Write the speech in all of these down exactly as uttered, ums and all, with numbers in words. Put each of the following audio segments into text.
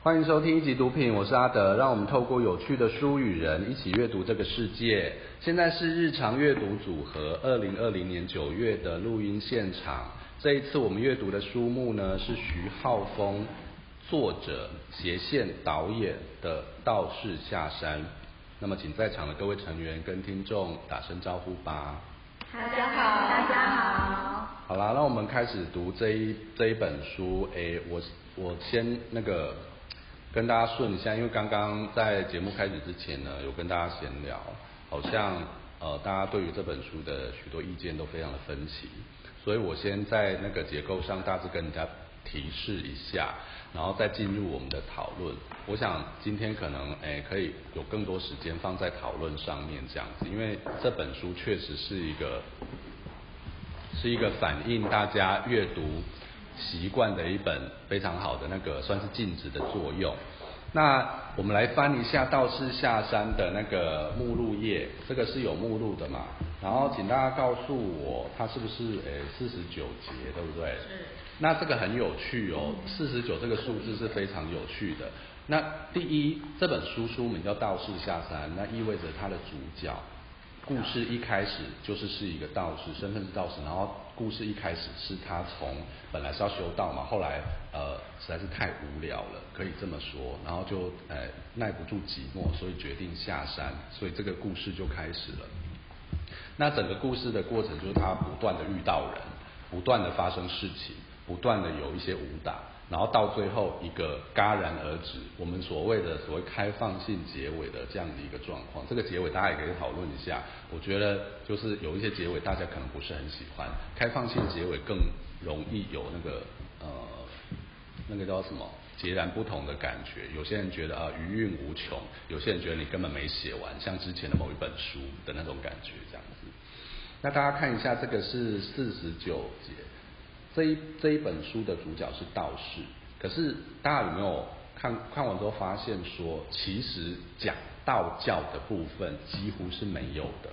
欢迎收听一集读品，我是阿德，让我们透过有趣的书与人一起阅读这个世界。现在是日常阅读组合二零二零年九月的录音现场。这一次我们阅读的书目呢是徐浩峰作者、斜线导演的《道士下山》。那么请在场的各位成员跟听众打声招呼吧。 大家好，大家好。 好啦，那我们开始读这一这一本书。诶，我我先那个跟大家顺一下，因为刚刚在节目开始之前呢，有跟大家闲聊，好像呃大家对于这本书的许多意见都非常的分歧，所以我先在那个结构上大致跟人家提示一下，然后再进入我们的讨论。我想今天可能诶可以有更多时间放在讨论上面这样子，因为这本书确实是一个是一个反映大家阅读习惯的一本非常好的那个算是镜子的作用。那我们来翻一下《道士下山》的那个目录页，这个是有目录的嘛？然后请大家告诉我，它是不是诶四十九节，对不对？ 是。那这个很有趣哦，四十九这个数字是非常有趣的。那第一，这本书书名叫《道士下山》，那意味着它的主角故事一开始就是是一个道士，身份是道士，然后故事一开始是他从本来是要修道嘛，后来呃实在是太无聊了，可以这么说，然后就呃耐不住寂寞，所以决定下山，所以这个故事就开始了。那整个故事的过程就是他不断的遇到人，不断的发生事情，不断的有一些武打，然后到最后一个戛然而止，我们所谓的所谓开放性结尾的这样的一个状况。这个结尾大家也可以讨论一下，我觉得就是有一些结尾大家可能不是很喜欢，开放性结尾更容易有那个呃那个叫什么截然不同的感觉。有些人觉得啊余韵无穷，有些人觉得你根本没写完，像之前的某一本书的那种感觉这样子。那大家看一下，这个是四十九节。这一这一本书的主角是道士，可是大家有没有看看完之后发现说，其实讲道教的部分几乎是没有的，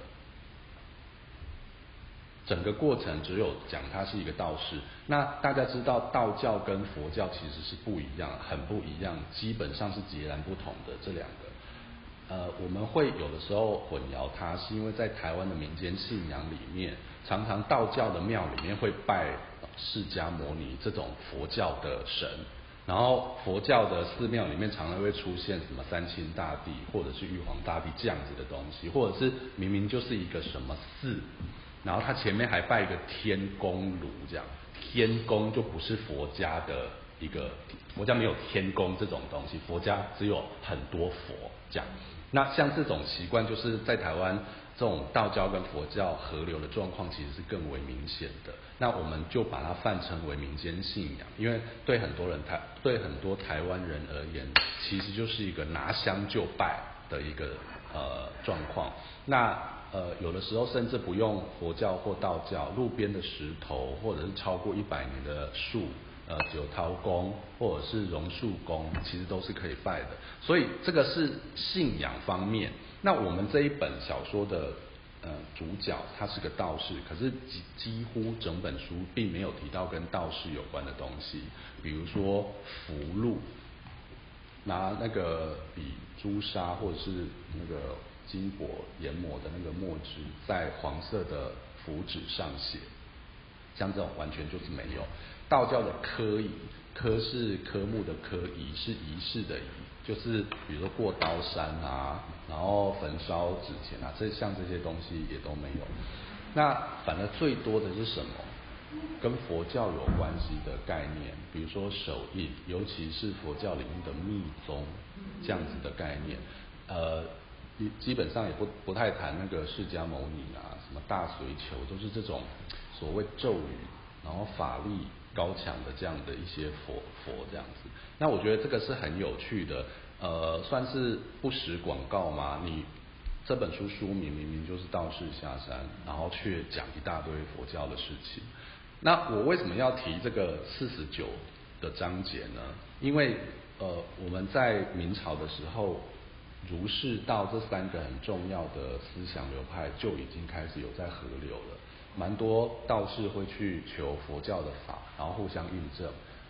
整个过程只有讲他是一个道士。那大家知道道教跟佛教其实是不一样，很不一样，基本上是截然不同的这两个。呃，我们会有的时候混淆它，是因为在台湾的民间信仰里面，常常道教的庙里面会拜释迦牟尼这种佛教的神，然后佛教的寺庙里面常常会出现什么三清大帝或者是玉皇大帝这样子的东西，或者是明明就是一个什么寺，然后它前面还拜一个天公炉这样，天公就不是佛家的一个，佛家没有天公这种东西，佛家只有很多佛这样。那像这种习惯，就是在台湾这种道教跟佛教合流的状况，其实是更为明显的。那我们就把它泛称为民间信仰，因为对很多人台对很多台湾人而言，其实就是一个拿香就拜的一个呃状况。那呃有的时候甚至不用佛教或道教，路边的石头或者是超过一百年的树。呃，九桃公或者是榕树公，其实都是可以拜的。所以这个是信仰方面。那我们这一本小说的呃主角他是个道士，可是几几乎整本书并没有提到跟道士有关的东西，比如说符箓，拿那个笔朱砂或者是那个金箔研磨的那个墨汁，在黄色的符纸上写。像这种完全就是没有。道教的科仪，科是科目的科，仪是仪式的仪，就是比如说过刀山啊，然后焚烧纸钱啊，这像这些东西也都没有。那反而最多的是什么？跟佛教有关系的概念，比如说手印，尤其是佛教里面的密宗这样子的概念，呃，基本上也不不太谈那个释迦牟尼啊，什么大随求，都是这种所谓咒语，然后法力高强的这样的一些佛佛这样子。那我觉得这个是很有趣的，呃，算是不实广告嘛。你这本书书名明明就是道士下山，然后却讲一大堆佛教的事情。那我为什么要提这个四十九的章节呢？因为呃我们在明朝的时候，儒释道这三个很重要的思想流派就已经开始有在合流了。蛮多道士会去求佛教的法，然后互相印证。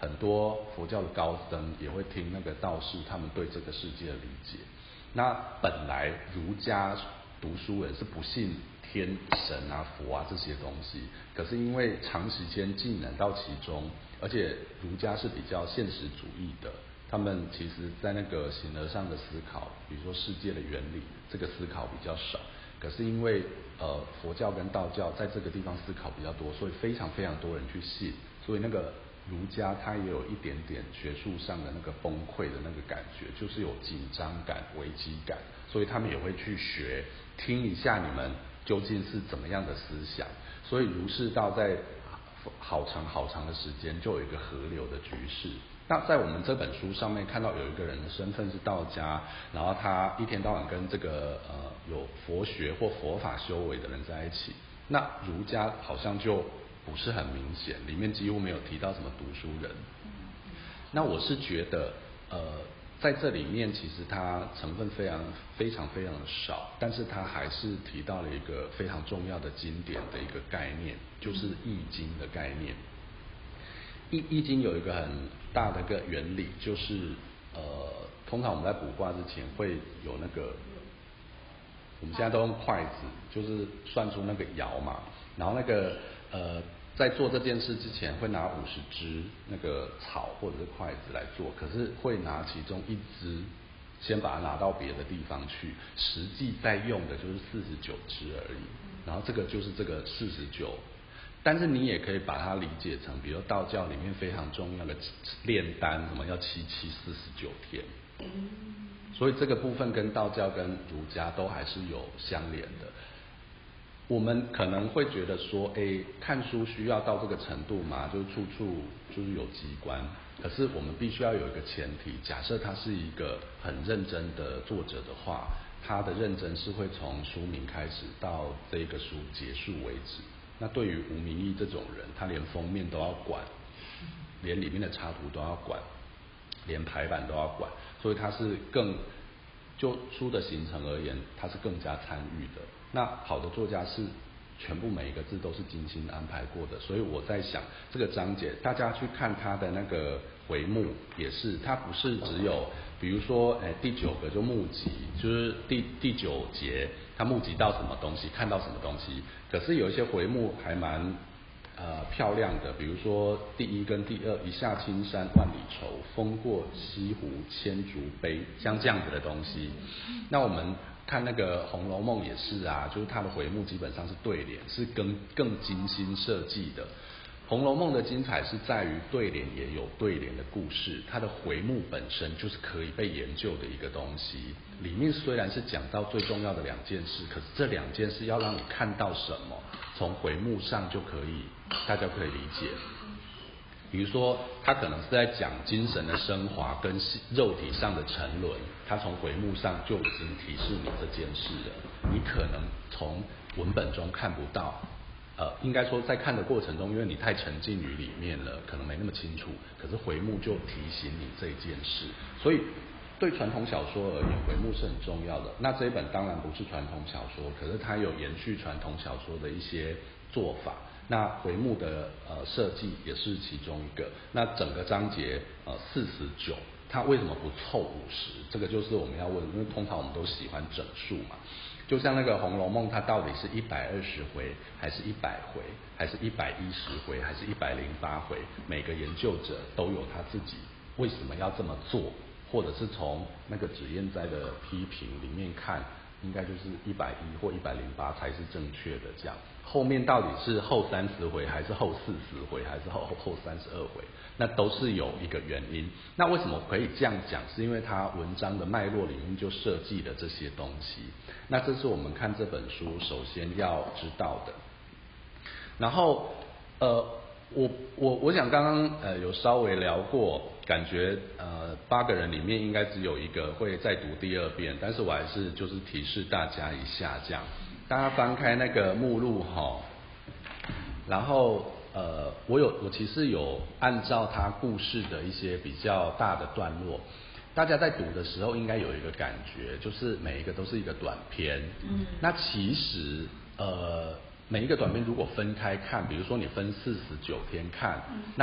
很多佛教的高僧也会听那个道士他们对这个世界的理解。那本来儒家读书人是不信天神啊佛啊这些东西，可是因为长时间浸染到其中，而且儒家是比较现实主义的，他们其实在那个形而上的思考，比如说世界的原理，这个思考比较少。可是因为呃佛教跟道教在这个地方思考比较多，所以非常非常多人去信，所以那个儒家它也有一点点学术上的那个崩溃的那个感觉，就是有紧张感、危机感，所以他们也会去学，听一下你们究竟是怎么样的思想。所以儒释道在好长好长的时间就有一个合流的局势。那在我们这本书上面看到有一个人的身份是道家，然后他一天到晚跟这个呃有佛学或佛法修为的人在一起。那儒家好像就不是很明显，里面几乎没有提到什么读书人。那我是觉得呃在这里面其实它成分非常非常非常的少，但是它还是提到了一个非常重要的经典的一个概念，就是易经的概念。易易经有一个很大的一个原理，就是呃，通常我们在卜卦之前会有那个，我们现在都用筷子，就是算出那个爻嘛，然后那个呃，在做这件事之前会拿五十支那个草或者是筷子来做，可是会拿其中一支先把它拿到别的地方去，实际在用的就是四十九支而已，然后这个就是这个四十九。但是你也可以把它理解成，比如道教里面非常重要的炼丹，什么要七七四十九天，所以这个部分跟道教跟儒家都还是有相连的。我们可能会觉得说，哎，看书需要到这个程度嘛，就是处处就是有机关。可是我们必须要有一个前提，假设他是一个很认真的作者的话，他的认真是会从书名开始到这个书结束为止。那对于吴明益这种人，他连封面都要管，连里面的插图都要管，连排版都要管，所以他是更就书的形成而言，他是更加参与的。那好的作家是全部每一个字都是精心安排过的，所以我在想这个章节，大家去看他的那个回目也是，它不是只有比如说，哎，第九个就募集，就是第第九节他募集到什么东西，看到什么东西，可是有一些回目还蛮呃漂亮的，比如说第一跟第二，一下青山万里愁，风过西湖千竹悲，像这样子的东西。那我们看那个《红楼梦》也是啊，就是它的回目基本上是对联，是更更精心设计的。《红楼梦》的精彩是在于对联也有对联的故事，它的回目本身就是可以被研究的一个东西。里面虽然是讲到最重要的两件事，可是这两件事要让你看到什么，从回目上就可以，大家可以理解。比如说，他可能是在讲精神的升华跟肉体上的沉沦，他从回目上就已经提示你这件事了。你可能从文本中看不到，呃，应该说在看的过程中，因为你太沉浸于里面了，可能没那么清楚。可是回目就提醒你这件事，所以对传统小说而言，回目是很重要的。那这一本当然不是传统小说，可是它有延续传统小说的一些做法。那回目的呃设计也是其中一个。那整个章节呃四十九，它为什么不凑五十？这个就是我们要问，因为通常我们都喜欢整数嘛。就像那个《红楼梦》，它到底是一百二十回，还是一百回，还是一百一十回，还是一百零八回？每个研究者都有他自己为什么要这么做，或者是从那个脂砚斋的批评里面看，应该就是一百一或一百零八才是正确的。这样后面到底是后三十回，还是后四十回，还是后后三十二回？那都是有一个原因。那为什么可以这样讲？是因为它文章的脉络里面就设计了这些东西。那这是我们看这本书首先要知道的。然后呃，我我我想刚刚呃有稍微聊过，感觉呃八个人里面应该只有一个会再读第二遍，但是我还是就是提示大家一下，这样大家翻开那个目录哈，然后呃我有我其实有按照它故事的一些比较大的段落，大家在读的时候应该有一个感觉，就是每一个都是一个短篇。嗯，那其实呃每一个短篇如果分开看，比如说你分四十九天看，嗯，那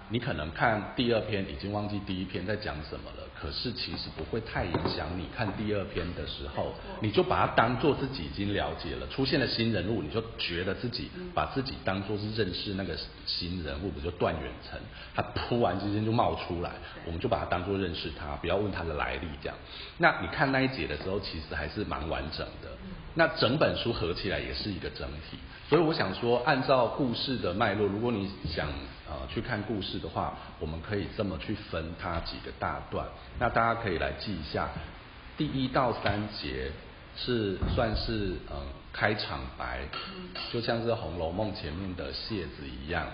你可能看第二篇已经忘记第一篇在讲什么了，可是其实不会太影响你看第二篇的时候，你就把它当做自己已经了解了，出现了新人物，你就觉得自己把自己当做是认识那个新人物，比如说段远成，他突然之间就冒出来，我们就把他当做认识他，不要问他的来历这样。那你看那一节的时候，其实还是蛮完整的。那整本书合起来也是一个整体，所以我想说，按照故事的脉络，如果你想呃去看故事的话，我们可以这么去分它几个大段。那大家可以来记一下，第一到三节是算是嗯、呃、开场白，就像是《红楼梦》前面的谢子一样。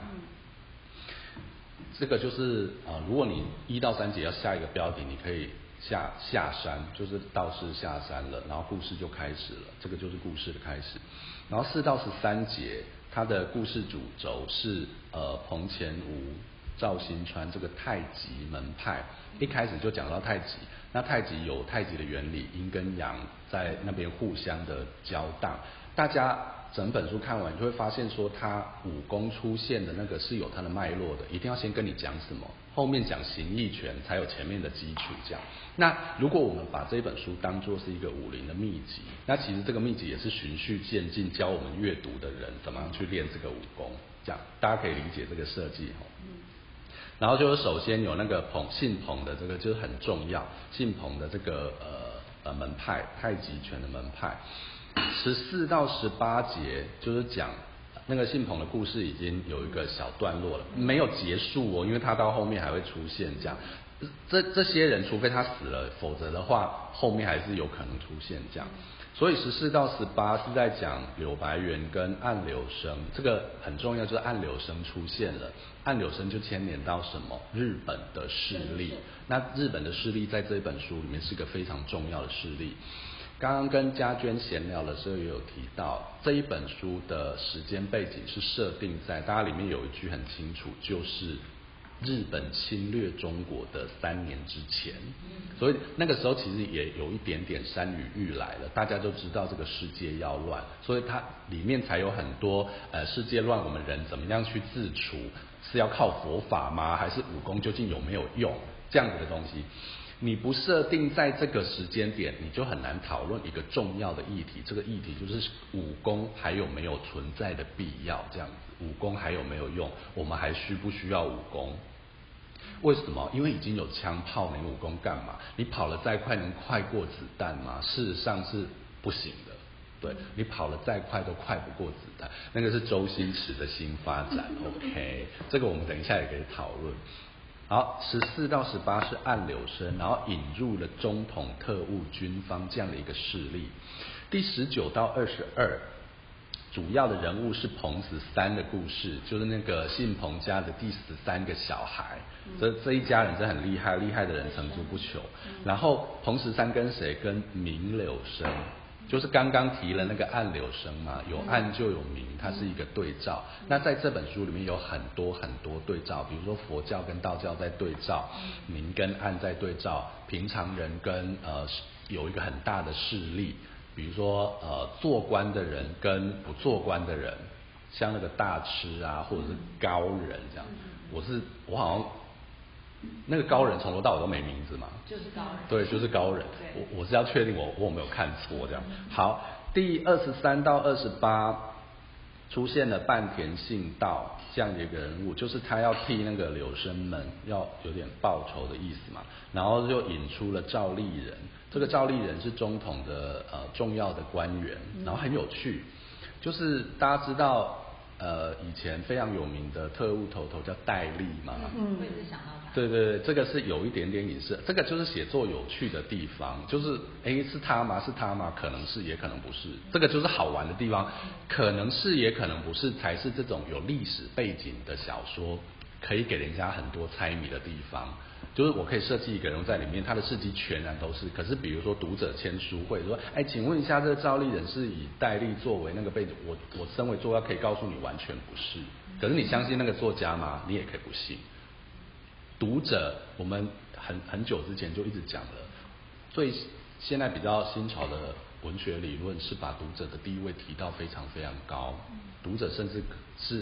这个就是呃，如果你一到三节要下一个标题，你可以下下山，就是道士下山了，然后故事就开始了，这个就是故事的开始。然后四到十三节，它的故事主轴是呃彭乾吴、赵新川这个太极门派，一开始就讲到太极，那太极有太极的原理，阴跟阳在那边互相的交荡，大家整本书看完，你就会发现说，他武功出现的那个是有它的脉络的，一定要先跟你讲什么，后面讲形意拳才有前面的基础这样。那如果我们把这本书当作是一个武林的秘籍，那其实这个秘籍也是循序渐进，教我们阅读的人怎么样去练这个武功，这样大家可以理解这个设计哦。然后就是首先有那个彭姓彭的这个就是很重要，姓彭的这个呃呃门派，太极拳的门派。十四到十八节就是讲那个姓彭的故事已经有一个小段落了，没有结束哦，因为他到后面还会出现这样。这这些人除非他死了，否则的话后面还是有可能出现这样。所以十四到十八是在讲柳白猿跟暗柳生，这个很重要，就是暗柳生出现了，暗柳生就牵连到什么？日本的势力。那日本的势力在这本书里面是个非常重要的势力。刚刚跟嘉娟闲聊的时候也有提到，这一本书的时间背景是设定在，大家里面有一句很清楚，就是日本侵略中国的三年之前，所以那个时候其实也有一点点山雨欲来了，大家都知道这个世界要乱，所以它里面才有很多呃世界乱，我们人怎么样去自处，是要靠佛法吗？还是武功究竟有没有用？这样子的东西。你不设定在这个时间点，你就很难讨论一个重要的议题。这个议题就是武功还有没有存在的必要？这样子，武功还有没有用？我们还需不需要武功？为什么？因为已经有枪炮，你武功干嘛？你跑得再快，能快过子弹吗？事实上是不行的。对，你跑得再快都快不过子弹。那个是周星驰的新发展。OK， 这个我们等一下也可以讨论。好，十四到十八是暗柳生，然后引入了中统特务军方这样的一个势力。第十九到二十二，主要的人物是彭十三的故事，就是那个姓彭家的第十三个小孩。这这一家人真的很厉害，厉害的人层出不穷。然后彭十三跟谁？跟明柳生。就是刚刚提了那个暗柳生嘛，有暗就有明，它是一个对照。那在这本书里面有很多很多对照，比如说佛教跟道教在对照，明跟暗在对照，平常人跟呃有一个很大的势力，比如说呃做官的人跟不做官的人，像那个大吃啊，或者是高人这样。我是我好像。那个高人从头到尾都没名字嘛？ 就是高人。 对，就是高人。我我是要确定我我有没有看错这样。好，第二十三到二十八出现了半田信道这样的一个人物，就是他要替那个柳生门要有点报仇的意思嘛，然后就引出了赵立人。这个赵立人是中统的呃重要的官员，然后很有趣，就是大家知道。呃，以前非常有名的特务头头叫戴笠嘛， 嗯，我也是想到他。 对对对，这个是有一点点隐士，这个就是写作有趣的地方，就是诶是他吗？是他吗？可能是，也可能不是，这个就是好玩的地方，可能是也可能不是，才是这种有历史背景的小说可以给人家很多猜谜的地方。就是我可以设计一个人物在里面，他的事迹全然都是。可是比如说读者签书会说，哎，请问一下，这个赵立人是以戴笠作为那个背景？我我身为作家可以告诉你，完全不是。可是你相信那个作家吗？你也可以不信。读者，我们很很久之前就一直讲了，最现在比较新潮的文学理论是把读者的地位提到非常非常高，读者甚至是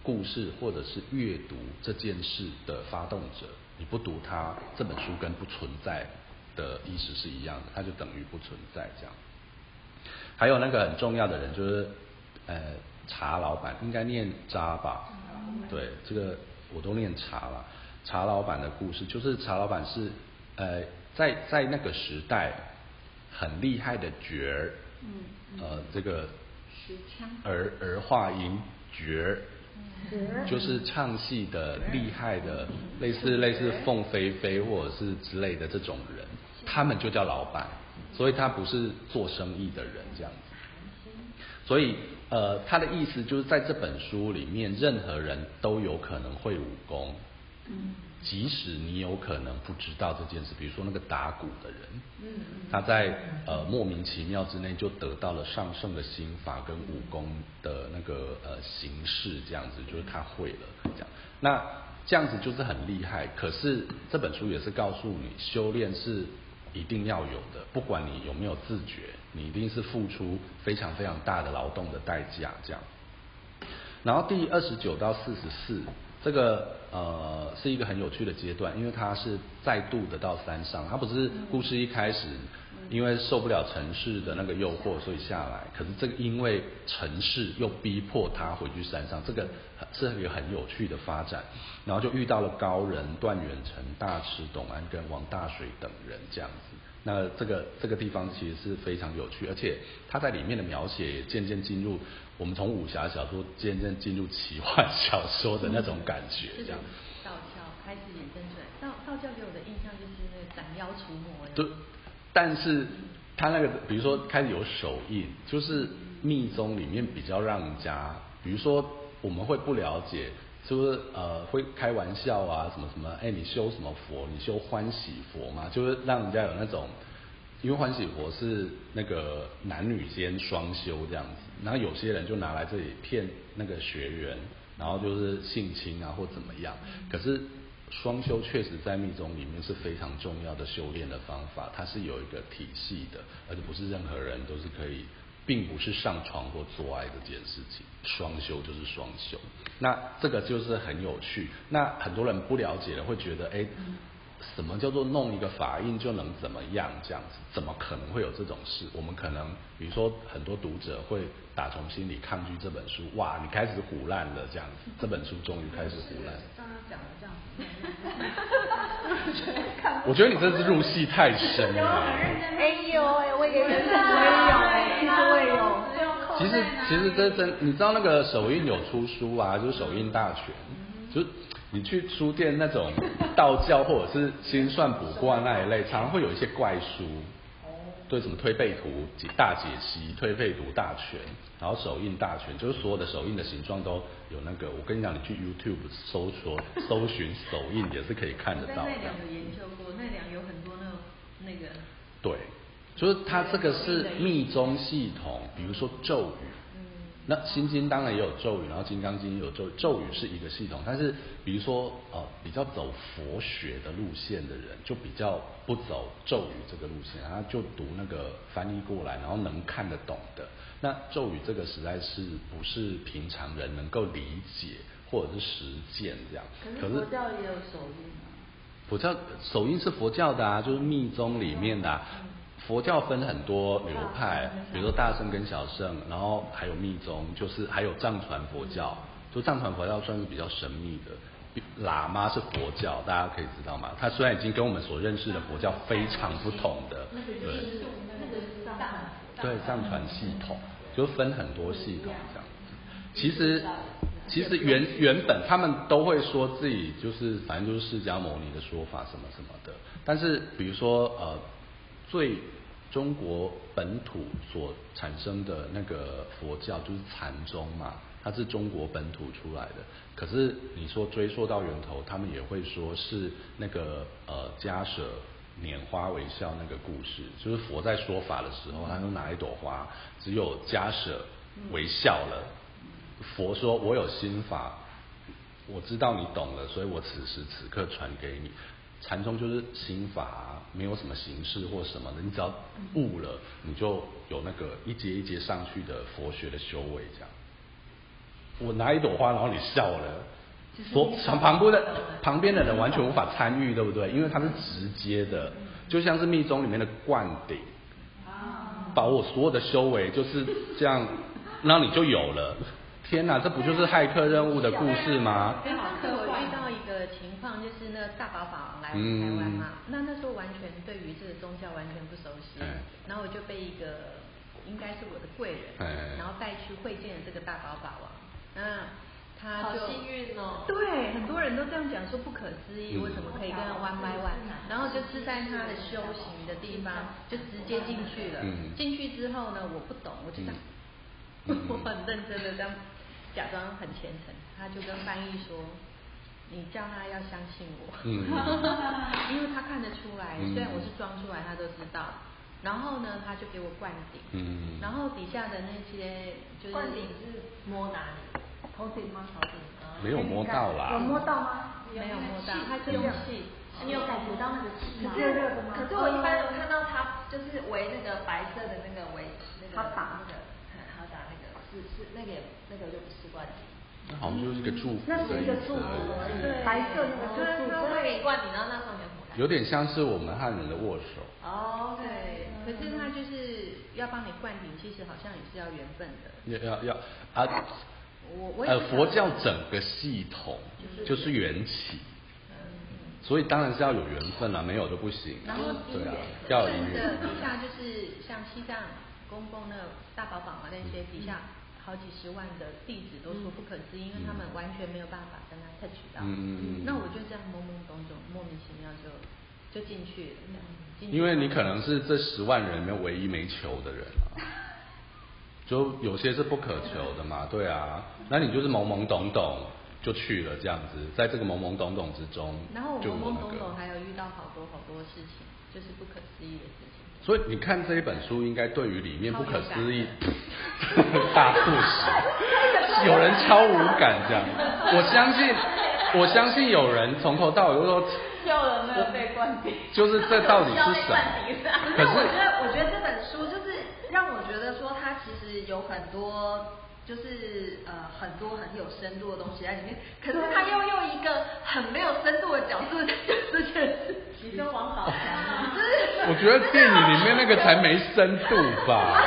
故事或者是阅读这件事的发动者，你不读它，这本书跟不存在的意思是一样的，它就等于不存在这样。还有那个很重要的人就是呃茶老板，应该念渣吧？对，这个我都念茶了。茶老板的故事就是茶老板是呃在在那个时代很厉害的角儿，嗯呃这个儿儿化音角儿。就是唱戏的厉害的，类似类似凤飞飞或者是之类的这种人，他们就叫老板，所以他不是做生意的人这样子。所以呃，他的意思就是在这本书里面，任何人都有可能会武功，即使你有可能不知道这件事，比如说那个打鼓的人，他在呃莫名其妙之内就得到了上乘的心法跟武功的那个呃形式，这样子就是他会了这样。那这样子就是很厉害，可是这本书也是告诉你，修炼是一定要有的，不管你有没有自觉，你一定是付出非常非常大的劳动的代价这样。然后第二十九到四十四，这个呃是一个很有趣的阶段，因为他是再度的到山上，他不是故事一开始因为受不了尘世的那个诱惑，所以下来，可是这个因为尘世又逼迫他回去山上，这个是一个很有趣的发展。然后就遇到了高人、段远成、大池、董安跟王大水等人这样子。那这个这个地方其实是非常有趣，而且他在里面的描写也渐渐进入我们从武侠小说渐渐进入奇幻小说的那种感觉，这样。 道教开始衍生出来，道道教给我的印象就是那个斩妖除魔。 对，但是他那个比如说开始有手印，就是密宗里面比较让人家，比如说我们会不了解。就是呃会开玩笑啊什么什么，哎你修什么佛？你修欢喜佛嘛，就是让人家有那种，因为欢喜佛是那个男女间双修这样子，然后有些人就拿来这里骗那个学员，然后就是性侵啊或怎么样。可是双修确实在密宗里面是非常重要的修炼的方法，它是有一个体系的，而且不是任何人都是可以。并不是上床或做爱这件事情，双修就是双修。那这个就是很有趣。那很多人不了解了，会觉得，哎，什么叫做弄一个法印就能怎么样这样子？怎么可能会有这种事？我们可能，比如说很多读者会打从心里抗拒这本书。哇，你开始唬烂了这样子，这本书终于开始唬烂。 刚刚讲的这样子， 我觉得你这是入戏太深了。 哎呦，我也有，我也有，哎，其实我也有。 其实其实这真，你知道那个手印有出书啊，就是手印大全，就是你去书店那种道教或者是心算卜卦那一类，常常会有一些怪书。对，什么推背图大解析、推背图大全，然后手印大全，就是所有的手印的形状都有那个。我跟你讲，你去 YouTube 搜索搜寻手印也是可以看得到的。 我在奈良有研究过，奈良有很多那种那个。 对，就是它这个是密宗系统，比如说咒语。那心经当然也有咒语，然后金刚经也有咒语，咒语是一个系统，但是比如说呃比较走佛学的路线的人，就比较不走咒语这个路线，他就读那个翻译过来，然后能看得懂的。那咒语这个实在是不是平常人能够理解或者是实践这样。 可是佛教也有手印啊。 佛教手印是佛教的啊，就是密宗里面的啊。佛教分很多流派，比如说大乘跟小乘，然后还有密宗，就是还有藏传佛教。就藏传佛教算是比较神秘的，喇嘛是佛教，大家可以知道吗？它虽然已经跟我们所认识的佛教非常不同的，对，对藏传系统就分很多系统这样子。其实其实原原本他们都会说自己就是反正就是释迦牟尼的说法什么什么的，但是比如说呃最中国本土所产生的那个佛教就是禅宗嘛，它是中国本土出来的。可是你说追溯到源头，他们也会说是那个呃迦舍拈花微笑那个故事，就是佛在说法的时候，他就拿一朵花，只有迦舍微笑了。佛说：“我有心法，我知道你懂了，所以我此时此刻传给你。”禅宗就是心法啊，没有什么形式或什么的，你只要悟了，你就有那个一阶一阶上去的佛学的修为这样。 我拿一朵花，然后你笑了，所旁边的旁边的人完全无法参与，对不对？因为它是直接的，就像是密宗里面的灌顶，把我所有的修为就是这样，然后你就有了。天哪，这不就是骇客任务的故事吗？ 跟上次我遇到一个情况，就是那个大宝法王来我们台湾嘛，嗯、那那时候完全对于这个宗教完全不熟悉，哎、然后我就被一个应该是我的贵人，哎、然后带去会见了这个大宝法王，那他就好幸运哦，对，很多人都这样讲说不可思议，嗯、为什么可以跟他 one by one，然后就是在他的修行的地方就直接进去了，嗯、进去之后呢，我不懂，我就这样，嗯、我很认真的这样。假装很虔诚，他就跟翻译说：“你叫他要相信我，嗯、因为他看得出来，虽然我是装出来，他都知道。然后呢，他就给我灌顶，嗯、然后底下的那些就是灌顶是摸哪里？头顶吗？头顶？ 没有摸到啦。 有摸到吗？ 没有摸到，他是用气。 你有感觉到那个气吗？ 热热的吗？可是我一般有看到他就是围那个白色的那个围那个他打那个。”是是那个那个就不是灌顶， 那好像就是一个祝福的意思， 那是一个祝福而已，对，白色那个祝福， 所以灌顶，然后那上面有点像是我们汉人的握手。 哦，对，可是他就是要帮你灌顶，其实好像也是要缘分的。 要要要啊！ 我我呃，佛教整个系统就是缘起，所以当然是要有缘分啦，没有就不行。 然后对啊，要有姻缘。 底下就是像西藏公公那个大宝宝嘛，那些底下。好几十万的弟子都说不可思议，因为他们完全没有办法跟他 touch 到。嗯嗯。那我就这样懵懵懂懂、莫名其妙就就进去了，这样。 因为你可能是这十万人里面唯一没求的人啊，就有些是不可求的嘛，对啊。那你就是懵懵懂懂就去了这样子，在这个懵懵懂懂之中， 然后我懵懵懂懂还有遇到好多好多事情，就是不可思议的事情。 所以你看这一本书，应该对于里面不可思议大故事，有人超无感这样。我相信，我相信有人从头到尾都说， 有人没有被灌顶， 就是这到底是什么？ 可是我觉得，我觉得这本书就是让我觉得说，它其实有很多。就是呃很多很有深度的东西在里面，可是他又用一个很没有深度的角度在讲这件事情。你说王宝强， 我觉得电影里面那个才没深度吧。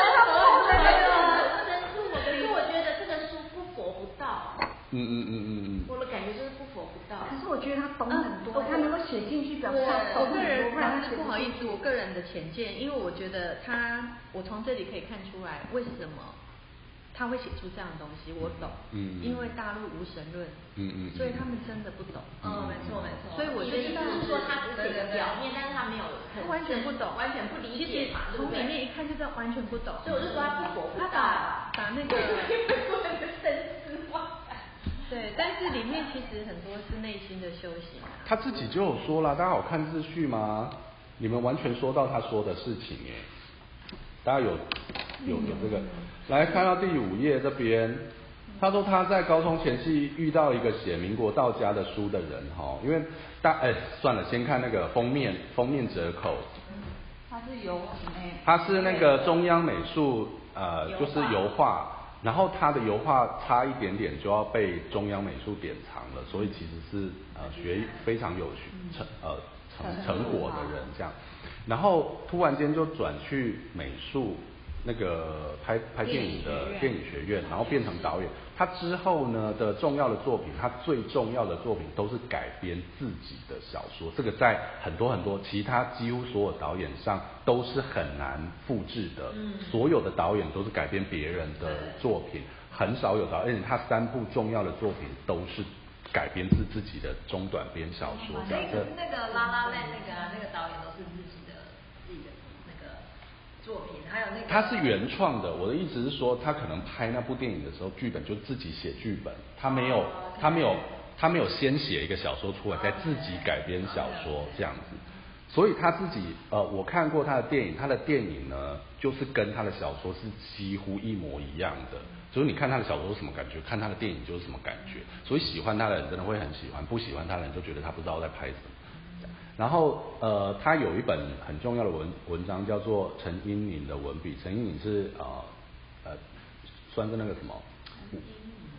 深度，可是我觉得这个书不佛不道。 嗯嗯嗯嗯嗯。 我的感觉就是不佛不道。 可是我觉得他懂很多，他能够写进去，表示他懂很多。 我个人不然不好意思，我个人的浅见，因为我觉得他，我从这里可以看出来为什么。他会写出这样的东西，我懂，嗯，因为大陆无神论，嗯嗯，所以他们真的不懂， 嗯，没错没错， 所以我觉得就是说他只写个表面，但是他没有完全不懂， 完全不理解嘛， 从里面一看就知道完全不懂， 所以我就说他不佛不道， 把把那个深思忘返，对，但是里面其实很多是内心的修行啊。 他自己就有说了，大家有看秩序吗？你们完全说到他说的事情耶，大家有有有这个。来看到第五页这边，他说他在高中前夕遇到一个写民国道家的书的人哈，因为大哎算了，先看那个封面封面折口， 他是油哎， 他是那个中央美术呃就是油画，然后他的油画差一点点就要被中央美术典藏了，所以其实是呃学非常有成呃成成果的人这样，然后突然间就转去美术。那个拍拍电影的电影学院，然后变成导演。他之后呢的重要的作品，他最重要的作品都是改编自己的小说。这个在很多很多其他几乎所有导演上都是很难复制的。嗯，所有的导演都是改编别人的作品，很少有导演。而且他三部重要的作品都是改编自自己的中短篇小说。 那个那个拉拉链那个那个导演都是自己的自己的那个。作品还有那个， 他是原创的。我的意思是说，他可能拍那部电影的时候，剧本就自己写剧本，他没有，他没有，他没有先写一个小说出来，再自己改编小说这样子。所以他自己，呃，我看过他的电影，他的电影呢，就是跟他的小说是几乎一模一样的。所以你看他的小说是什么感觉，看他的电影就是什么感觉。所以喜欢他的人真的会很喜欢，不喜欢他的人就觉得他不知道在拍什么。然后呃，他有一本很重要的文文章叫做陈英宁的文笔。陈英宁是呃呃，算是那个什么，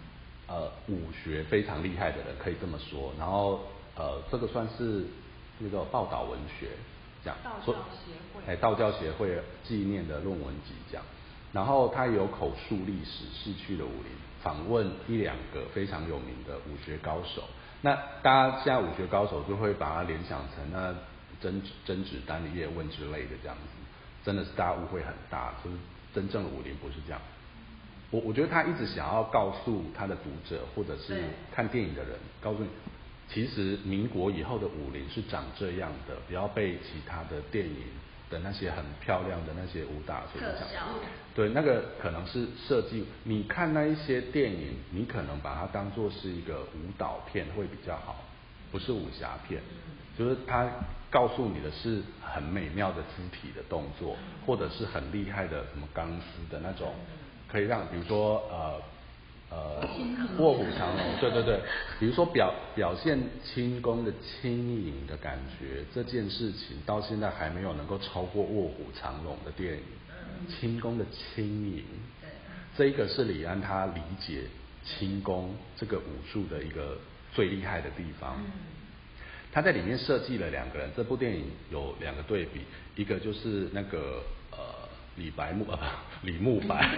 呃武学非常厉害的人，可以这么说。然后呃这个算是那个报道文学这样， 道教协会， 哎，道教协会纪念的论文集这样。然后他有口述历史，逝去的武林，访问一两个非常有名的武学高手。那大家现在武学高手就会把它联想成那甄甄子丹的叶问之类的这样子，真的是大家误会很大，就是真正的武林不是这样。我我觉得他一直想要告诉他的读者或者是看电影的人，告诉你，其实民国以后的武林是长这样的，不要被其他的电影的那些很漂亮的那些武打所影响。对，那个可能是设计。你看那一些电影，你可能把它当作是一个舞蹈片会比较好，不是武侠片。就是它告诉你的是很美妙的肢体的动作，或者是很厉害的什么钢丝的那种，可以让比如说呃呃卧虎藏龙，对对对，比如说表表现轻功的轻盈的感觉，这件事情到现在还没有能够超过卧虎藏龙的电影。轻功的轻盈，这一个是李安他理解轻功这个武术的一个最厉害的地方。他在里面设计了两个人，这部电影有两个对比，一个就是那个呃李白木呃李慕白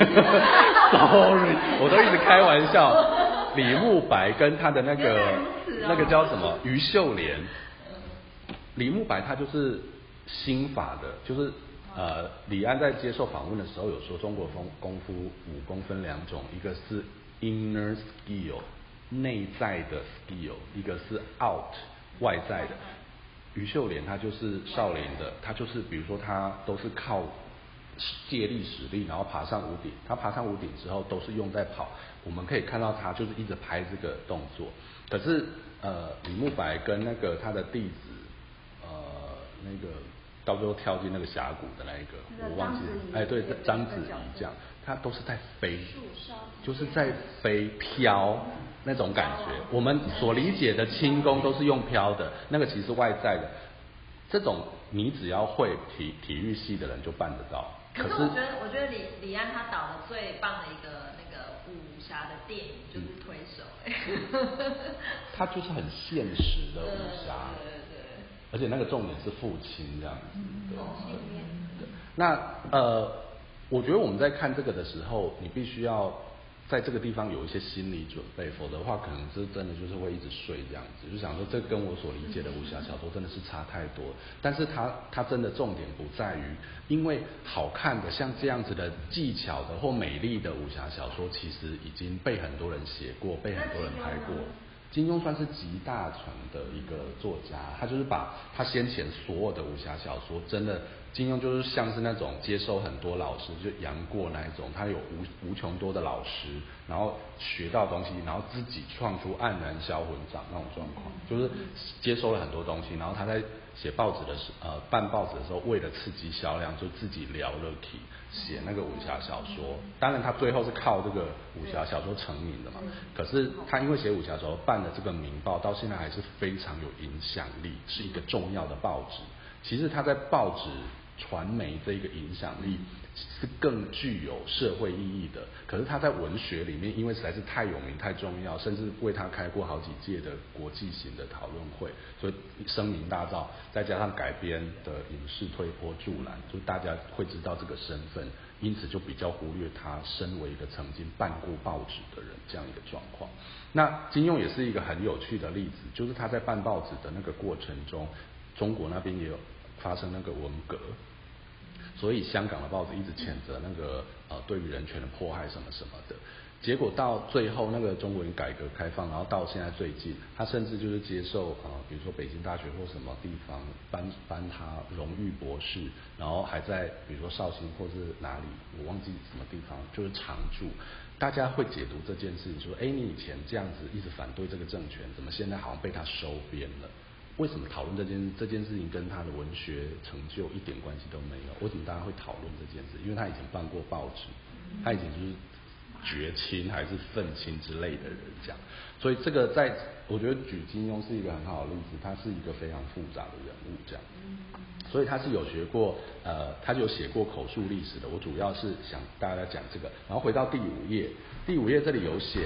，sorry， 我都一直开玩笑，李慕白跟他的那个那个叫什么于秀莲，李慕白他就是心法的，就是呃李安在接受访问的时候有说，中国风功夫武功分两种，一个是 inner skill 内在的 skill， 一个是 out。外在的，于秀莲她就是少林的，她就是比如说她都是靠借力使力，然后爬上屋顶。她爬上屋顶之后都是用在跑，我们可以看到她就是一直拍这个动作。可是呃李慕白跟那个他的弟子呃那个到最后跳进那个峡谷的那一个，我忘记了，哎对，章子怡这样，他都是在飞，就是在飞飘。那种感觉，我们所理解的轻功都是用飘的，那个其实外在的。这种你只要会体体育系的人就办得到。 可是我觉得，我觉得李李安他导的最棒的一个那个武侠的电影就是《推手》哎。 他就是很现实的武侠， 对对对。 而且那个重点是父亲这样子。 嗯，对。 对。那呃，我觉得我们在看这个的时候，你必须要。在这个地方有一些心理准备，否则的话可能是真的就是会一直睡这样子，就想说这跟我所理解的武侠小说真的是差太多。但是它它真的重点不在于，因为好看的像这样子的技巧的或美丽的武侠小说，其实已经被很多人写过，被很多人拍过。金庸算是集大成的一个作家，他就是把他先前所有的武侠小说，真的金庸就是像是那种接受很多老师，就杨过那一种，他有无无穷多的老师，然后学到东西，然后自己创出黯然销魂掌那种状况，就是接收了很多东西，然后他在写报纸的时呃办报纸的时候，为了刺激销量，就自己聊了题写那个武侠小说。当然他最后是靠这个武侠小说成名的嘛，可是他因为写武侠小说办了这个明报，到现在还是非常有影响力，是一个重要的报纸。其实他在报纸传媒这一个影响力是更具有社会意义的，可是他在文学里面，因为实在是太有名、太重要，甚至为他开过好几届的国际型的讨论会，所以声名大噪。再加上改编的影视推波助澜，就大家会知道这个身份，因此就比较忽略他身为一个曾经办过报纸的人这样一个状况。那金庸也是一个很有趣的例子，就是他在办报纸的那个过程中，中国那边也有发生那个文革。所以香港的报纸一直谴责那个呃对于人权的迫害什么什么的，结果到最后那个中国人改革开放，然后到现在最近，他甚至就是接受呃比如说北京大学或什么地方颁颁他荣誉博士，然后还在比如说绍兴或是哪里我忘记什么地方就是常驻。大家会解读这件事情说，哎，你以前这样子一直反对这个政权，怎么现在好像被他收编了？为什么讨论这件事？这件事情跟他的文学成就一点关系都没有。为什么大家会讨论这件事？因为他以前办过报纸，他以前就是绝亲还是愤青之类的人这样。所以这个在我觉得举金庸是一个很好的例子，他是一个非常复杂的人物这样。所以他是有学过呃，他就有写过口述历史的。我主要是想大家讲这个，然后回到第五页，第五页这里有写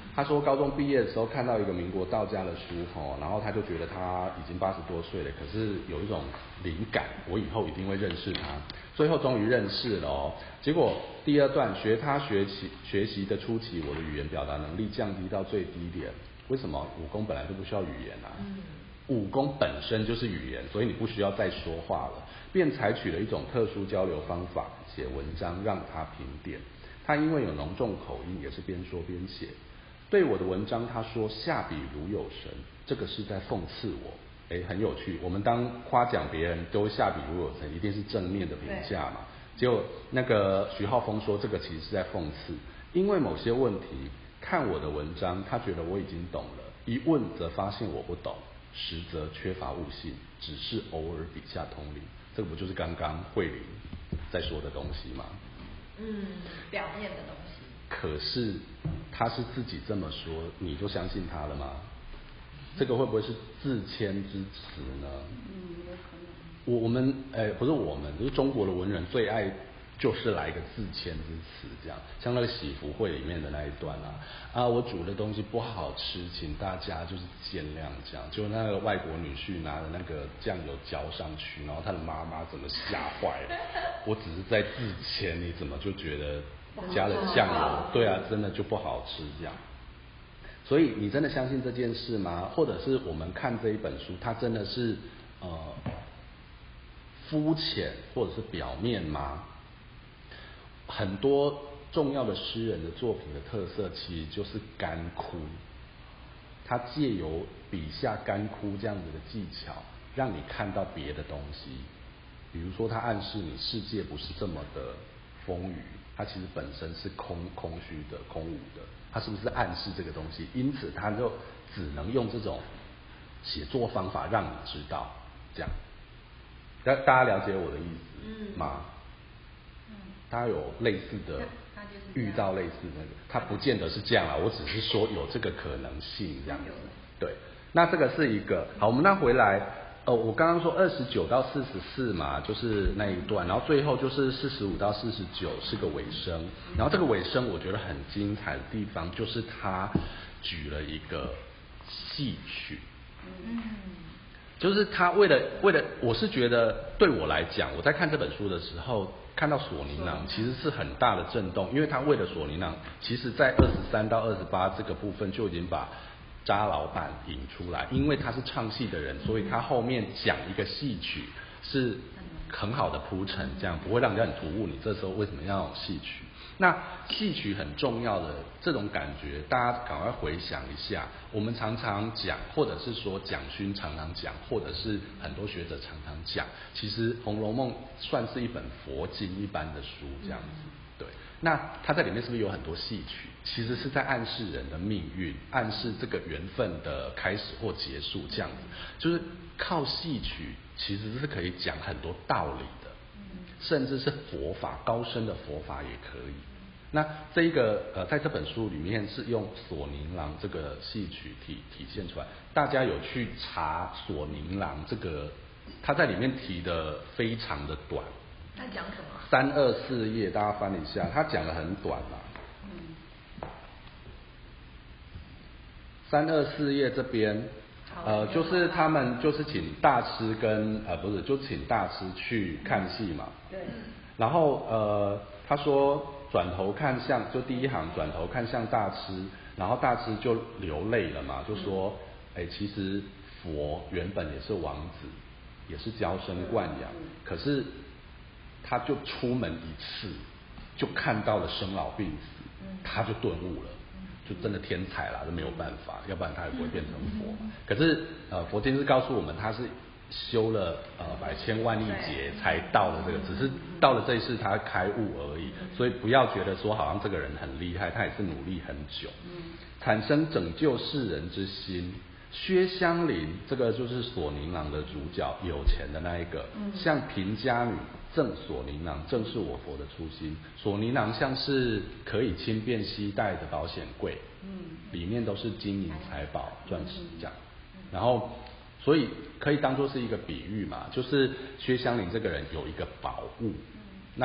他说高中毕业的时候看到一个民国道家的书吼，然后他就觉得他已经八十多岁了，可是有一种灵感，我以后一定会认识他。最后终于认识了哦。结果第二段学他学习学习的初期，我的语言表达能力降低到最低点。为什么？武功本来就不需要语言啊。嗯。武功本身就是语言，所以你不需要再说话了，便采取了一种特殊交流方法，写文章让他评点。他因为有浓重口音，也是边说边写。对我的文章，他说下笔如有神，这个是在讽刺我。哎，很有趣。我们当夸奖别人都下笔如有神，一定是正面的评价嘛。结果那个徐浩峰说，这个其实是在讽刺，因为某些问题，看我的文章，他觉得我已经懂了，一问则发现我不懂。实则缺乏悟性，只是偶尔笔下通灵，这个不就是刚刚慧玲在说的东西吗？ 嗯，表面的东西。 可是他是自己这么说，你就相信他了吗？这个会不会是自谦之词呢？ 嗯，有可能。 我我们呃不是我们，就是中国的文人最爱。就是来一个自谦之词，这样像那个喜福会里面的那一段啊啊，我煮的东西不好吃，请大家就是见谅这样。就那个外国女婿拿着那个酱油浇上去，然后他的妈妈怎么吓坏了？我只是在自谦，你怎么就觉得加了酱油？对啊，真的就不好吃这样。所以你真的相信这件事吗？或者是我们看这一本书，它真的是呃肤浅或者是表面吗？很多重要的诗人的作品的特色，其实就是干枯。他借由笔下干枯这样子的技巧，让你看到别的东西。比如说，他暗示你世界不是这么的丰腴，它其实本身是空空虚的、空无的。他是不是暗示这个东西？因此，他就只能用这种写作方法让你知道，这样。大大家了解我的意思吗？他有类似的遇到类似那个，他不见得是这样啊，我只是说有这个可能性这样子。对，那这个是一个好，我们那回来，呃，我刚刚说二十九到四十四嘛，就是那一段，然后最后就是四十五到四十九是个尾声，然后这个尾声我觉得很精彩的地方就是他举了一个戏曲，嗯。就是他为了为了，我是觉得对我来讲，我在看这本书的时候，看到索尼囊其实是很大的震动，因为他为了索尼囊，其实在二十三到二十八这个部分就已经把查老板引出来，因为他是唱戏的人，所以他后面讲一个戏曲是很好的铺陈，这样不会让人家很突兀。你这时候为什么要有戏曲？那戏曲很重要的这种感觉，大家赶快回想一下。我们常常讲，或者是说蒋勋常常讲，或者是很多学者常常讲，其实《红楼梦》算是一本佛经一般的书，这样子。对，那它在里面是不是有很多戏曲？其实是在暗示人的命运，暗示这个缘分的开始或结束，这样子。就是靠戏曲，其实是可以讲很多道理的，甚至是佛法，高深的佛法也可以。那这一个呃，在这本书里面是用索宁郎这个戏曲体体现出来。大家有去查索宁郎这个，他在里面提的非常的短。 他讲什么？ 三二四页，大家翻一下，他讲的很短嘛。嗯。三二四页这边，呃，就是他们就是请大师跟呃不是，就请大师去看戏嘛。对。然后呃，他说。转头看向，就第一行转头看向大师，然后大师就流泪了嘛，就说，哎、欸，其实佛原本也是王子，也是娇生惯养，可是他就出门一次，就看到了生老病死，他就顿悟了，就真的天才啦，就没有办法，要不然他也不会变成佛。可是呃，佛经是告诉我们，他是。修了呃百千万亿劫才到了这个，只是到了这一世他开悟而已，所以不要觉得说好像这个人很厉害，他也是努力很久，产生拯救世人之心。薛湘灵这个就是索宁郎的主角，有钱的那一个，像贫家女赠索宁郎，正是我佛的初心。索宁郎像是可以轻便携带的保险柜，里面都是金银财宝、钻石这样，然后。所以可以当作是一个比喻嘛，就是薛湘灵这个人有一个宝物，那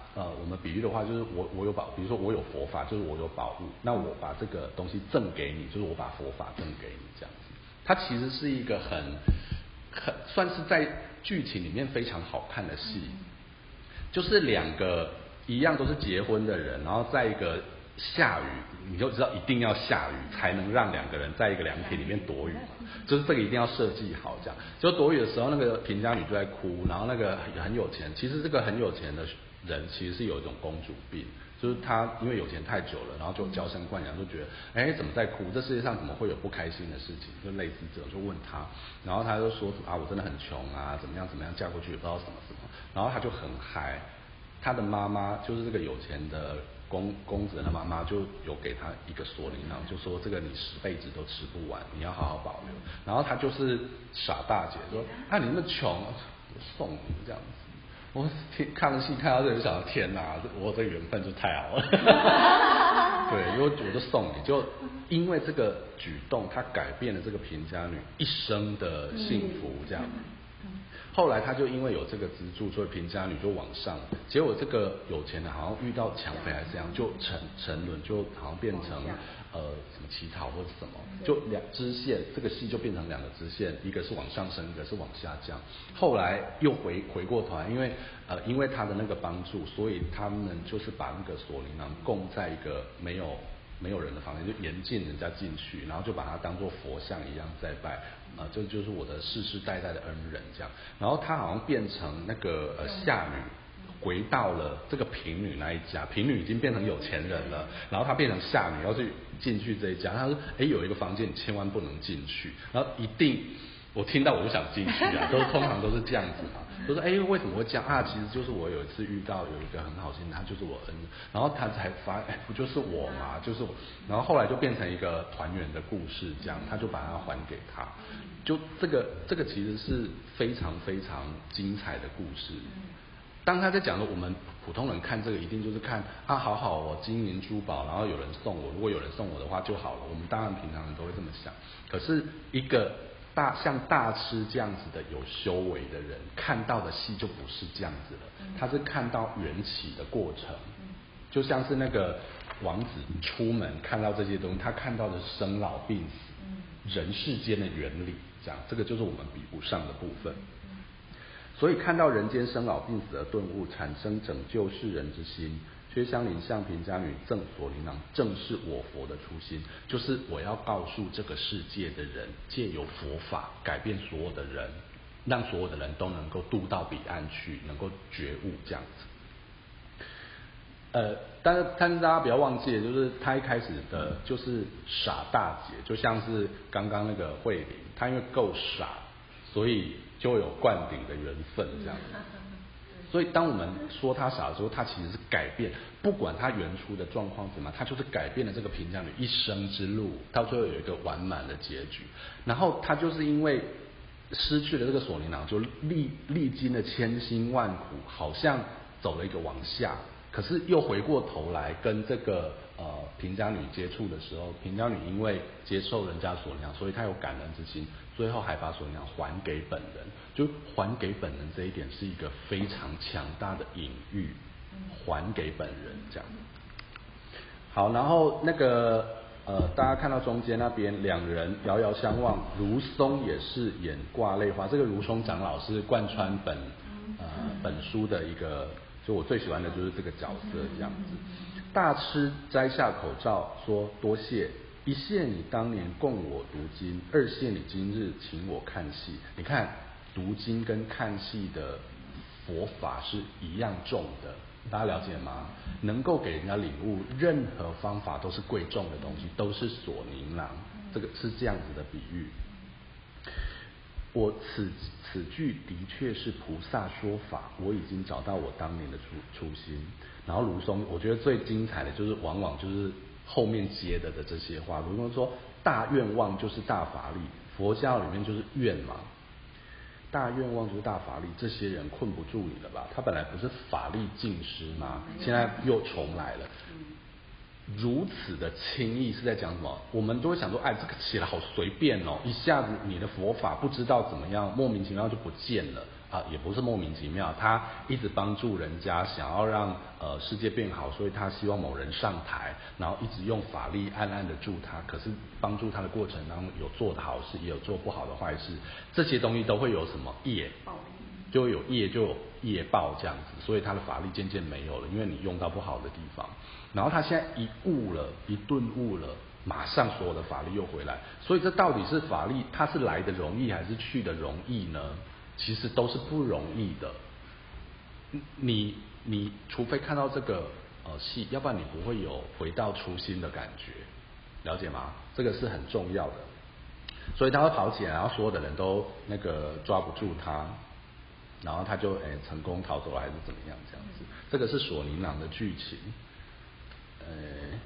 呃我们比喻的话，就是我我有宝，比如说我有佛法，就是我有宝物，那我把这个东西赠给你，就是我把佛法赠给你这样子。它其实是一个很很算是在剧情里面非常好看的戏，就是两个一样都是结婚的人，然后在一个下雨，你就知道一定要下雨才能让两个人在一个凉亭里面躲雨嘛，就是这个一定要设计好这样。就躲雨的时候，那个贫家女就在哭，然后那个很有钱，其实这个很有钱的人其实是有一种公主病，就是他因为有钱太久了，然后就娇生惯养，就觉得哎怎么在哭？这世界上怎么会有不开心的事情？就类似这种，就问他，然后他就说啊我真的很穷啊，怎么样怎么样，嫁过去也不知道什么什么，然后他就很嗨，他的妈妈就是这个有钱的公公子的妈妈就有给他一个锁麟囊，就说这个你十辈子都吃不完，你要好好保留。然后他就是傻大姐说啊你那么穷，我送你这样子。我看了戏看到这里就想到天哪，我这个缘分就太好了。对，因为我就送你，就因为这个举动，他改变了这个贫家女一生的幸福这样。后来他就因为有这个资助，所以贫家女就往上，结果这个有钱的好像遇到抢匪还是这样，就沉沉沦，就好像变成呃什么乞讨或者什么，就两支线，这个戏就变成两个支线，一个是往上升，一个是往下降。后来又回回过头来，因为呃因为他的那个帮助，所以他们就是把那个锁麟囊供在一个没有没有人的房间，就严禁人家进去，然后就把它当作佛像一样在拜，啊、呃，这就是我的世世代代的恩人这样。然后他好像变成那个呃下女，回到了这个贫女那一家，贫女已经变成有钱人了，然后他变成下女要去进去这一家，他说哎有一个房间你千万不能进去，然后一定。我听到我就想进去啊，都通常都是这样子嘛，就说哎为什么会这样啊？其实就是我有一次遇到有一个很好心的，他就是我恩人，然后他才发哎不就是我嘛，就是我，然后后来就变成一个团圆的故事，这样他就把它还给他，就这个这个其实是非常非常精彩的故事。当他在讲的，我们普通人看这个一定就是看啊，好好哦，金银珠宝，然后有人送我，如果有人送我的话就好了。我们当然平常人都会这么想，可是一个大像大师这样子的有修为的人，看到的戏就不是这样子了，他是看到缘起的过程，就像是那个王子出门看到这些东西，他看到的是生老病死，人世间的原理，这样这个就是我们比不上的部分。所以看到人间生老病死的顿悟，产生拯救世人之心。薛湘灵向贫家女赠锁麟囊，正是我佛的初心，就是我要告诉这个世界的人，借由佛法改变所有的人，让所有的人都能够渡到彼岸去，能够觉悟这样子。呃，但是但是大家不要忘记，就是他一开始的就是傻大姐，就像是刚刚那个慧玲，她因为够傻，所以就有灌顶的缘分这样子。所以当我们说他傻的时候，他其实是改变，不管他原初的状况怎么样，他就是改变了这个贫家女一生之路，到最后有一个完满的结局。然后他就是因为失去了这个锁麟囊，就历历经了千辛万苦，好像走了一个往下，可是又回过头来跟这个呃贫家女接触的时候，贫家女因为接受人家锁麟囊，所以她有感恩之心，最后还把锁麟囊还给本人。就还给本人这一点是一个非常强大的隐喻，还给本人这样。好，然后那个呃，大家看到中间那边两人遥遥相望，如松也是眼挂泪花。这个如松长老是贯穿本呃本书的一个，就我最喜欢的就是这个角色这样子。大痴摘下口罩说多谢，一谢你当年供我读经，二谢你今日请我看戏。你看读经跟看戏的佛法是一样重的，大家了解吗？能够给人家领悟，任何方法都是贵重的东西，都是锁麟囊，这个是这样子的比喻。我此此句的确是菩萨说法，我已经找到我当年的初初心。然后卢松，我觉得最精彩的就是往往就是后面接的的这些话。卢松说，大愿望就是大法力，佛教里面就是愿嘛。大愿望就是大法力，这些人困不住你了吧？他本来不是法力尽失吗？现在又重来了。如此的轻易是在讲什么？我们都会想说，哎，这个写的好随便哦，一下子你的佛法不知道怎么样，莫名其妙就不见了。 啊，也不是莫名其妙，他一直帮助人家，想要让呃世界变好，所以他希望某人上台，然后一直用法力暗暗的助他，可是帮助他的过程当中有做的好事，也有做不好的坏事，这些东西都会有什么业，就会有业，就有业报这样子，所以他的法力渐渐没有了，因为你用到不好的地方。然后他现在一悟了，一顿悟了，马上所有的法力又回来，所以这到底是法力，它是来的容易还是去的容易呢？其实都是不容易的。你你除非看到这个呃戏，要不然你不会有回到初心的感觉，了解吗？这个是很重要的。所以他会跑起来，然后所有的人都那个抓不住他，然后他就诶、欸、成功逃走了还是怎么样这样子。这个是索尼郎的剧情。呃、欸，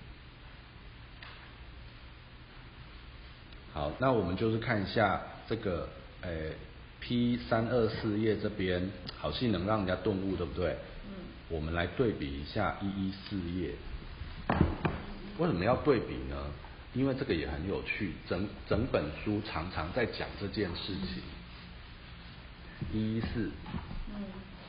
好，那我们就是看一下这个诶。欸P 三二四页这边好戏能让人家顿悟，对不对？嗯。我们来对比一下一一四页。为什么要对比呢？因为这个也很有趣，整整本书常常在讲这件事情。一一四。嗯。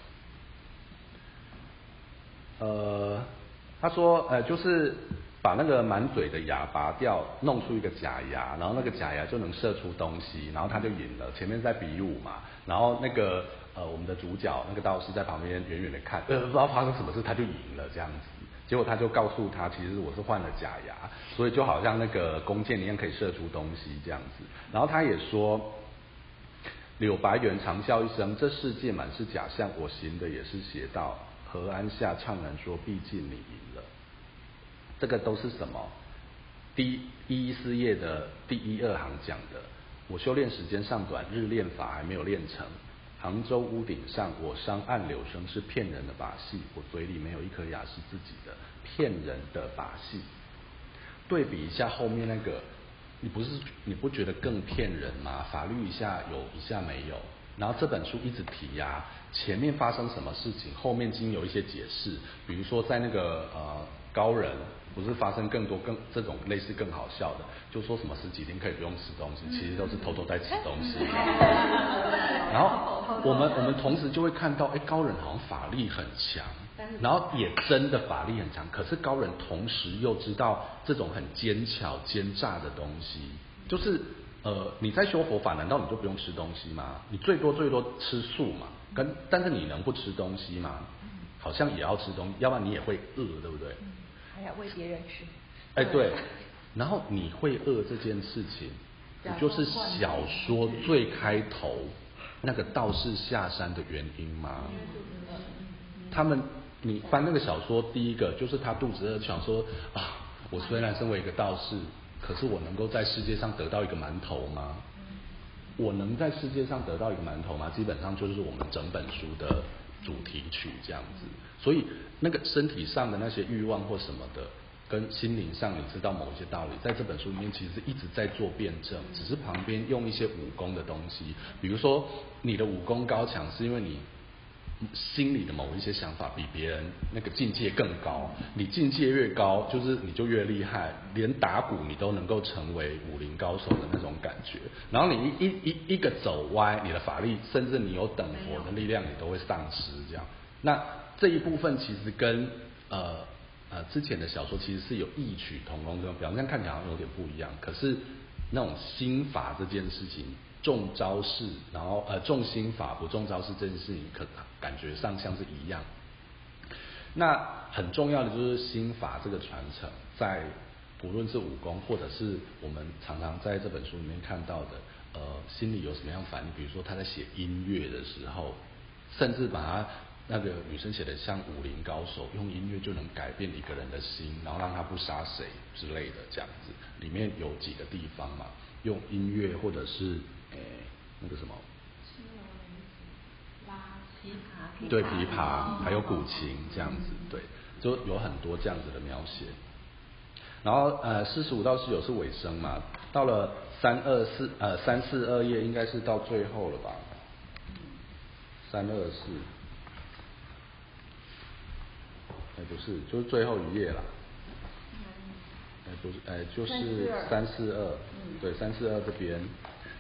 呃，他说，呃，就是把那个满嘴的牙拔掉，弄出一个假牙，然后那个假牙就能射出东西，然后他就赢了。前面在比武嘛，然后那个呃我们的主角那个道士在旁边远远的看，呃不知道发生什么事，他就赢了这样子。结果他就告诉他，其实我是换了假牙，所以就好像那个弓箭一样可以射出东西这样子。然后他也说，柳白猿长啸一声，这世界满是假象，我行的也是邪道。何安下怅然说，毕竟你赢了。这个都是什么？第一一四页的第一二行讲的，我修炼时间尚短，日练法还没有练成。杭州屋顶上，我伤暗柳生是骗人的把戏，我嘴里没有一颗牙是自己的，骗人的把戏。对比一下后面那个，你不是你不觉得更骗人吗？法律一下有，一下没有。然后这本书一直提呀、啊，前面发生什么事情，后面经有一些解释。比如说在那个呃高人，不是发生更多更这种类似更好笑的，就说什么十几天可以不用吃东西，其实都是偷偷在吃东西。然后我们我们同时就会看到，哎，高人好像法力很强，然后也真的法力很强，可是高人同时又知道这种很奸巧奸诈的东西，就是。呃，你在修佛法，难道你就不用吃东西吗？你最多最多吃素嘛，跟但是你能不吃东西吗？好像也要吃东西，要不然你也会饿，对不对？ 嗯，还要喂别人吃。 哎，对。然后你会饿这件事情，不就是小说最开头那个道士下山的原因吗？他们，你翻那个小说，第一个就是他肚子饿，想说啊，我虽然身为一个道士。可是我能够在世界上得到一个馒头吗？我能在世界上得到一个馒头吗？基本上就是我们整本书的主题曲这样子。所以那个身体上的那些欲望或什么的，跟心灵上你知道某一些道理，在这本书里面其实一直在做辩证，只是旁边用一些武功的东西，比如说你的武功高强是因为你。心里的某一些想法比别人那个境界更高，你境界越高，就是你就越厉害，连打鼓你都能够成为武林高手的那种感觉。然后你一一一一个走歪，你的法力，甚至你有等佛的力量，你都会丧失这样。那这一部分其实跟呃呃之前的小说其实是有异曲同工之妙，表面上看起来好像有点不一样，可是那种心法这件事情。重招式，然后呃重心法不重招式这件事情，可感觉上像是一样。那很重要的就是心法这个传承，在不论是武功，或者是我们常常在这本书里面看到的，呃，心里有什么样反应？比如说他在写音乐的时候，甚至把他那个女生写的像武林高手，用音乐就能改变一个人的心，然后让他不杀谁之类的这样子。里面有几个地方嘛，用音乐或者是。诶，那个什么， 拉琵琶， 对琵琶，还有古琴这样子，对，就有很多这样子的描写。然后呃，四十五到四十九是尾声嘛，到了三二四呃三四二页应该是到最后了吧？三二四，哎不是，就是最后一页啦。哎不是，哎就是三四二，对三四二这边。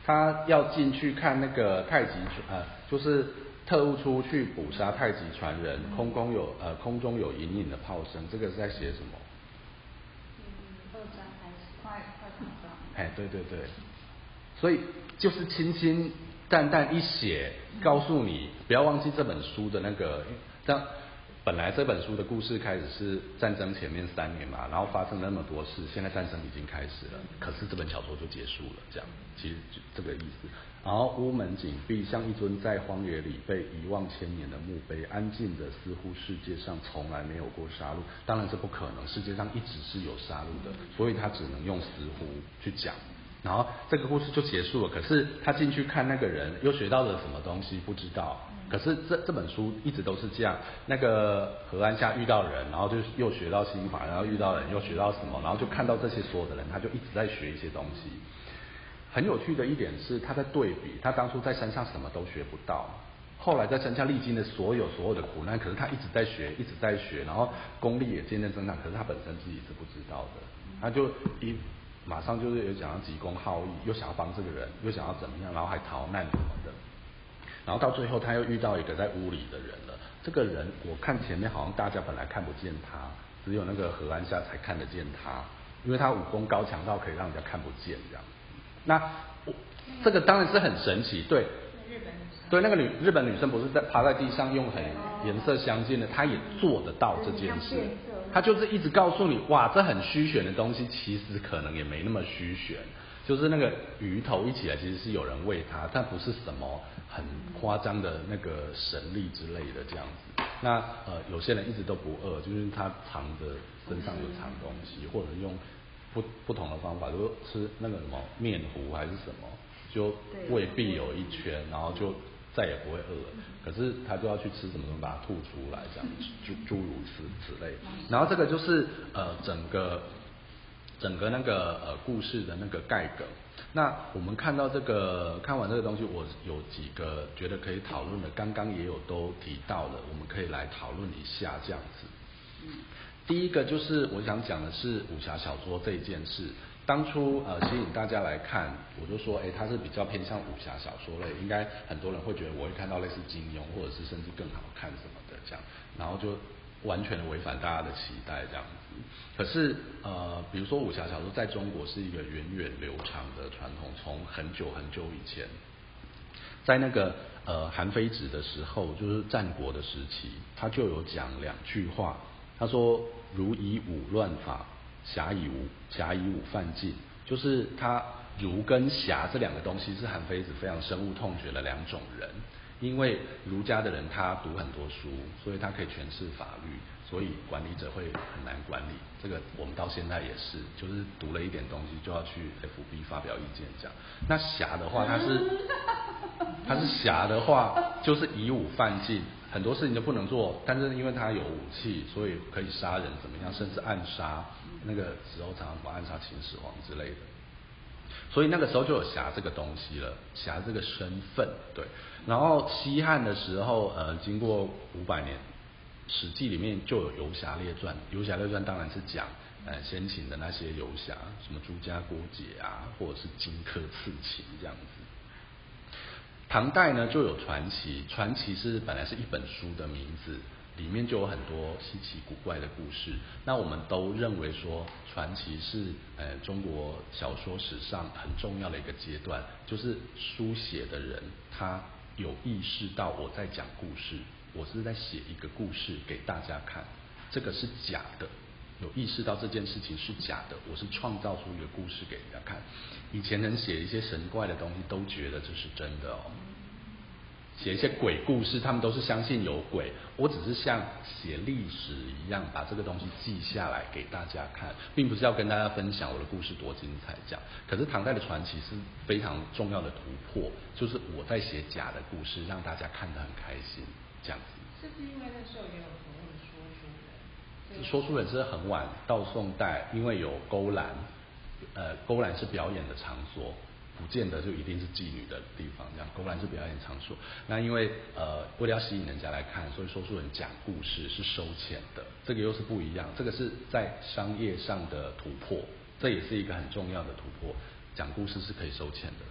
他要进去看那个太极呃，就是特务出去捕杀太极传人，空空有呃空中有隐隐的炮声，这个是在写什么？ 嗯，二战开始，快快打仗。 哎，对对对，所以就是清清淡淡一写，告诉你不要忘记这本书的那个，这样本来这本书的故事开始是战争前面三年嘛，然后发生那么多事，现在战争已经开始了，可是这本小说就结束了，这样其实就这个意思。然后屋门紧闭，像一尊在荒野里被遗忘千年的墓碑，安静的似乎世界上从来没有过杀戮。当然这不可能，世界上一直是有杀戮的，所以他只能用似乎去讲。然后这个故事就结束了。可是他进去看那个人，又学到了什么东西不知道。可是这这本书一直都是这样，那个河岸下遇到人，然后就又学到心法，然后遇到人又学到什么，然后就看到这些所有的人，他就一直在学一些东西。很有趣的一点是，他在对比，他当初在山上什么都学不到，后来在山下历经的所有所有的苦难，可是他一直在学，一直在学，然后功力也渐渐增长，可是他本身自己是不知道的，他就一马上就是有想要急公好义，又想要帮这个人，又想要怎么样，然后还逃难什么的，然后到最后他又遇到一个在屋里的人了。这个人我看前面好像大家本来看不见他，只有那个河岸下才看得见他，因为他武功高强到可以让人家看不见这样。那我这个当然是很神奇，对，对，那个女日本女生不是在趴在地上用很颜色相间的，她也做得到这件事。她就是一直告诉你，哇，这很虚玄的东西，其实可能也没那么虚玄。就是那个鱼头一起来，其实是有人喂它，但不是什么很夸张的那个神力之类的这样子。那呃，有些人一直都不饿，就是他藏着身上有藏东西，或者用不不同的方法，就吃那个什么面糊还是什么，就胃壁有一圈，然后就再也不会饿了。可是他就要去吃什么东西把它吐出来，这样诸诸如此之类。然后这个就是呃整个整个那个呃故事的那个概梗。那我们看到这个看完这个东西，我有几个觉得可以讨论的，刚刚也有都提到了，我们可以来讨论一下这样子。第一个就是我想讲的是武侠小说这一件事，当初呃吸引大家来看，我就说，哎，它是比较偏向武侠小说类，应该很多人会觉得我会看到类似金庸，或者是甚至更好看什么的这样，然后就完全的违反大家的期待这样子。可是呃，比如说武侠小说在中国是一个源远流长的传统，从很久很久以前，在那个呃韩非子的时候，就是战国的时期，他就有讲两句话。他说：“儒以武乱法，侠以武侠以武犯禁。”就是他儒跟侠这两个东西是韩非子非常深恶痛绝的两种人。因为儒家的人他读很多书，所以他可以诠释法律，所以管理者会很难管理。这个我们到现在也是，就是读了一点东西就要去 F B 发表意见这样。那侠的话，他是他是侠的话，就是以武犯禁。很多事情都不能做，但是因为他有武器，所以可以杀人怎么样，甚至暗杀。那个时候常常什么暗杀秦始皇之类的，所以那个时候就有侠这个东西了，侠这个身份，对。然后西汉的时候，呃，经过五百年，《史记》里面就有游侠列传，游侠列传当然是讲呃先秦的那些游侠，什么朱家郭解啊，或者是荆轲刺秦这样子。唐代呢就有传奇，传奇是本来是一本书的名字，里面就有很多稀奇古怪的故事。那我们都认为说，传奇是呃中国小说史上很重要的一个阶段，就是书写的人他有意识到我在讲故事，我是在写一个故事给大家看，这个是假的。有意识到这件事情是假的，我是创造出一个故事给人家看。以前人写一些神怪的东西都觉得这是真的哦，写一些鬼故事他们都是相信有鬼，我只是像写历史一样把这个东西记下来给大家看，并不是要跟大家分享我的故事多精彩这样。可是唐代的传奇是非常重要的突破，就是我在写假的故事让大家看得很开心这样子。 是不是因为那时候也有所谓的说书人？ 说书人是很晚到宋代，因为有勾栏，呃，勾栏是表演的场所，不见得就一定是妓女的地方，这样勾栏是表演场所。那因为呃为了要吸引人家来看，所以说书人讲故事是收钱的，这个又是不一样，这个是在商业上的突破，这也是一个很重要的突破。讲故事是可以收钱的。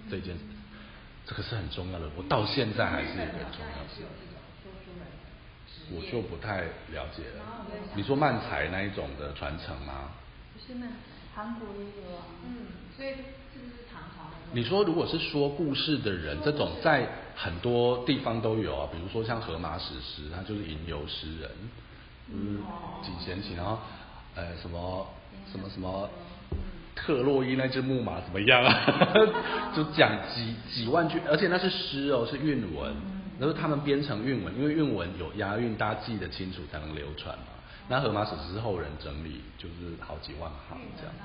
这件，这个是很重要的，我到现在还是一个很重要的事。我就不太了解了。你说漫才那一种的传承吗？ 不是漫才， 韩国也有啊。 嗯，所以这个是唐朝的。 你说如果是说故事的人，这种在很多地方都有啊，比如说像荷马史诗，他就是吟游诗人，嗯，几贤妻，然后呃什么什么什么。特洛伊那只木马怎么样啊？就讲几几万句，而且那是诗哦，是韵文，然后他们编成韵文，因为韵文有押韵，大家记得清楚才能流传嘛。那荷马史诗是后人整理，就是好几万行这样。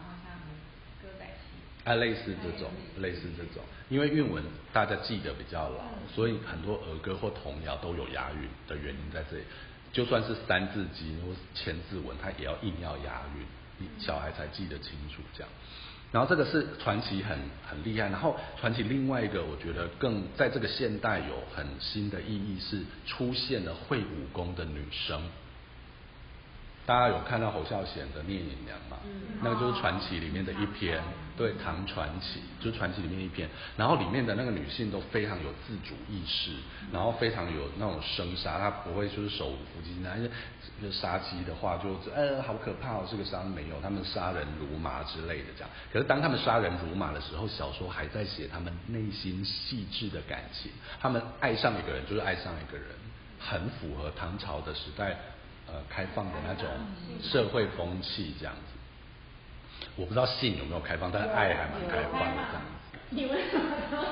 啊，类似这种，类似这种，因为韵文大家记得比较牢，所以很多儿歌或童谣都有押韵的原因在这里。就算是三字经或千字文，它也要硬要押韵。小孩才记得清楚这样，然后这个是传奇很很厉害，然后传奇另外一个我觉得更在这个现代有很新的意义是出现了会武功的女生。大家有看到侯孝贤的《聂隐娘》吗？嗯，那个就是传奇里面的一篇，对，唐传奇就是传奇里面一篇，然后里面的那个女性都非常有自主意识，然后非常有那种生杀，她不会就是手无缚鸡之力，就杀鸡的话就呃好可怕哦，这个杀没有，他们杀人如麻之类的这样。可是当他们杀人如麻的时候，小说还在写他们内心细致的感情，他们爱上一个人就是爱上一个人，很符合唐朝的时代。呃，开放的那种社会风气这样子，我不知道性有没有开放，但是爱还蛮开放的这样子。 你为什么？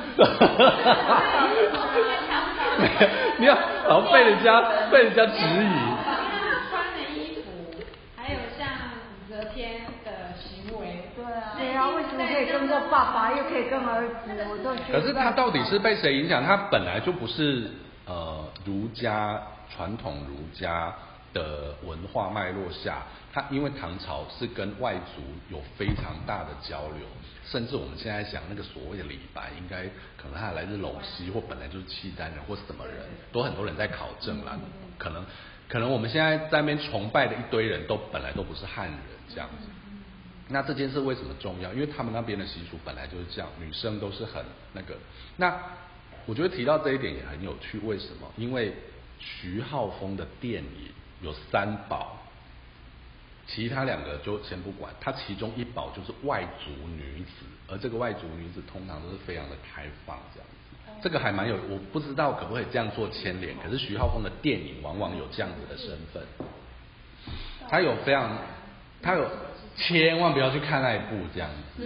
你要好像被人家被人家质疑。 他穿的衣服，还有像武则天的行为，对啊，对啊，为什么可以跟着爸爸，又可以跟儿子？我都觉得。 可是他到底是被谁影响？他本来就不是呃儒家传统儒家。的文化脉络下，它因为唐朝是跟外族有非常大的交流，甚至我们现在想那个所谓的李白，应该可能他来自陇西，或本来就是契丹人，或什么人，都很多人在考证啦。可能可能我们现在在那边崇拜的一堆人都本来都不是汉人这样子。那这件事为什么重要？因为他们那边的习俗本来就是这样，女生都是很那个。那我觉得提到这一点也很有趣，为什么？因为徐浩峰的电影。有三宝，其他两个就先不管，它其中一宝就是外族女子，而这个外族女子通常都是非常的开放这样子，这个还蛮有，我不知道可不可以这样做牵连，可是徐浩峰的电影往往有这样子的身份，他有非常，他有千万不要去看那一部这样子，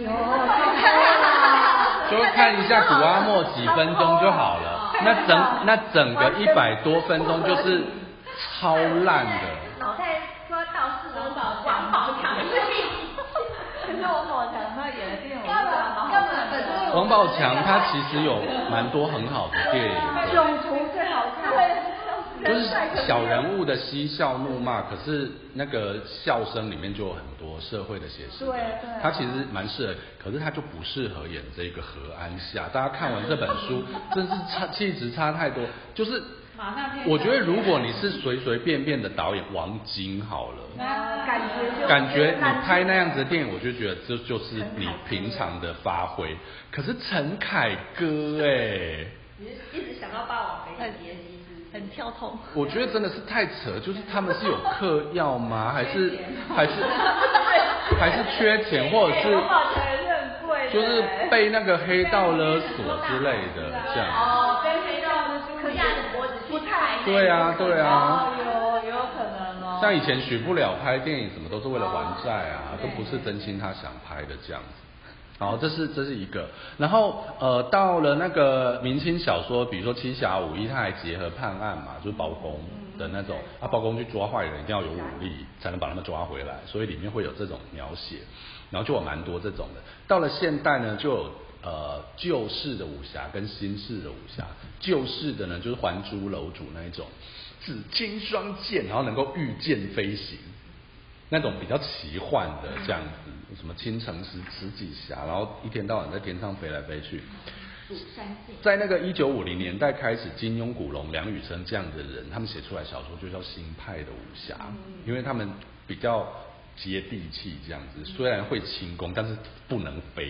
就会看一下古阿莫几分钟就好了，那整那整个一百多分钟就是。超烂的。 脑袋说道士王宝王宝强， 可是王宝强他演的电影， 根本王宝强他其实有蛮多很好的电影， 囧途最好看。 就是小人物的嬉笑怒骂，可是那个笑声里面就有很多社会的写实。 对对。 他其实蛮适合，可是他就不适合演这个何安夏。大家看完这本书，真是差气质差太多，就是。我觉得如果你是随随便便的导演王晶好了， 感觉感觉你拍那样子的电影，我就觉得这就是你平常的发挥。可是陈凯歌哎， 你一直想到霸王别姬， 很跳痛。 我觉得真的是太扯，就是他们是有嗑药吗？还是还是还是缺钱，或者是就是被那个黑道勒索之类的这样。 哦，跟黑道的嗑药的脖子不太。 对啊，对啊。 有有可能哦。 像以前许不了拍电影什么都是为了还债啊，都不是真心他想拍的这样子。好，这是这是一个。然后呃，到了那个明清小说，比如说《七侠五义》，它还结合判案嘛，就是包公的那种啊，包公去抓坏人一定要有武力才能把他们抓回来，所以里面会有这种描写，然后就有蛮多这种的。到了现代呢，就有呃旧式的武侠跟新式的武侠。旧式的呢，就是《还珠楼主》那一种，紫金双剑，然后能够御剑飞行。那种比较奇幻的这样子，什么青城十十几侠，然后一天到晚在天上飞来飞去。在那个一九五零年代开始，金庸、古龙、梁羽生这样的人，他们写出来小说就叫新派的武侠，因为他们比较接地气这样子，虽然会轻功，但是不能飞，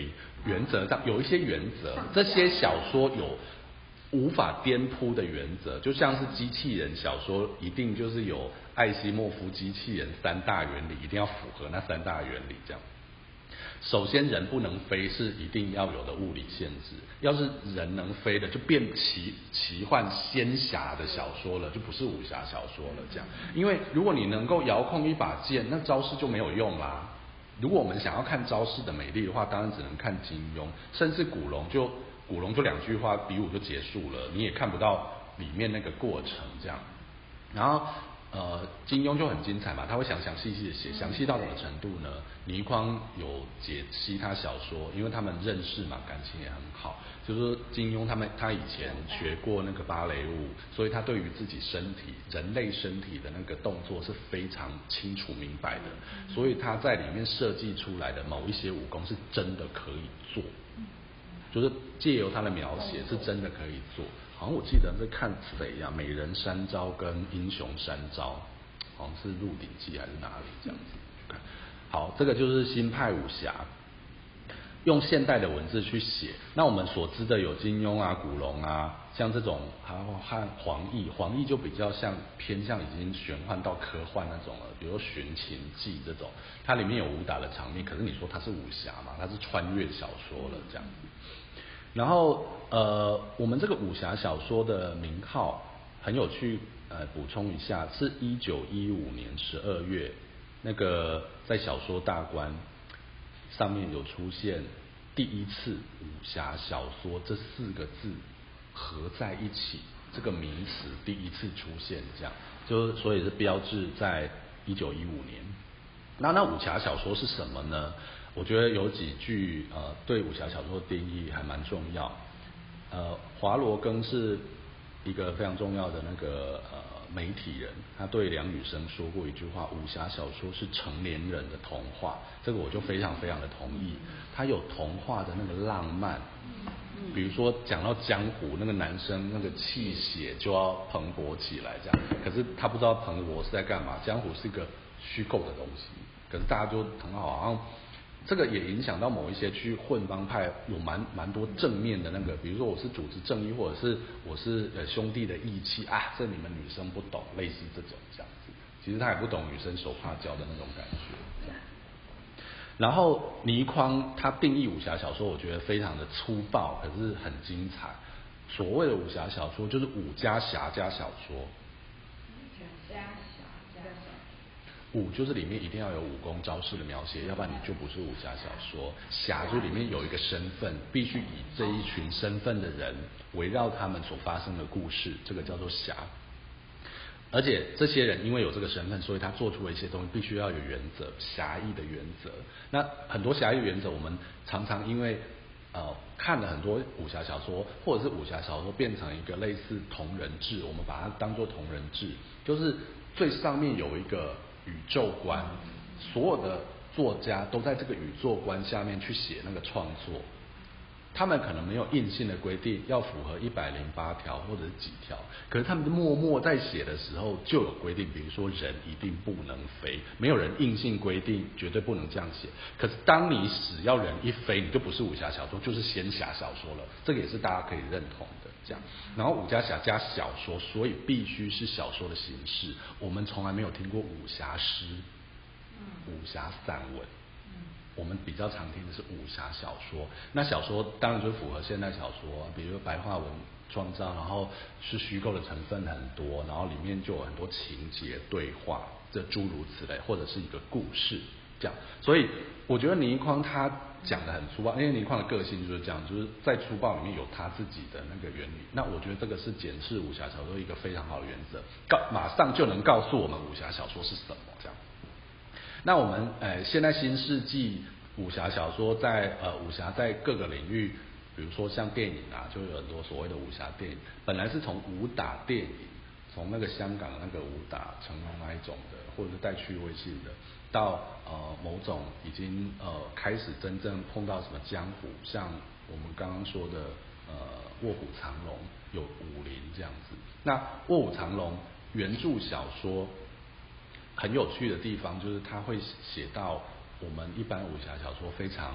原则上有一些原则，这些小说有无法颠扑的原则，就像是机器人小说一定就是有艾西莫夫机器人三大原理，一定要符合那三大原理这样。首先人不能飞是一定要有的物理限制，要是人能飞的就变奇奇幻仙侠的小说了，就不是武侠小说了这样。因为如果你能够遥控一把剑，那招式就没有用啦。如果我们想要看招式的美丽的话，当然只能看金庸，甚至古龙就古龙就两句话比武就结束了，你也看不到里面那个过程这样。然后呃，金庸就很精彩嘛，他会详详细细的写，详细到什么程度呢？倪匡有解析他小说，因为他们认识嘛，感情也很好。就是说金庸他们他以前学过那个芭蕾舞，所以他对于自己身体人类身体的那个动作是非常清楚明白的，所以他在里面设计出来的某一些武功是真的可以做，就是借由他的描写是真的可以做。好像我记得在看谁呀、啊，美人三招跟英雄三招，好像是《鹿鼎记》还是哪里这样子。好，这个就是新派武侠，用现代的文字去写。那我们所知的有金庸啊、古龙啊，像这种，还有和黄易，黄易就比较像偏向已经玄幻到科幻那种了，比如说《寻秦记》这种，它里面有武打的场面，可是你说它是武侠嘛，它是穿越小说了这样子。然后呃，我们这个武侠小说的名号很有趣，呃，补充一下，是一九一五年十二月，那个在小说大观上面有出现第一次武侠小说这四个字合在一起，这个名词第一次出现，这样就所以是标志在一九一五年。那那武侠小说是什么呢？我觉得有几句呃对武侠小说的定义还蛮重要。呃，华罗庚是一个非常重要的那个呃媒体人，他对梁羽生说过一句话：武侠小说是成年人的童话。这个我就非常非常的同意。他有童话的那个浪漫，比如说讲到江湖，那个男生那个气血就要蓬勃起来这样，可是他不知道蓬勃是在干嘛，江湖是一个虚构的东西，可是大家就很好，好像这个也影响到某一些去混帮派，有蛮蛮多正面的那个，比如说我是主持正义，或者是我是呃兄弟的义气啊，这你们女生不懂，类似这种这样子，其实他也不懂女生手帕交的那种感觉。然后倪匡他定义武侠小说，我觉得非常的粗暴，可是很精彩。所谓的武侠小说，就是武加侠加小说。武就是里面一定要有武功招式的描写，要不然你就不是武侠小说。侠就里面有一个身份，必须以这一群身份的人围绕他们所发生的故事，这个叫做侠。而且这些人因为有这个身份，所以他做出了一些东西必须要有原则，侠义的原则。那很多侠义原则，我们常常因为呃看了很多武侠小说，或者是武侠小说变成一个类似同人志，我们把它当作同人志，就是最上面有一个宇宙观，所有的作家都在这个宇宙观下面去写那个创作。他们可能没有硬性的规定要符合一百零八条或者是几条，可是他们默默在写的时候就有规定，比如说人一定不能飞，没有人硬性规定绝对不能这样写。可是当你只要人一飞，你就不是武侠小说，就是仙侠小说了，这个也是大家可以认同的。这样，然后武家侠加小说，所以必须是小说的形式。我们从来没有听过武侠诗、武侠散文。我们比较常听的是武侠小说，那小说当然就符合现代小说，比如白话文创造，然后是虚构的成分很多，然后里面就有很多情节对话，这诸如此类，或者是一个故事这样。所以我觉得倪匡他讲的很粗暴，因为倪匡的个性就是这样，就是在粗暴里面有他自己的那个原理。那我觉得这个是检视武侠小说一个非常好的原则，告马上就能告诉我们武侠小说是什么这样。那我们呃现在新世纪武侠小说在呃武侠在各个领域，比如说像电影啊，就有很多所谓的武侠电影，本来是从武打电影，从那个香港的那个武打成龙那一种的，或者是带趣味性的，到呃某种已经呃开始真正碰到什么江湖，像我们刚刚说的呃卧虎藏龙，有武林这样子。那卧虎藏龙原著小说很有趣的地方，就是它会写到我们一般武侠小说非常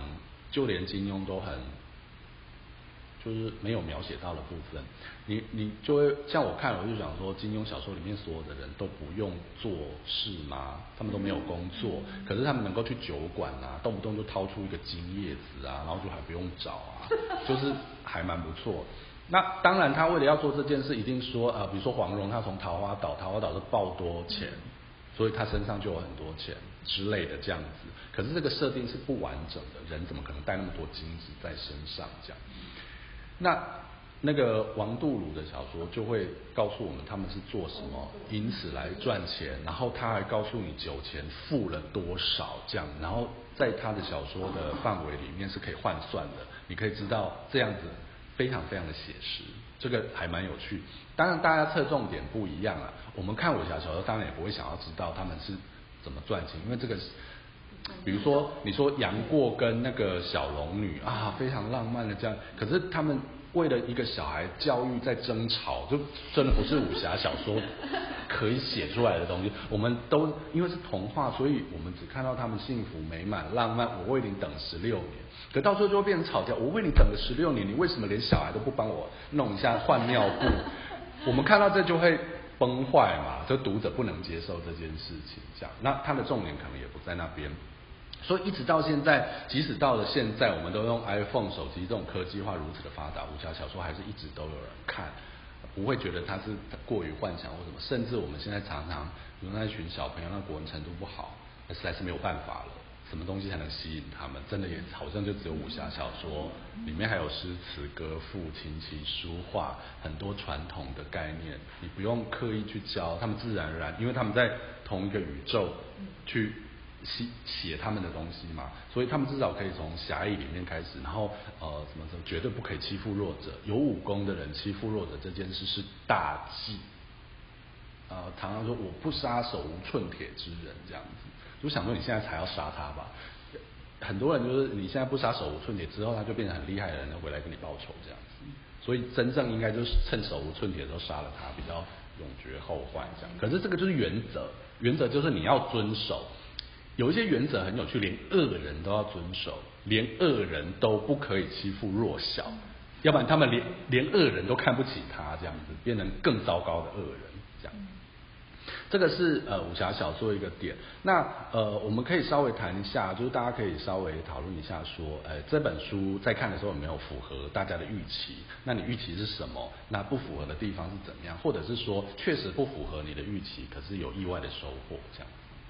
就连金庸都很。就是没有描写到的部分，你你就会像我看了，我就想说，金庸小说里面所有的人都不用做事吗？他们都没有工作，可是他们能够去酒馆啊，动不动就掏出一个金叶子啊，然后就还不用找啊，就是还蛮不错。那当然，他为了要做这件事，一定说呃，比如说黄蓉，他从桃花岛，桃花岛是爆多钱，所以他身上就有很多钱之类的这样子。可是这个设定是不完整的，人怎么可能带那么多金子在身上这样？那那个王杜鲁的小说就会告诉我们他们是做什么，因此来赚钱，然后他还告诉你酒钱付了多少这样，然后在他的小说的范围里面是可以换算的，你可以知道这样子非常非常的写实，这个还蛮有趣。当然大家侧重点不一样啊，我们看武侠小说当然也不会想要知道他们是怎么赚钱，因为这个比如说你说杨过跟那个小龙女啊，非常浪漫的这样，可是他们为了一个小孩教育在争吵，就真的不是武侠小说可以写出来的东西。我们都因为是童话，所以我们只看到他们幸福美满浪漫，我为你等十六年，可到最后就会变成吵架，我为你等了十六年，你为什么连小孩都不帮我弄一下换尿布？我们看到这就会崩坏嘛，就读者不能接受这件事情，这样，那它的重点可能也不在那边。所以一直到现在，即使到了现在，我们都用 iPhone 手机，这种科技化如此的发达，武侠小说还是一直都有人看，不会觉得它是过于幻想或什么。甚至我们现在常常，比如那一群小朋友，那国文程度不好，实在是没有办法了。什么东西才能吸引他们？真的也好像就只有武侠小说，里面还有诗词歌赋、琴棋书画，很多传统的概念，你不用刻意去教，他们自然而然，因为他们在同一个宇宙去写写他们的东西嘛，所以他们至少可以从侠义里面开始，然后呃什么什么绝对不可以欺负弱者，有武功的人欺负弱者这件事是大忌。呃，常常说我不杀手无寸铁之人这样子，就想说你现在才要杀他吧。很多人就是你现在不杀手无寸铁之后，他就变成很厉害的人，回来跟你报仇这样子。所以真正应该就是趁手无寸铁的时候杀了他，比较永绝后患这样。可是这个就是原则，原则就是你要遵守。有一些原则很有趣，连恶人都要遵守，连恶人都不可以欺负弱小，要不然他们连连恶人都看不起他，这样子变成更糟糕的恶人，这样。这个是呃武侠小说一个点。那呃我们可以稍微谈一下，就是大家可以稍微讨论一下说，呃这本书在看的时候有没有符合大家的预期？那你预期是什么？那不符合的地方是怎么样？或者是说确实不符合你的预期，可是有意外的收获这样。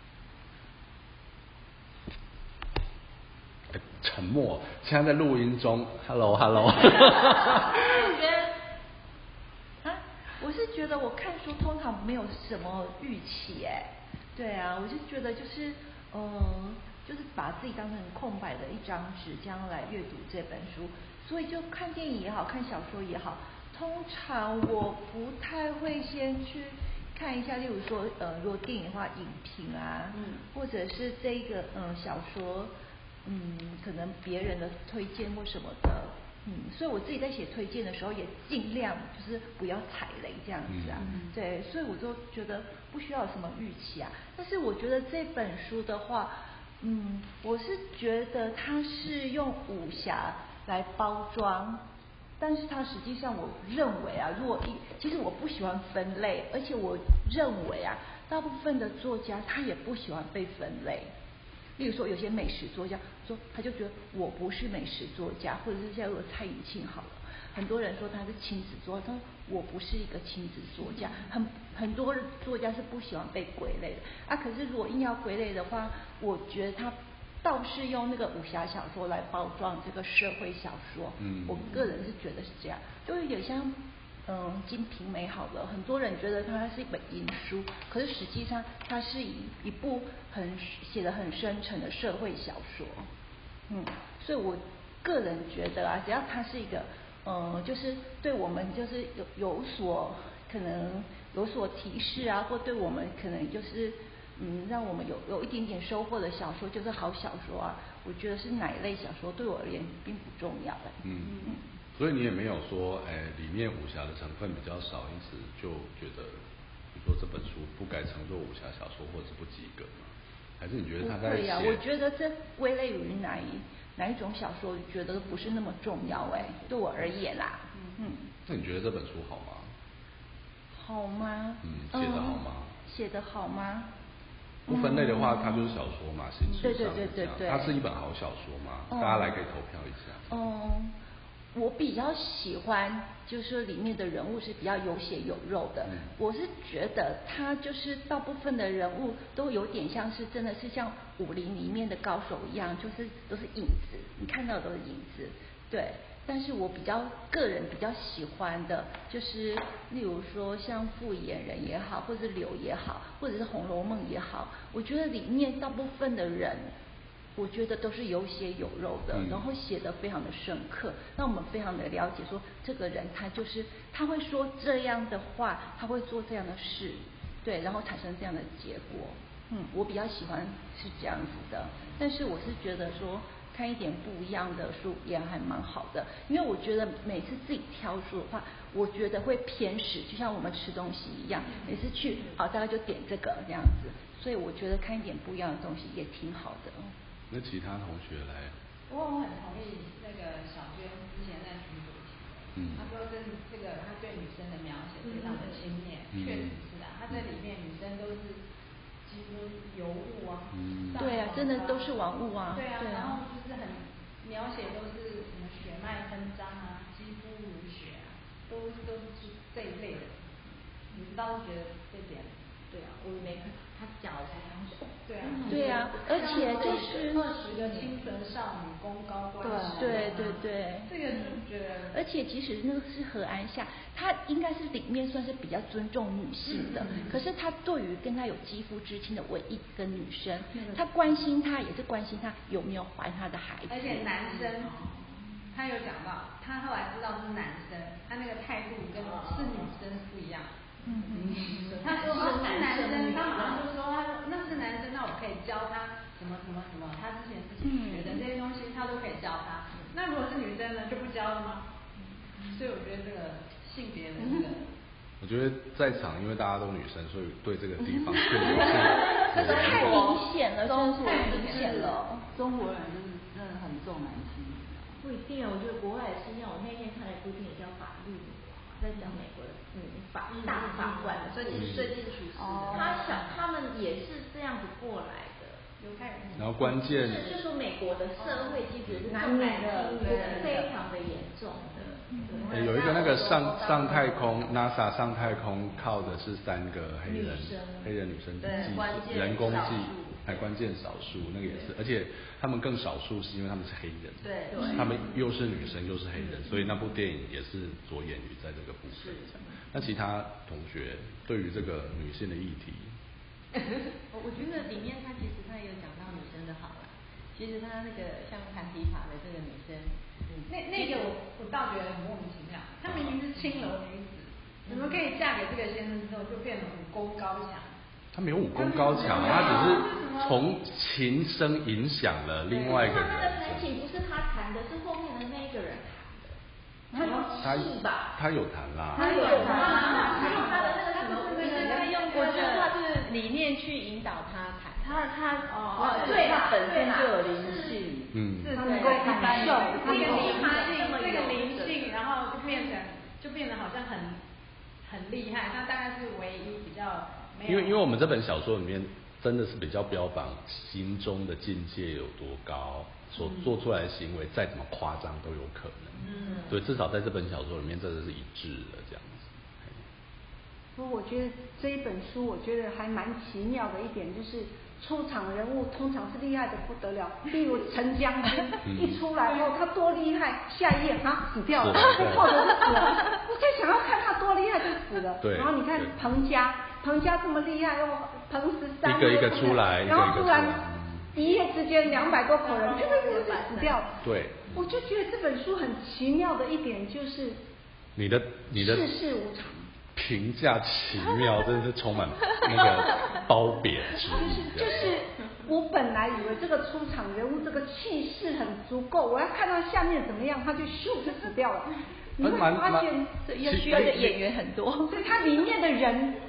沉默，现在在录音中 ，Hello Hello。 我觉得，啊，我是觉得我看书通常没有什么预期哎，对啊，我就觉得就是，嗯，就是把自己当成空白的一张纸，这样来阅读这本书。所以就看电影也好看小说也好，通常我不太会先去看一下，例如说，呃，如果电影的话，影评啊，嗯，或者是这一个，嗯，小说。嗯，可能别人的推荐或什么的，嗯，所以我自己在写推荐的时候也尽量就是不要踩雷这样子啊，嗯、对，所以我就觉得不需要有什么预期啊。但是我觉得这本书的话，嗯，我是觉得它是用武侠来包装，但是它实际上我认为啊，如果一其实我不喜欢分类，而且我认为啊，大部分的作家他也不喜欢被分类。例如说，有些美食作家说，他就觉得我不是美食作家，或者是像我蔡雨庆好了，很多人说他是亲子作家，他说我不是一个亲子作家，很很多作家是不喜欢被归类的啊。可是如果硬要归类的话，我觉得他倒是用那个武侠小说来包装这个社会小说，嗯，我个人是觉得是这样，就有点像。嗯，《金瓶梅》好了，很多人觉得它是一本淫书，可是实际上它是一一部很写得很深沉的社会小说。嗯，所以我个人觉得啊，只要它是一个，嗯，就是对我们就是有有所可能有所提示啊，或对我们可能就是嗯，让我们有有一点点收获的小说，就是好小说啊。我觉得是哪一类小说对我而言并不重要的。 嗯嗯。所以你也没有说，哎，里面武侠的成分比较少，因此就觉得，比如说这本书不该称作武侠小说，或者是不及格吗？还是你觉得他在写？ 对呀、啊，我觉得这归类于哪一哪一种小说，觉得不是那么重要哎，对我而言啦。嗯。 那你觉得这本书好吗？ 好吗？ 嗯，写得好吗？ 写、嗯、得好吗？ 不分类的话，它就是小说嘛，形式上对对对对对， 它是一本好小说嘛，嗯、大家来可以投票一下。 嗯，我比较喜欢，就是里面的人物是比较有血有肉的。嗯、我是觉得他就是大部分的人物都有点像是真的是像武林里面的高手一样，就是都是影子，你看到的都是影子，对。但是我比较个人比较喜欢的，就是例如说像傅衍仁也好，或者是柳也好，或者是《红楼梦》也好，我觉得里面大部分的人，我觉得都是有血有肉的，嗯、然后写得非常的深刻，让我们非常的了解说这个人他就是他会说这样的话，他会做这样的事，对，然后产生这样的结果。嗯，我比较喜欢是这样子的，但是我是觉得说。看一点不一样的书也还蛮好的，因为我觉得每次自己挑书的话，我觉得会偏食，就像我们吃东西一样，每次去好大概就点这个这样子，所以我觉得看一点不一样的东西也挺好的。 那其他同学来？ 不过我很同意那个小娟之前在群组提的，嗯，他说这这个他对女生的描写非常的轻蔑，嗯、确实是啊，他在里面女生都是。几乎尤物啊， 嗯、对啊，真的都是玩物啊， 对啊， 对啊， 然后就是很描写都是什么血脉分张啊，肌肤如雪啊，都都是这一类的。你倒是觉得这点，对啊，我没看他讲我才想起，对啊， 对啊，而且就是二十个清纯少女功高官实， 对对对， 这个就觉得， 而且即使那个是何安夏，他应该是里面算是比较尊重女性的，嗯、可是他对于跟他有肌肤之亲的唯一一个女生，嗯、他关心她也是关心她有没有怀他的孩子， 而且男生。他有讲到，他后来知道是男生，他那个态度跟是女生是不一样。嗯嗯，他说是男生，他马上就说他说那是男生，那我可以教他什么什么什么，他之前自己学的这些东西，他都可以教他。那如果是女生呢，就不教了吗？所以我觉得这个性别的这个， 我觉得在场因为大家都女生，所以对这个地方确实是太明显了， 中国太明显了， 中国人就是真的很重男轻女。 不一定啊，我觉得国外也是一样。我那天看了一部电影叫《法律女王》，在讲美国的嗯法大法官的， 最近最近出事的。 他想他们也是这样子过来的， 犹太人。 然后关键是就说美国的社会其实是重男轻女非常的严重的。 欸、有一个那个上上太空 NASA 上太空靠的是三个黑人黑人女生技人工技还关键少数那个也是，而且他们更少数是因为他们是黑人， 对， 他们又是女生又是黑人，所以那部电影也是着眼于在这个部分。那其他同学对于这个女性的议题， 我我觉得里面他其实他也有讲到女生的好啦。其实他那个像弹琵琶的这个女生， 嗯、那那个我我倒觉得很莫名其妙。她明明是青楼女子，怎么可以嫁给这个先生之后就变得武功高强？ 他没有武功高强，他只是从琴声影响了另外一个人。 他的弹琴不是他弹的，是后面的那一个人弹的。他有吧？ 他有弹啦。 他有弹，他用他的那个什么， 他用我觉得他是理念去引导他弹。 他他哦，对，他本身就有灵性， 嗯， 是能够感受这个灵性，这个灵性，然后就变成就变得好像很很厉害。他大概是唯一比较。 因为因为我们这本小说里面真的是比较标榜心中的境界有多高，所做出来的行为再怎么夸张都有可能。嗯，对，至少在这本小说里面真的是一致的这样子。 不过我觉得这一本书，我觉得还蛮奇妙的一点就是。出场人物通常是厉害的不得了，例如陈将军一出来后，他多厉害，下一页他死掉了，或者是死了。我就想要看他多厉害就死了。 对。 然后你看彭家，彭家这么厉害，又彭十三， 一个一个出来， 然后突然一夜之间两百多口人，这个人死掉了。 对。 我就觉得这本书很奇妙的一点就是， 你的你的世事无常。 评价奇妙，真的是充满那个褒贬之意。 就是我本来以为这个出场人物这个气势很足够，我要看到下面怎么样，他就咻就死掉了。你会发现要需要的演员很多， 所以它里面的人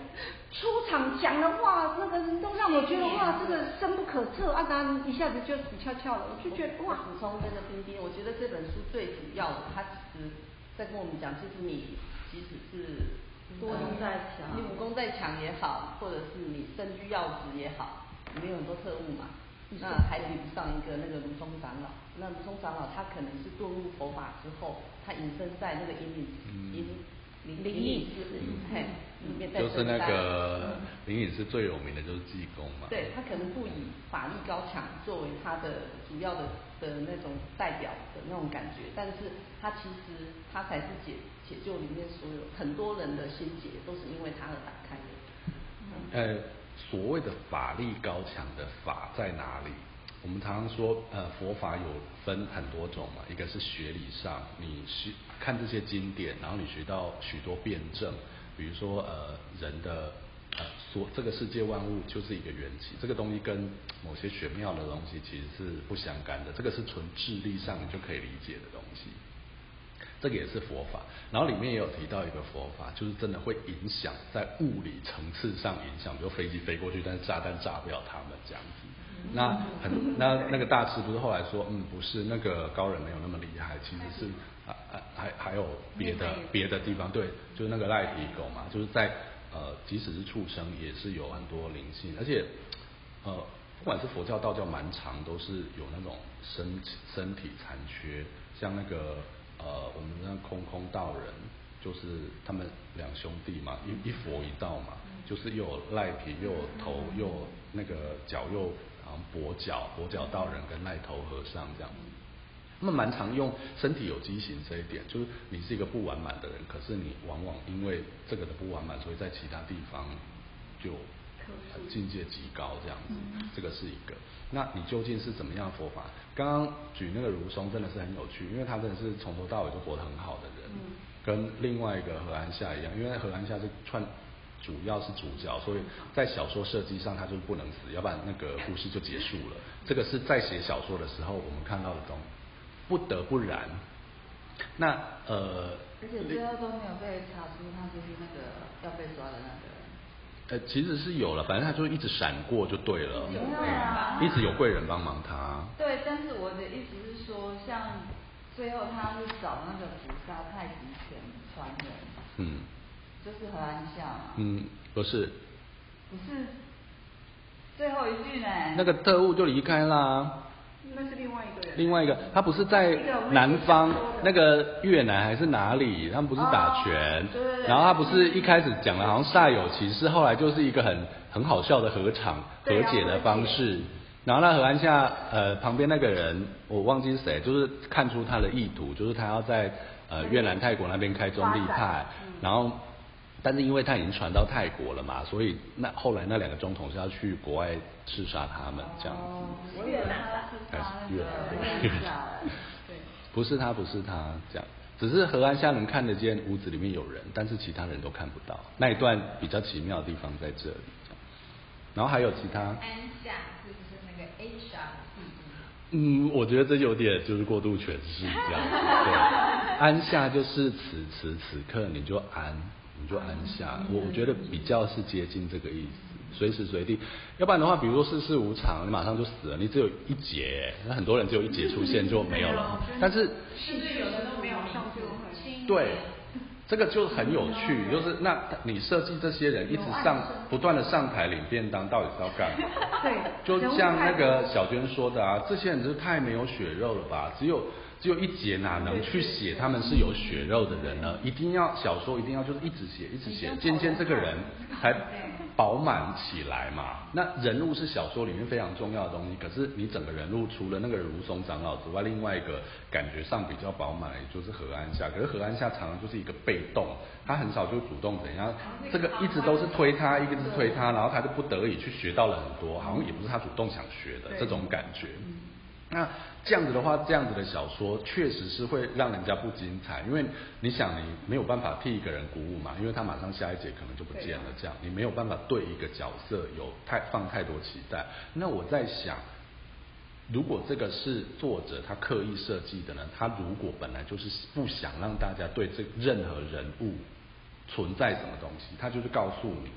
出场讲的话，那个人都让我觉得哇，这个深不可测啊，他一下子就死翘翘了，我就觉得哇。 补充这个冰冰，我觉得这本书最主要的，它其实在跟我们讲，其实你即使是多功再强， 你武功再强也好，或者是你身居要职也好，里面有很多特务嘛，那还比不上一个那个卢松长老。那卢松长老他可能是堕入佛法之后，他隐身在那个阴隐阴灵灵隐寺，嘿，里面在就是那个灵隐寺最有名的就是济公嘛。 对，他可能不以法力高强作为他的主要的的那种代表的那种感觉，但是他其实他才是解解救里面所有很多人的心结，都是因为他而打开的。 呃，所谓的法力高强的法在哪里？我们常常说，呃，佛法有分很多种嘛，一个是学理上，你学看这些经典，然后你学到许多辩证，比如说呃人的呃所这个世界万物就是一个缘起，这个东西跟某些玄妙的东西其实是不相干的，这个是纯智力上你就可以理解的东西。这个也是佛法，然后里面也有提到一个佛法，就是真的会影响在物理层次上影响，比如飞机飞过去，但是炸弹炸不了他们这样子。那很那那个大师不是后来说，嗯，不是那个高人没有那么厉害，其实是啊啊还还有别的别的地方，对，就是那个赖皮狗嘛，就是在呃即使是畜生也是有很多灵性，而且呃不管是佛教道教蛮长都是有那种身身体残缺，像那个呃我们那空空道人，就是他们两兄弟嘛，一一佛一道嘛，就是又有赖皮又有头又有那个脚又好像跛脚，跛脚道人跟赖头和尚这样子。他们蛮常用身体有畸形这一点，就是你是一个不完满的人，可是你往往因为这个的不完满，所以在其他地方就境界极高这样子，这个是一个。那你究竟是怎么样的佛法？刚刚举那个如松真的是很有趣，因为他真的是从头到尾就活得很好的人，嗯、跟另外一个何安夏一样，因为何安夏是串主要是主角，所以在小说设计上他就是不能死，要不然那个故事就结束了。这个是在写小说的时候我们看到的东西，不得不然。那呃， 而且最后都没有被查出他就是那个要被抓的那个。 呃，其实是有了，反正他就一直闪过就对了， 有贵人帮， 一直有贵人帮忙他。 对，但是我的意思是说，像最后他是找那个菩萨太极拳传人， 嗯， 就是何安夏嘛。 嗯，不是。 不是，最后一句呢？ 那个特务就离开啦。 那是另外一个人。 另外一个，他不是在南方那个越南还是哪里？他们不是打拳， 哦、对对对， 然后他不是一开始讲的好像煞有其事，后来就是一个很很好笑的合场和解的方式。然后那何安夏呃旁边那个人我忘记是谁，就是看出他的意图，就是他要在呃越南泰国那边开宗立派，嗯、然后但是因为他已经传到泰国了嘛，所以那后来那两个总统是要去国外刺杀他们这样子。 哦、越南还是越南？ 对， 不是他，不是他这样，只是何安夏能看得见屋子里面有人，但是其他人都看不到。那一段比较奇妙的地方在这里。然后还有其他。 安夏是不是那个 Asia 的弟弟？ 嗯，我觉得这有点就是过度诠释这样子。对，安夏就是此时此刻你就安，你就安下。我我觉得比较是接近这个意思，随时随地。要不然的话，比如说世事无常，你马上就死了，你只有一劫，那很多人只有一劫出现就没有了。但是甚至有的都没有上就很对。这个就很有趣，就是那你设计这些人一直上不断的上台领便当，到底是要干嘛？ 对， 就像那个小娟说的啊，这些人真是太没有血肉了吧？只有只有一节哪能去写他们是有血肉的人呢？一定要小说一定要就是一直写一直写，渐渐这个人才饱满起来嘛。那人物是小说里面非常重要的东西，可是你整个人物除了那个如松长老之外，另外一个感觉上比较饱满，也就是何安夏。可是何安夏常常就是一个被动，他很少就主动怎样，这个一直都是推他，一直是推他，然后他就不得已去学到了很多，好像也不是他主动想学的这种感觉。那这样子的话，这样子的小说确实是会让人家不精彩，因为你想你没有办法替一个人鼓舞嘛，因为他马上下一节可能就不见了，这样你没有办法对一个角色有太放太多期待。那我在想，如果这个是作者他刻意设计的呢？他如果本来就是不想让大家对这任何人物存在什么东西，他就是告诉你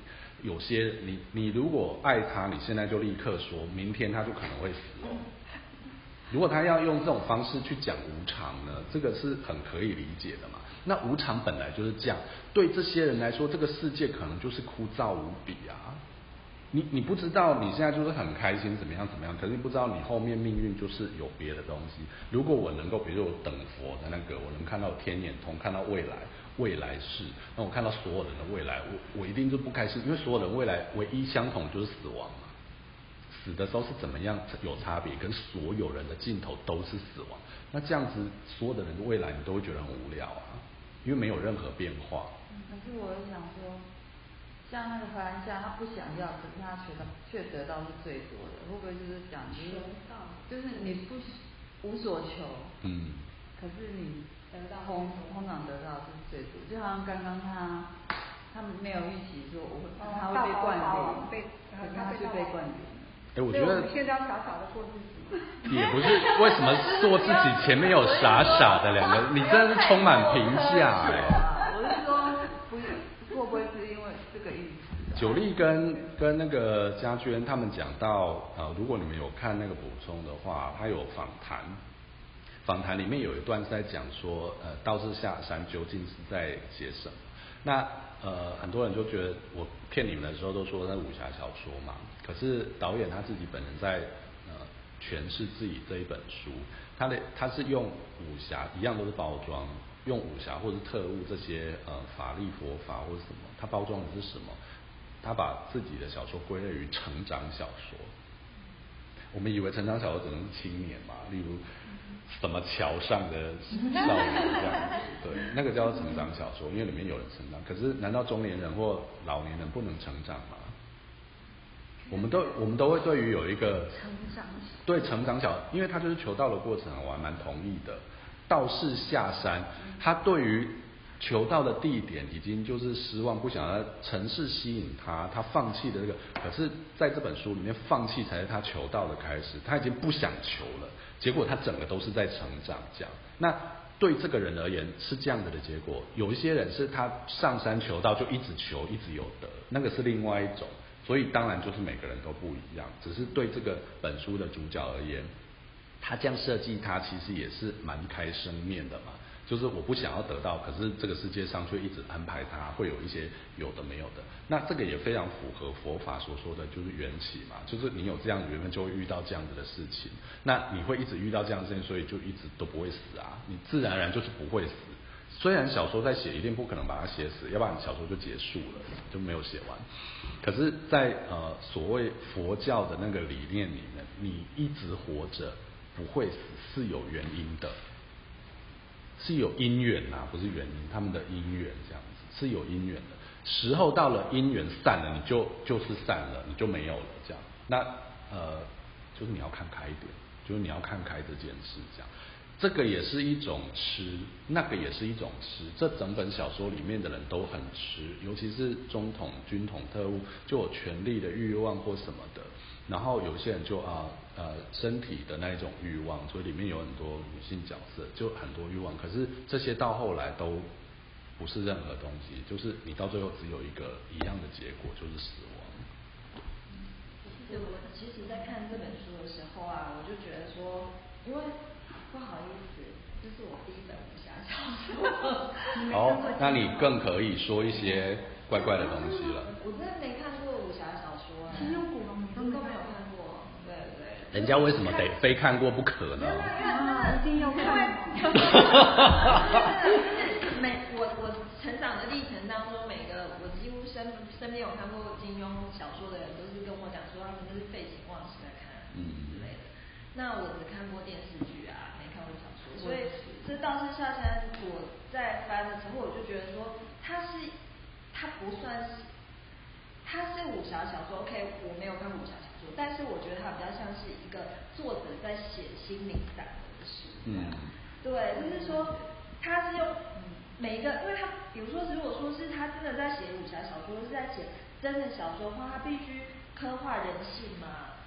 有些你你如果爱他，你现在就立刻说，明天他就可能会死哦。如果他要用这种方式去讲无常呢，这个是很可以理解的嘛。那无常本来就是这样，对这些人来说，这个世界可能就是枯燥无比啊。你你不知道你现在就是很开心怎么样怎么样，可是你不知道你后面命运就是有别的东西。如果我能够，比如说我等佛的那个，我能看到天眼通，看到未来未来世，那我看到所有人的未来，我我一定就不开心，因为所有人未来唯一相同就是死亡嘛。死的时候是怎么样有差别，跟所有人的尽头都是死亡。那这样子，所有的人的未来你都会觉得很无聊啊，因为没有任何变化。 可是我想说，像那个华兰夏，他不想要，可是他却得却得到是最多的，会不会就是讲就是就是你不无所求，嗯，可是你通通常得到是最多，就好像刚刚他他没有预期说我会他会被灌顶，被可是他却被灌顶。 哎，我觉得现在要傻傻的做自己， 也不是为什么做自己前面有傻傻的两个，你真的是充满评价哎。 我是说，不会不会是因为这个意思？ 九力跟跟那个嘉娟他们讲到，呃，如果你们有看那个补充的话，他有访谈，访谈里面有一段是在讲说，呃，道士下山究竟是在写什么？那呃，很多人就觉得我骗你们的时候都说那武侠小说嘛，可是导演他自己本人在呃诠释自己这一本书，他的他是用武侠一样都是包装，用武侠或者特务这些呃法力佛法或者什么，他包装的是什么？他把自己的小说归类于成长小说。我们以为成长小说只能是青年嘛，例如什么桥上的少女这样子，对，那个叫成长小说，因为里面有人成长。可是难道中年人或老年人不能成长吗？我们都我们都会对于有一个成长对成长小，因为他就是求道的过程，我还蛮同意的。道士下山，他对于求道的地点已经就是失望，不想要城市吸引他，他放弃的这个。可是在这本书里面，放弃才是他求道的开始。他已经不想求了，结果他整个都是在成长这样。那对这个人而言是这样子的结果。有一些人是他上山求道就一直求，一直有得，那个是另外一种。所以当然就是每个人都不一样，只是对这个本书的主角而言，他这样设计，他其实也是蛮开生面的嘛。就是我不想要得到，可是这个世界上却一直安排它会有一些有的没有的。那这个也非常符合佛法所说的，就是缘起嘛，就是你有这样的缘分，就会遇到这样子的事情。那你会一直遇到这样的事情，所以就一直都不会死啊，你自然而然就是不会死。虽然小说在写，一定不可能把它写死，要不然小说就结束了，就没有写完。可是在，在呃所谓佛教的那个理念里面，你一直活着不会死是有原因的。是有因缘呐、啊，不是原因，他们的因缘这样子是有因缘的。时候到了，因缘散了，你就就是散了，你就没有了这样。那呃，就是你要看开一点，就是你要看开这件事这样。这个也是一种吃，那个也是一种吃。这整本小说里面的人都很吃，尤其是中统、军统、特务，就有权力的欲望或什么的。然后有些人就啊呃身体的那一种欲望，所以里面有很多女性角色，就很多欲望。可是这些到后来都不是任何东西，就是你到最后只有一个一样的结果，就是死亡。 其实我其实在看这本书的时候啊，我就觉得说，因为不好意思，这是我第一本武侠小说。 好，那你更可以说一些怪怪的东西了。 我真的没看过武侠小说哎、欸。 金庸古龙都没有看过，对对。 人家为什么得非看过不可呢？ 啊，一定要看。 就是每我我成长的历程当中，每个我几乎身身边有看过金庸小说的人，都是跟我讲说他们都是废寝忘食在看，嗯之类的。那我只看过电视剧啊，没看过小说，所以这道士下山我在翻的时候，我就觉得说它是它不算是。它是武侠小说 ，OK， 我没有看武侠小说，但是我觉得它比较像是一个作者在写心灵散文的书，嗯，对，就是说他是用每一个，因为他比如说如果说是他真的在写武侠小说，是在写真的小说的话，他必须刻画人性嘛，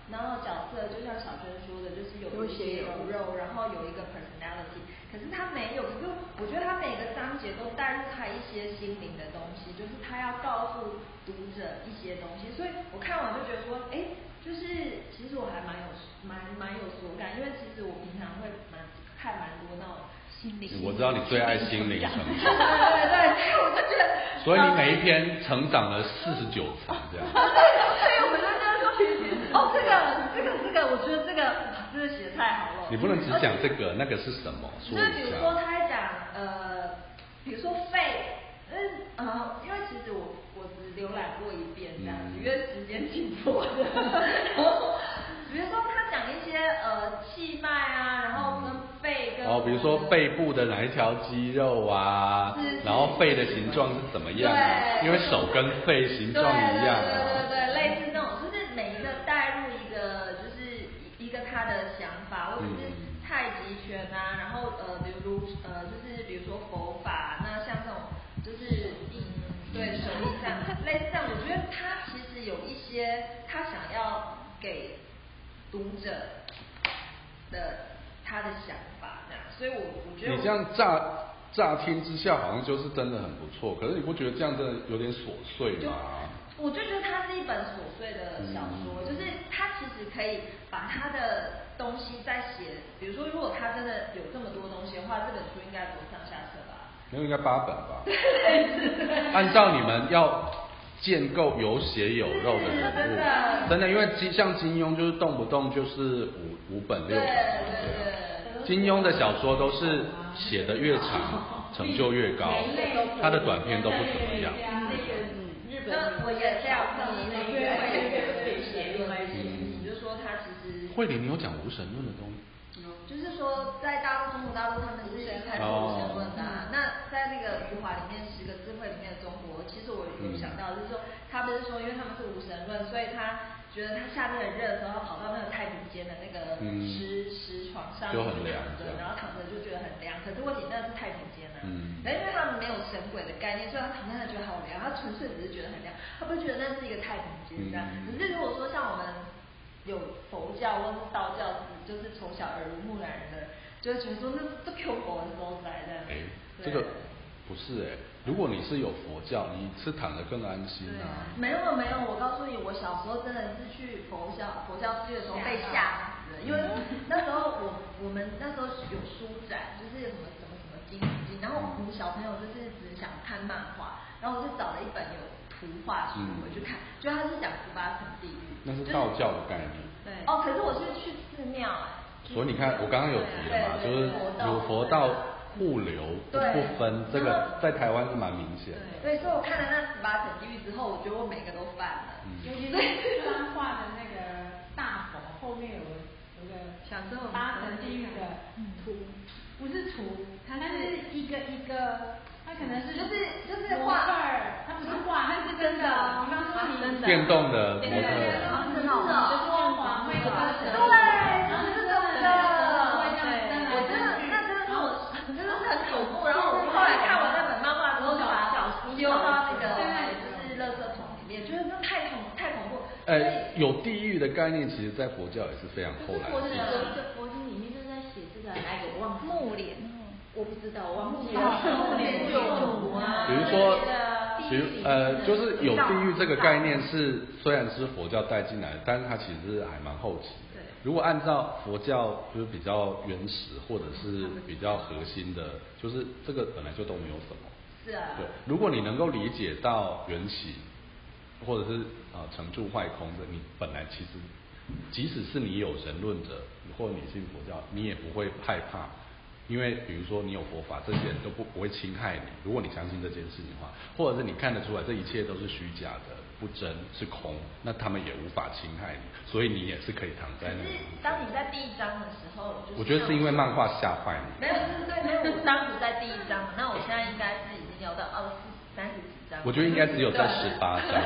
然后角色就像小娟说的，就是有一些有肉，然后有一个 personality， 可是他没有，可是我觉得他每个章节都带入他一些心灵的东西，就是他要告诉读者一些东西，所以我看完就觉得说，哎，就是其实我还蛮有蛮蛮有所感，因为其实我平常会蛮看蛮多那种心灵， 我知道你最爱心灵成长， 对对对，所以我就觉得， 所以你每一篇成长了四十九层这样， 对，我就觉得说，哦，这个这个这个，我觉得这个真的写得太好了。 你不能只讲这个，那个是什么？说就是比一下。 如说，他在讲呃，比如说肺，嗯呃，因为其实我我只浏览过一遍这样子，因为时间紧迫的。然后比如说他讲一些呃气脉啊，然后跟肺跟哦，比如说背部的哪一条肌肉啊，然后肺的形状是怎么样啊？因为手跟肺形状一样啊。 对对对，类似那种，就是每一个带入一个，就是一个他的想法，或者是太极拳啊，然后呃，比如呃，就是比如说佛法，那像这种就是嗯，对手艺上类似这样，我觉得他其实有一些他想要给读者的他的想法那样，所以我我觉得你这样乍乍听之下好像就是真的很不错，可是你不觉得这样真的有点琐碎吗？ 我就觉得它是一本琐碎的小说，嗯、就是他其实可以把他的东西再写，比如说如果他真的有这么多东西的话，这本书应该多上下册吧？ 没有，应该八本吧？按照你们要建构有血有肉的人物，真的，因为金像金庸就是动不动就是五五本六本，对，金庸的小说都是写的越长成就越高，他的短篇都不怎么样。 那我也这样子，那个慧玲也写另外一些东西，就是说他其实慧玲，你有讲无神论的东西？ 就是说，在大陆、中国大陆，他们是开始无神论的、啊。那在那个余华里面，十个智慧里面的中国，其实我有想到，就是说，他不是说，因为他们是无神论，所以他觉得他夏天很热的时候，他跑到那个太平间的那个石、嗯、石床上面就躺着，然后躺着就觉得很凉。可是问题那是太平间啊，嗯，因为他们没有神鬼的概念，所以他躺在那觉得好凉，他纯粹只是觉得很凉，他不会觉得那是一个太平间这样。嗯、只是如果说像我们有佛教或是道教，就是从小耳濡目染的，就会觉得说那这 Q 佛的所在的。 哎，这个不是哎、欸，如果你是有佛教，你是躺得更安心啊。 没有没有，我告诉你，我小时候真的是去佛教佛教寺的时候被吓死了，因为那时候我我们那时候有书展，就是有什么什么什么经经，然后我们小朋友就是只想看漫画，然后我就找了一本有图画书回去看，就他是讲十八层地狱。 那是道教的概念。 对。哦，可是我是去寺庙哎。 所以你看，我刚刚有提了嘛，就是儒佛道互流不分，这个在台湾是蛮明显的。 对，所以我看了那十八层地狱之后，我觉得我每个都犯了。 尤其是他画的那个大佛后面有有个小时候八层地狱的图，不是图，它是一个一个。它可能是就是就是画， 它不是画，它是真的。比方说你电动的模特， 真的， 就是光滑会有八层， 对，是真的。我真的，那真的是我，真的是很恐怖。然后我后来看完那本漫画之后，就把丢到那个就是垃圾桶里面，觉得这太恐太恐怖。 呃，有地狱的概念，其实在佛教也是非常后来的。 有一个佛经里面就在写这个，来个忘木莲。我不知道，我忘记了。 比如说，比如呃，就是有地狱这个概念是虽然是佛教带进来的，但是它其实还蛮后期。 对。 如果按照佛教就是比较原始或者是比较核心的，就是这个本来就都没有什么。 是啊。对， 如果你能够理解到缘起，或者是啊、呃、成住坏空的，你本来其实即使是你有神论者，或者你信佛教，你也不会害怕。因为比如说你有佛法，这些人都不不会侵害你。如果你相信这件事情的话，或者是你看得出来这一切都是虚假的、不真、是空，那他们也无法侵害你，所以你也是可以躺在那里。 可是当你在第一章的时候，就是、 我觉得是因为漫画吓坏你。 没有，就是对，没有。我当时在第一章，那我现在应该是已经聊到二十四、三十几章。 我觉得应该只有在十八章。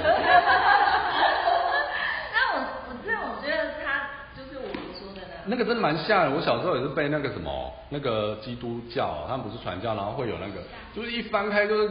那我我这我觉得他。 那个真的蛮吓人，我小时候也是被那个什么，那个基督教，他们不是传教，然后会有那个，就是一翻开就是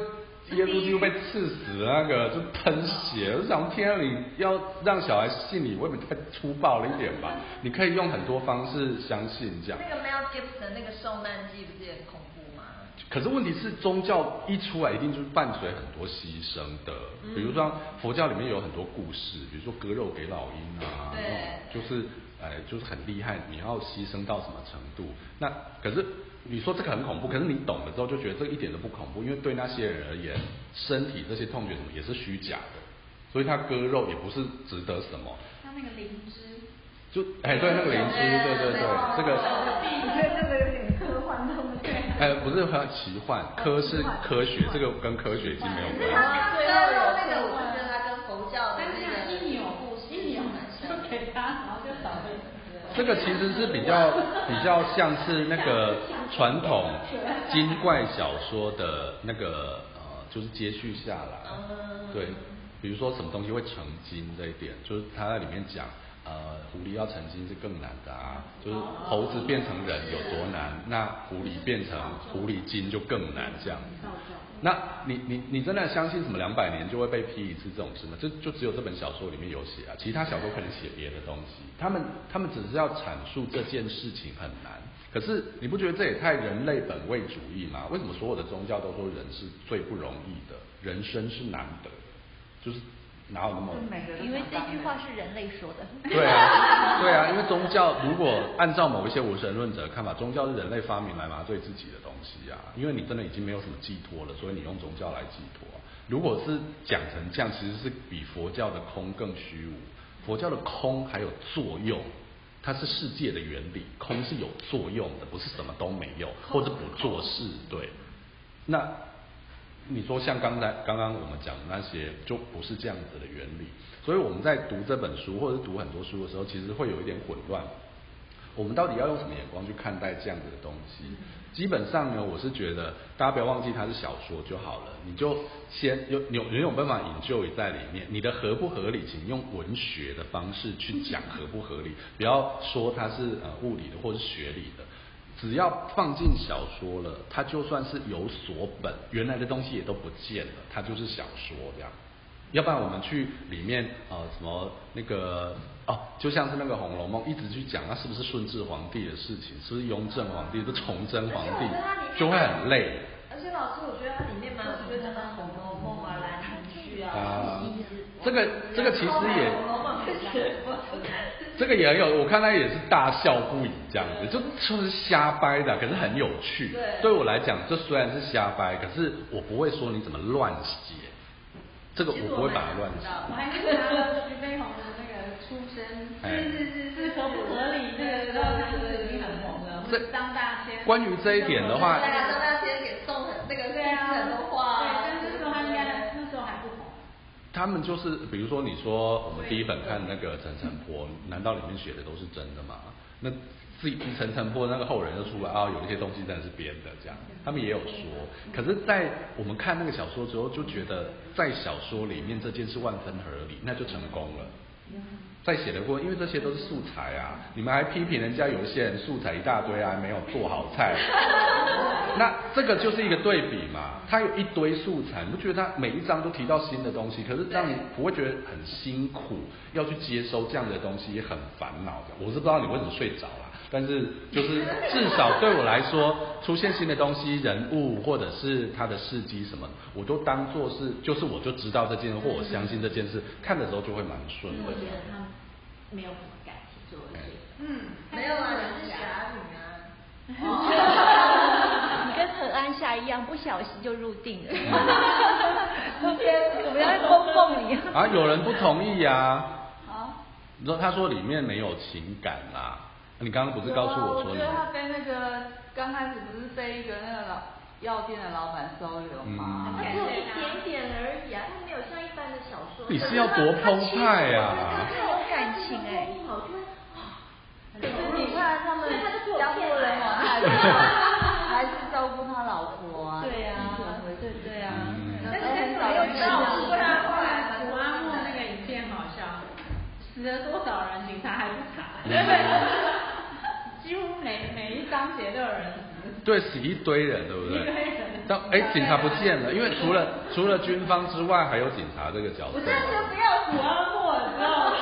耶稣基督被刺死那个就喷血，我想天啊，你要让小孩信你，未免太粗暴了一点吧？你可以用很多方式相信这样。 那个 Mel Gibson 那个受难记不是也很恐怖吗？ 可是问题是，宗教一出来，一定就是伴随很多牺牲的。比如说佛教里面有很多故事，比如说割肉给老鹰啊， 对， 就是哎，就是很厉害，你要牺牲到什么程度？那可是你说这个很恐怖，可是你懂了之后就觉得这个一点都不恐怖，因为对那些人而言，身体这些痛觉什么也是虚假的，所以他割肉也不是值得什么。 像那个灵芝。 就哎，对那个灵芝，对对对，这个。 我觉得这个有点科幻，对不对？ 哎，不是很奇幻，科是科学，这个跟科学已经没有关系。 他割肉那个，我是觉得他跟佛教的那个因有故事，因有就给他，然后就倒了。 这个其实是比较比较像是那个传统精怪小说的那个呃，就是接续下来，对，比如说什么东西会成精这一点，就是他在里面讲。呃，狐狸要成精是更难的啊，就是猴子变成人有多难，那狐狸变成狐狸精就更难这样。那你你你真的相信什么两百年就会被劈一次这种事吗？就就只有这本小说里面有写啊，其他小说可能写别的东西，他们他们只是要阐述这件事情很难。可是你不觉得这也太人类本位主义吗？为什么所有的宗教都说人是最不容易的，人生是难得的，就是。哪有那么？ 因为这句话是人类说的。 对啊，对啊，因为宗教如果按照某一些无神论者的看法，宗教是人类发明来麻醉自己的东西啊。因为你真的已经没有什么寄托了，所以你用宗教来寄托。如果是讲成这样，其实是比佛教的空更虚无。佛教的空还有作用，它是世界的原理，空是有作用的，不是什么都没有或者不做事。对，那。你说像刚才刚刚我们讲的那些，就不是这样子的原理，所以我们在读这本书或者是读很多书的时候，其实会有一点混乱。我们到底要用什么眼光去看待这样子的东西？基本上呢，我是觉得大家不要忘记它是小说就好了，你就先有有有有办法引咎在里面。你的合不合理，请用文学的方式去讲合不合理，不要说它是呃物理的或是学理的。只要放进小说了，它就算是有所本，原来的东西也都不见了，它就是小说这样。要不然我们去里面呃什么那个哦，就像是那个《红楼梦》一直去讲，那是不是顺治皇帝的事情，是不是雍正皇帝，是崇祯皇帝，就会很累。 而且老师，我觉得它里面蛮有趣的，《红楼梦》啊，《兰亭序》啊， 这个这个其实也。这个也很有，我看他也是大笑不已这样子，就就是瞎掰的，可是很有趣。对，对我来讲，这虽然是瞎掰，可是我不会说你怎么乱写，这个我不会把它乱写。 我还是拿了徐悲鸿的那个出身，是是是是合不合理？那个时候就是已经很红了。这张大千。 关于这一点的话， 张大千给送很那个对啊很多话， 对，但是那时候他应该那时候还不红。 他们就是，比如说你说我们第一本看那个陈澄波，难道里面写的都是真的吗？那自己陈澄波那个后人就出来啊，有一些东西真的是编的，这样他们也有说。可是，在我们看那个小说之后，就觉得在小说里面这件事万分合理，那就成功了。在写的过，因为这些都是素材啊，你们还批评人家有一些人素材一大堆啊，没有做好菜，那这个就是一个对比嘛。他有一堆素材，你不觉得他每一章都提到新的东西，可是让你不会觉得很辛苦，要去接收这样的东西也很烦恼的。我是不知道你为什么睡着啦，但是就是至少对我来说，出现新的东西，人物或者是他的事迹什么，我都当做是，就是我就知道这件事，或我相信这件事，看的时候就会蛮顺的。 我觉得他没有什么感情做的这个， 嗯，没有啊，你是侠女啊。 你跟何安霞一样，不小心就入定了。今天我们要供奉你。 啊，有人不同意呀。啊。你说他说里面没有情感啦。你刚刚不是告诉我说你？ 我觉得他被那个刚开始不是被一个那个老药店的老板收留吗？ 他只有一点点而已啊，他没有像一般的小说。 你是要多澎湃呀？ 他有感情哎。 可是你看他们家破人亡，还是还是照顾他老婆啊。 对呀，对对啊。 但是很少有知道，不然后来古阿莫那个影片好笑，死了多少人，警察还不查，几乎每每一章节都有人死。 对，死一堆人，对不对？ 但哎，警察不见了，因为除了除了军方之外，还有警察这个角色。 我真的不要数阿莫，你知道吗？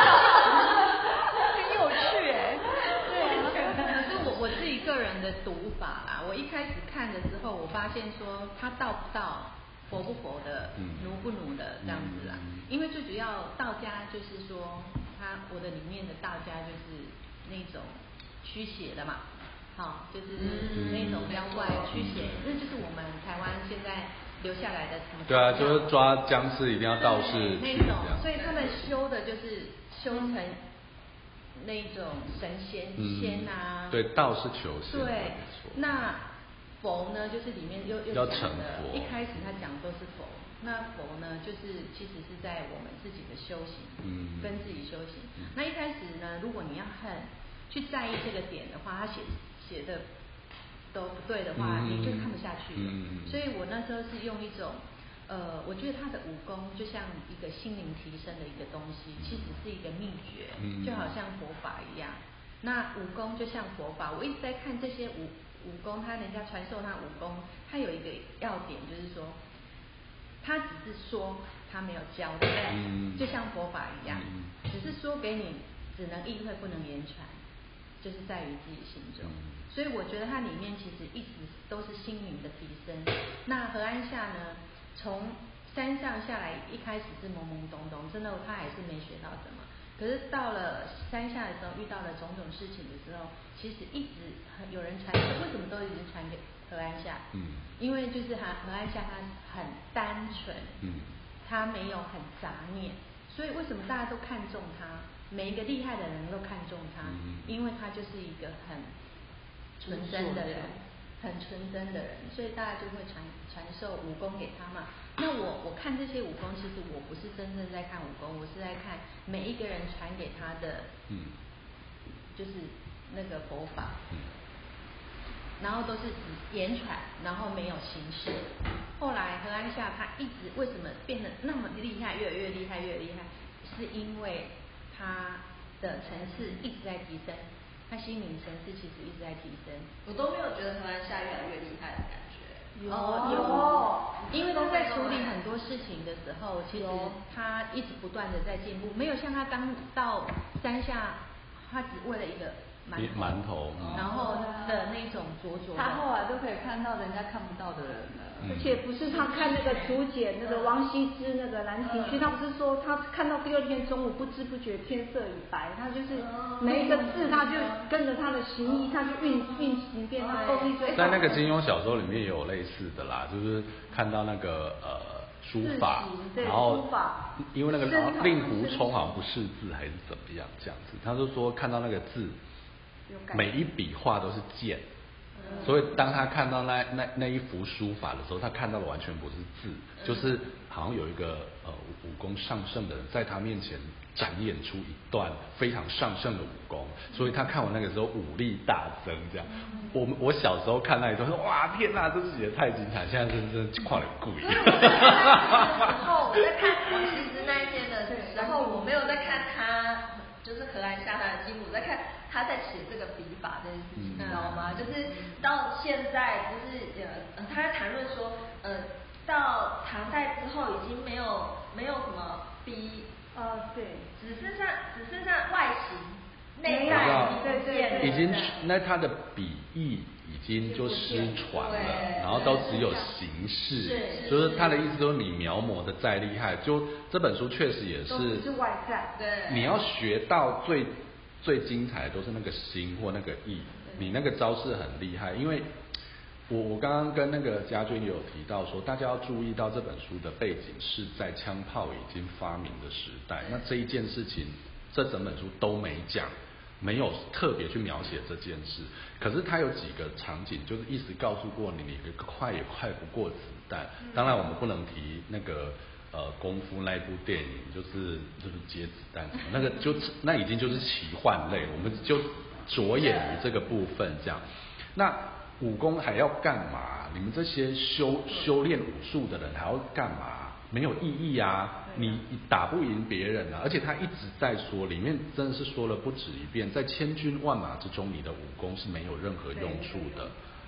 很有趣哎。 对，可是我我自己个人的读法啦，我一开始看的时候，我发现说他道不道。佛不佛的，奴不奴的这样子啦，因为最主要道家就是说，他我的里面的道家就是那种驱邪的嘛，好，就是那种妖怪驱邪，那就是我们台湾现在留下来的什么？ 对啊，就是抓僵尸一定要道士那种，所以他们修的就是修成那种神仙仙啊， 对，道是求仙， 对，那。佛呢，就是里面又又讲的，一开始他讲都是佛，那佛呢，就是其实是在我们自己的修行，嗯，跟自己修行。嗯、那一开始呢，如果你要很去在意这个点的话，他写写的都不对的话，嗯、你就看不下去了。嗯、所以我那时候是用一种，呃，我觉得他的武功就像一个心灵提升的一个东西，其实是一个秘诀，嗯、就好像佛法一样。那武功就像佛法，我一直在看这些武。武功，他人家传授他武功，他有一个要点，就是说，他只是说他没有教，对不对？嗯、就像佛法一样，嗯、只是说给你，只能意会不能言传，就是在于自己心中。嗯、所以我觉得它里面其实一直都是心灵的提升。那何安夏呢，从山上下来，一开始是懵懵懂懂，真的他还是没学到什么。可是到了山下的时候，遇到了种种事情的时候，其实一直有人传，为什么都已经传给何安夏？嗯，因为就是他何安夏他很单纯，嗯，他没有很杂念，所以为什么大家都看重他？每一个厉害的人都看重他，嗯、因为他就是一个很纯真的人，很纯真的人，所以大家就会传传授武功给他嘛。那我我看这些武功，其实我不是真正在看武功，我是在看每一个人传给他的，嗯，就是那个佛法，嗯，然后都是只言传，然后没有形式。后来何安夏他一直为什么变得那么厉害，越来越厉害，越厉害，是因为他的层次一直在提升，他心灵层次其实一直在提升。 我都没有觉得何安夏越来越厉害的感觉。 有有，因为他在处理很多事情的时候，其实他一直不断的在进步，没有像他刚到山下，他只为了一个馒头， 馒头， 然后的那种灼灼。 他后来都可以看到人家看不到的人了。 而且不是他看那个竹简，那个王羲之那个兰亭序，他不是说他看到第二天中午不知不觉天色已白，他就是每一个字他就跟着他的形意，他就运运行变他后一追。 在那个金庸小说里面也有类似的啦，就是看到那个呃书法，然后因为那个令狐冲好像不识字还是怎么样这样子，他就说看到那个字每一笔画都是剑。所以当他看到那那那一幅书法的时候，他看到的完全不是字，就是好像有一个呃武功上圣的人在他面前展演出一段非常上圣的武功，所以他看完那个时候武力大增。这样，我们我小时候看那一段说哇天哪，这是也太精彩，现在真真跨了贵。 然后我在看王羲之那一篇的时候，我没有在看他。就是何安夏他的记录，在看他在写这个笔法这件事情，你知道吗？就是到现在，就是呃，他在谈论说，呃，到唐代之后已经没有没有什么笔， 呃，对， 只剩下只剩下外形，内在对对对， 已经那他的笔意已经就失传了，然后都只有形式，就是他的意思说你描摹的再厉害，就这本书确实也是， 都是外在， 对， 你要学到最最精彩的都是那个心或那个意，你那个招式很厉害，因为我我刚刚跟那个家军也有提到说，大家要注意到这本书的背景是在枪炮已经发明的时代，那这一件事情这整本书都没讲。没有特别去描写这件事，可是他有几个场景，就是一直告诉过你，你快也快不过子弹。当然，我们不能提那个呃功夫那一部电影，就是就是接子弹什么，那个就那已经就是奇幻类，我们就着眼于这个部分这样。那武功还要干嘛？你们这些修修炼武术的人还要干嘛？没有意义啊！你打不赢别人啊！而且他一直在说，里面真的是说了不止一遍，在千军万马之中，你的武功是没有任何用处的。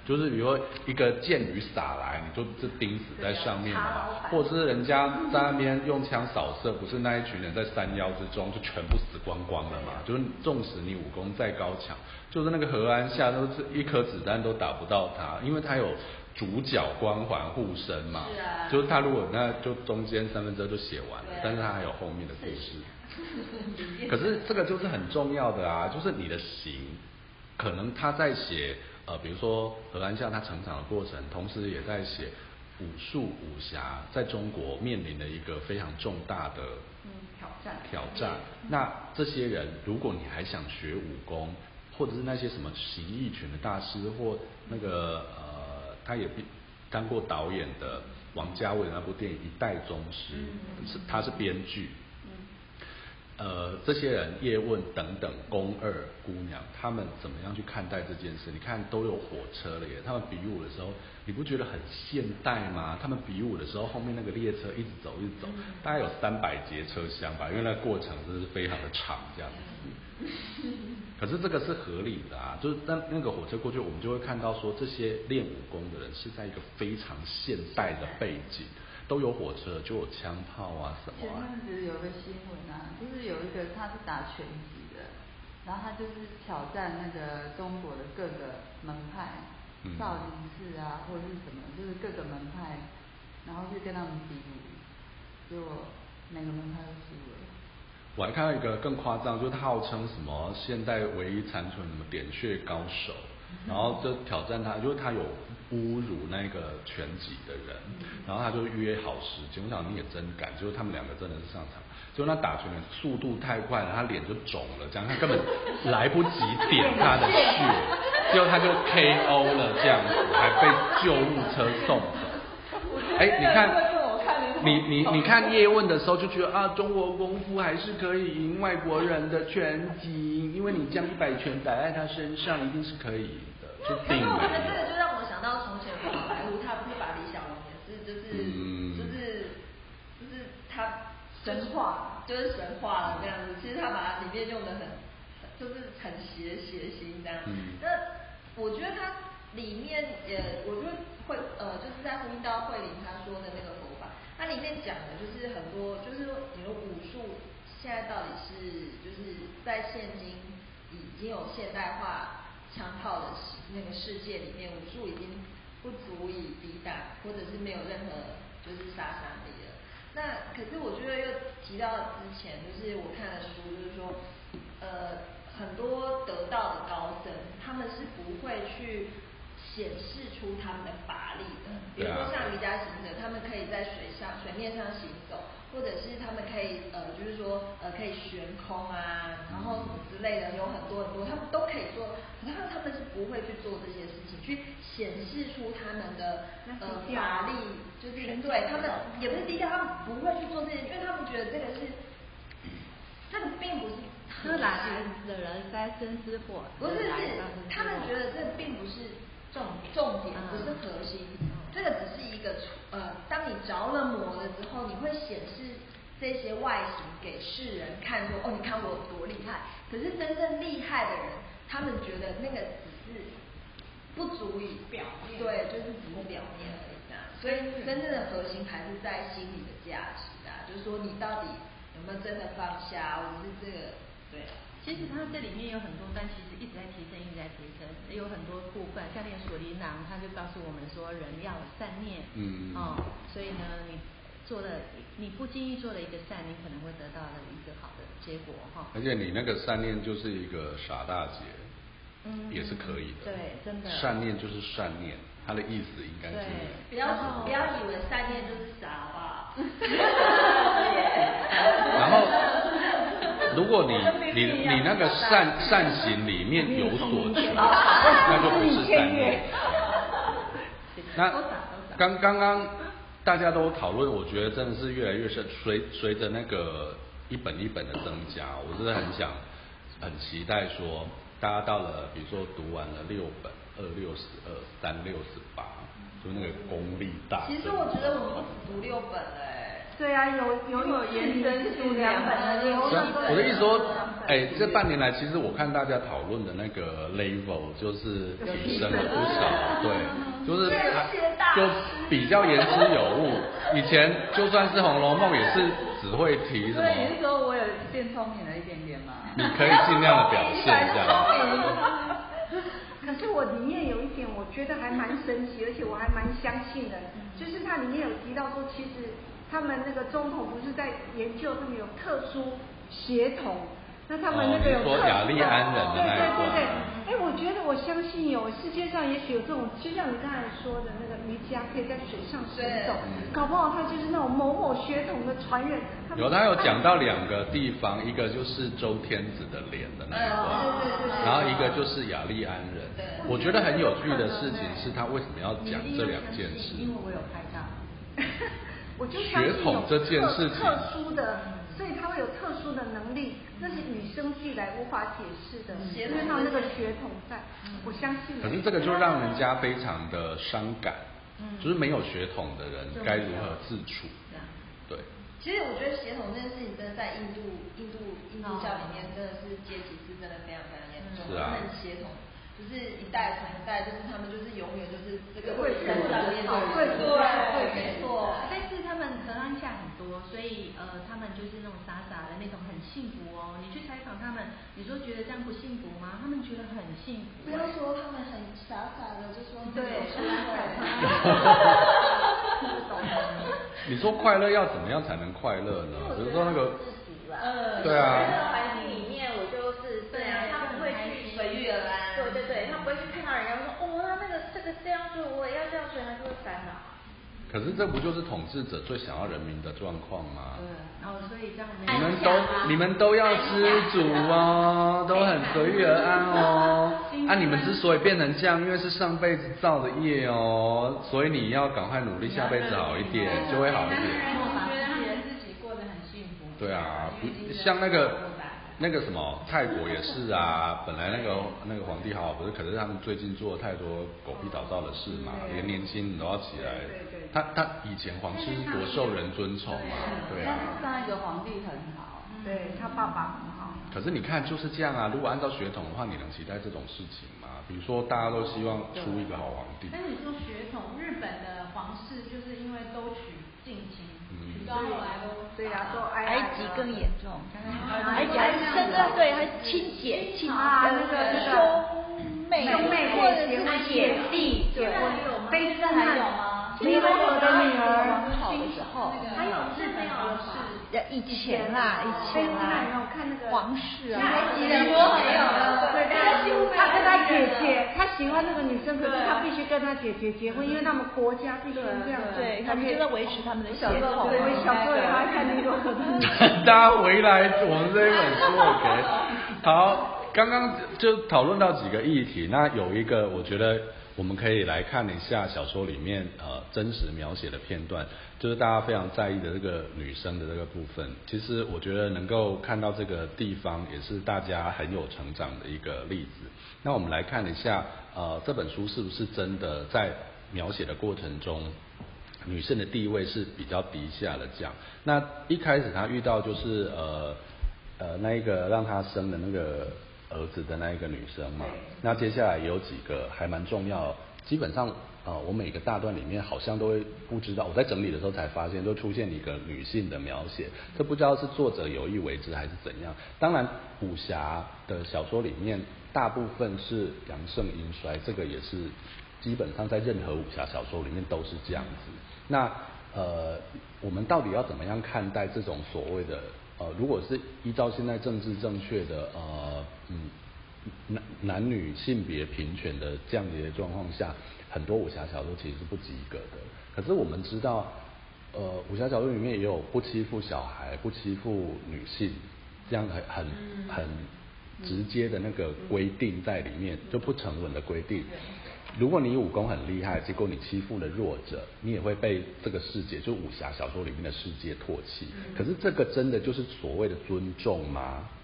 就是比如说一个箭雨洒来，你就这钉死在上面了嘛，或者是人家在那边用枪扫射，不是那一群人在山腰之中就全部死光光了嘛？就是纵使你武功再高强，就是那个何安夏都是一颗子弹都打不到他，因为他有主角光环护身嘛。 是啊。 就是他如果那就中间三分之二就写完了，但是他还有后面的故事。可是这个就是很重要的啊，就是你的行，可能他在写呃，比如说何安夏他成长的过程，同时也在写武术武侠在中国面临的一个非常重大的嗯挑战挑战。那这些人，如果你还想学武功，或者是那些什么形意拳的大师，或那个呃，他也当过导演的王家卫的那部电影《一代宗师》，是他是编剧。呃，这些人叶问等等宫二姑娘，他们怎么样去看待这件事？你看都有火车了耶，他们比武的时候，你不觉得很现代吗？他们比武的时候，后面那个列车一直走一直走，大概有三百节车厢吧，因为那个过程真是非常的长这样子。可是这个是合理的啊，就是当那个火车过去，我们就会看到说，这些练武功的人是在一个非常现代的背景。都有火车，就有枪炮啊什么啊。 前阵子有个新闻啊，就是有一个他是打拳击的，然后他就是挑战那个中国的各个门派，嗯、少林寺啊或者是什么，就是各个门派，然后去跟他们比武，结果每个门派都输了。 我还看到一个更夸张，就是他号称什么现代唯一残存什么点穴高手，然后就挑战他，就是他有侮辱那个拳击的人，然后他就约好时间，我想你也真敢，就是他们两个真的是上场，结果他打拳的速度太快了，他脸就肿了，这样他根本来不及点他的穴，结果他就 K O 了这样子，还被救护车送走。哎，你看。你你你看叶问的时候就觉得啊，中国功夫还是可以赢外国人的拳击，因为你将一百拳打在他身上，一定是可以的。就并没有。 可是这个就让我想到从前的好莱坞，他不是把李小龙也是就是、嗯、就是就是他神化， 就是神化了这样子。其实他把里面用的很就是很邪邪心这样。嗯、那我觉得他里面也，我就会呃，就是在呼应到慧玲他说的那个佛法。它里面讲的就是很多，就是你的武术现在到底是就是在现今已经有现代化枪炮的那个世界里面，武术已经不足以抵挡，或者是没有任何就是杀伤力了。那可是我觉得又提到之前，就是我看的书，就是说，呃，很多得道的高僧，他们是不会去显示出他们的法力的，比如说像瑜伽行者，他们可以在水上、水面上行走，或者是他们可以呃，就是说呃，可以悬空啊，然后什么之类的，有很多很多，他们都可以做。可是他们是不会去做这些事情，去显示出他们的呃法力，就是对他们也不是低调，他们不会去做这些，因为他们觉得这个是，这个并不是。 喝来的人该深思过， 不是是，他们觉得这并不是重重点，不是核心，嗯、这个只是一个呃，当你着了魔了之后，你会显示这些外形给世人看说，哦，你看我有多厉害。可是真正厉害的人，他们觉得那个只是不足以表面， 对，就是只是表面而已啊。所以真正的核心还是在心理的价值啊，就是说你到底有没有真的放下，或者是这个。对， 其实它这里面有很多段，其实一直在提升，一直在提升。有很多部分，像练锁麟囊，他就告诉我们说，人要有善念，嗯，哦，所以呢，你做了，你不经意做了一个善，你可能会得到了一个好的结果，哈、哦。 而且你那个善念就是一个傻大姐，嗯，也是可以的。 对，真的。 善念就是善念，它的意思应该是。 不要不要以为善念就是傻，好不好？ 然后。如果你你你那个善善行里面有所求，那就不是善念。那刚刚刚大家都讨论，我觉得真的是越来越深，随随着那个一本一本的增加，我真的很想很期待说，大家到了比如说读完了六本，二六十二，三六十八，就那个功力大。 其实我觉得我们不止读六本嘞、欸。 对啊，有有有延伸出两本的， 我的意思说，哎，这半年来，其实我看大家讨论的那个 level 就是提升了不少，对，就是就比较言之有物。以前就算是《红楼梦》也是只会提什么。 所以你是说我有变聪明了一点点吗？ 你可以尽量的表现这样。 可是我里面有一点，我觉得还蛮神奇，而且我还蛮相信的，就是它里面有提到说，其实他们那个总统不是在研究他们有特殊血统，那他们那个有特殊的、 哦、雅利安人的那一对对对对，哎，我觉得我相信有世界上也许有这种，就像你刚才说的那个瑜伽可以在水上行走，搞不好他就是那种某某血统的传人。 有，他有讲到两个地方，一个就是周天子的脸的那一段，然后一个就是雅利安人。我觉得很有趣的事情是他为什么要讲这两件事？ 因为我有拍到。我就血统这件事情， 特殊的，所以他会有特殊的能力，那是与生俱来无法解释的，因为他那个血统在，我相信。 可是这个就让人家非常的伤感，就是没有血统的人该如何自处？对。 其实我觉得血统这件事情真的在印度、印度、印度教里面真的是阶级是真的非常非常严重， 是啊， 他们血统就是一代传一代，就是他们就是永远就是这个会在上面，对对对，没错。 但是他们河岸下很多，所以呃，他们就是那种傻傻的那种很幸福哦。你去采访他们，你说觉得这样不幸福吗？他们觉得很幸福。 不要说他们很傻傻的，就说对， 是会。 你说快乐要怎么样才能快乐呢？比如说那个， 呃， 对啊。 在环境里面，我就是对啊，他不会去随遇而安。 对对对，他不会去看到人家说哦，他那个这个这样做，我也要这样，所以他就会烦恼。 可是这不就是统治者最想要人民的状况吗？ 对，然后所以这样你们都你们都要知足哦，都很随遇而安哦。啊，你们之所以变成这样，因为是上辈子造的业哦，所以你要赶快努力，下辈子好一点，就会好一点。 我觉得他们自己过得很幸福。 对啊，像那个。那个什么泰国也是啊，本来那个那个皇帝好好不是，可是他们最近做了太多狗屁倒灶的事嘛，连年轻人都要起来。他他以前皇室多受人尊崇嘛，对啊。 上一个皇帝很好， 对他爸爸很好。 可是你看就是这样啊，如果按照血统的话，你能期待这种事情吗？比如说大家都希望出一个好皇帝。 但你说血统，日本的皇室就是因为都取近亲。 所以对呀，都埃及更严重，埃及还生的对，还亲姐亲啊，那个兄妹兄妹或者是姐弟， 对， 非洲还有吗？ 尼罗河的女儿好的时候， 还有日本皇室。 以前啦，以前啦， 看那个皇室啊， 尼罗河有，对对，他跟他姐姐，他喜欢那个女生，可是他必须跟他姐姐结婚，因为他们国家必须这样， 对，他们就在维持他们的血统。 对，小时候也爱看尼罗河的女儿。大家回来我们这一本书 ，OK， 好，刚刚就讨论到几个议题，那有一个我觉得我们可以来看一下小说里面呃真实描写的片段。就是大家非常在意的这个女生的这个部分，其实我觉得能够看到这个地方，也是大家很有成长的一个例子。那我们来看一下，呃，这本书是不是真的在描写的过程中，女性的地位是比较低下的这样。那一开始他遇到就是呃呃那一个让他生的那个儿子的那一个女生嘛，那接下来有几个还蛮重要，基本上。呃，我每个大段里面好像都会不知道，我在整理的时候才发现，都出现一个女性的描写，这不知道是作者有意为之还是怎样。当然，武侠的小说里面大部分是阳盛阴衰，这个也是基本上在任何武侠小说里面都是这样子。那呃，我们到底要怎么样看待这种所谓的呃，如果是依照现在政治正确的呃嗯男男女性别平权的这样的一个状况下？很多武侠小说其实是不及格的，可是我们知道，呃，武侠小说里面也有不欺负小孩、不欺负女性这样很很很直接的那个规定在里面，就不成文的规定。如果你武功很厉害，结果你欺负了弱者，你也会被这个世界，就武侠小说里面的世界唾弃。可是这个真的就是所谓的尊重吗？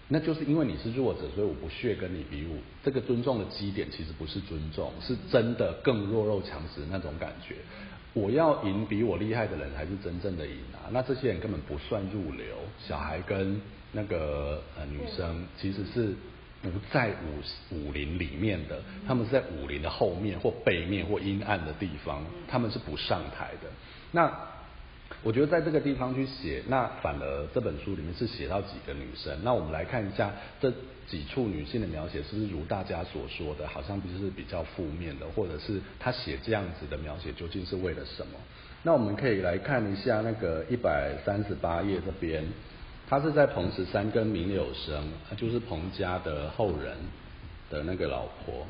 那就是因为你是弱者，所以我不屑跟你比武。这个尊重的基点其实不是尊重，是真的更弱肉强食那种感觉。我要赢比我厉害的人才是真正的赢啊！那这些人根本不算入流，小孩跟那个呃女生其实是不在武武林里面的，他们是在武林的后面或背面或阴暗的地方，他们是不上台的。那我觉得在这个地方去写，那反而这本书里面是写到几个女生。那我们来看一下这几处女性的描写，是不是如大家所说的，好像就是比较负面的，或者是他写这样子的描写究竟是为了什么？那我们可以来看一下那个一百三十八页这边，他是在彭十三跟明柳生，就是彭家的后人的那个老婆。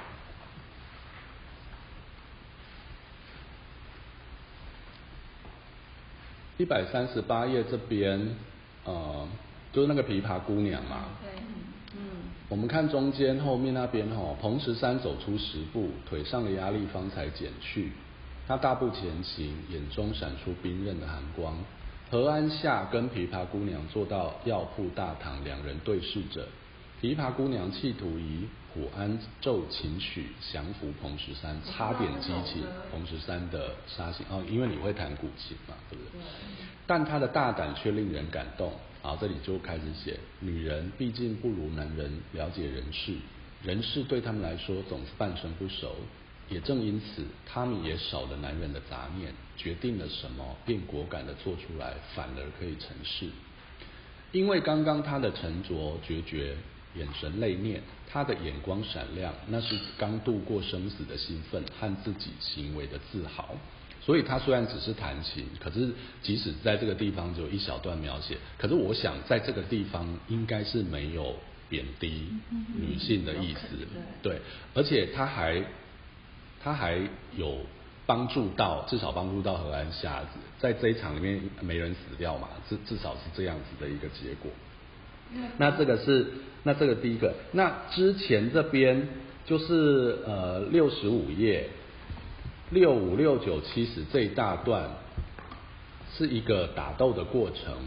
一百三十八页这边，呃，就是那个琵琶姑娘嘛。 对，嗯。 我们看中间后面那边哈，彭十三走出十步，腿上的压力方才减去。他大步前行，眼中闪出冰刃的寒光。何安夏跟琵琶姑娘坐到药铺大堂，两人对视着。琵琶姑娘企图以虎安奏琴曲降服彭十三，差点激起彭十三的杀心哦，因为你会弹古琴嘛，对不对？但她的大胆却令人感动。好，这里就开始写，女人毕竟不如男人了解人事，人事对他们来说总是半生不熟，也正因此，他们也少了男人的杂念，决定了什么便果敢的做出来，反而可以成事。因为刚刚他的沉着决绝，眼神泪念，他的眼光闪亮，那是刚度过生死的兴奋和自己行为的自豪。所以他虽然只是弹琴，可是即使在这个地方只有一小段描写，可是我想在这个地方应该是没有贬低女性的意思，对，而且他还他还有帮助到，至少帮助到何安夏子，在这一场里面没人死掉嘛，至至少是这样子的一个结果。那这个是那这个第一个，那之前这边就是呃六十五页。六五六九七十这一大段是一个打斗的过程。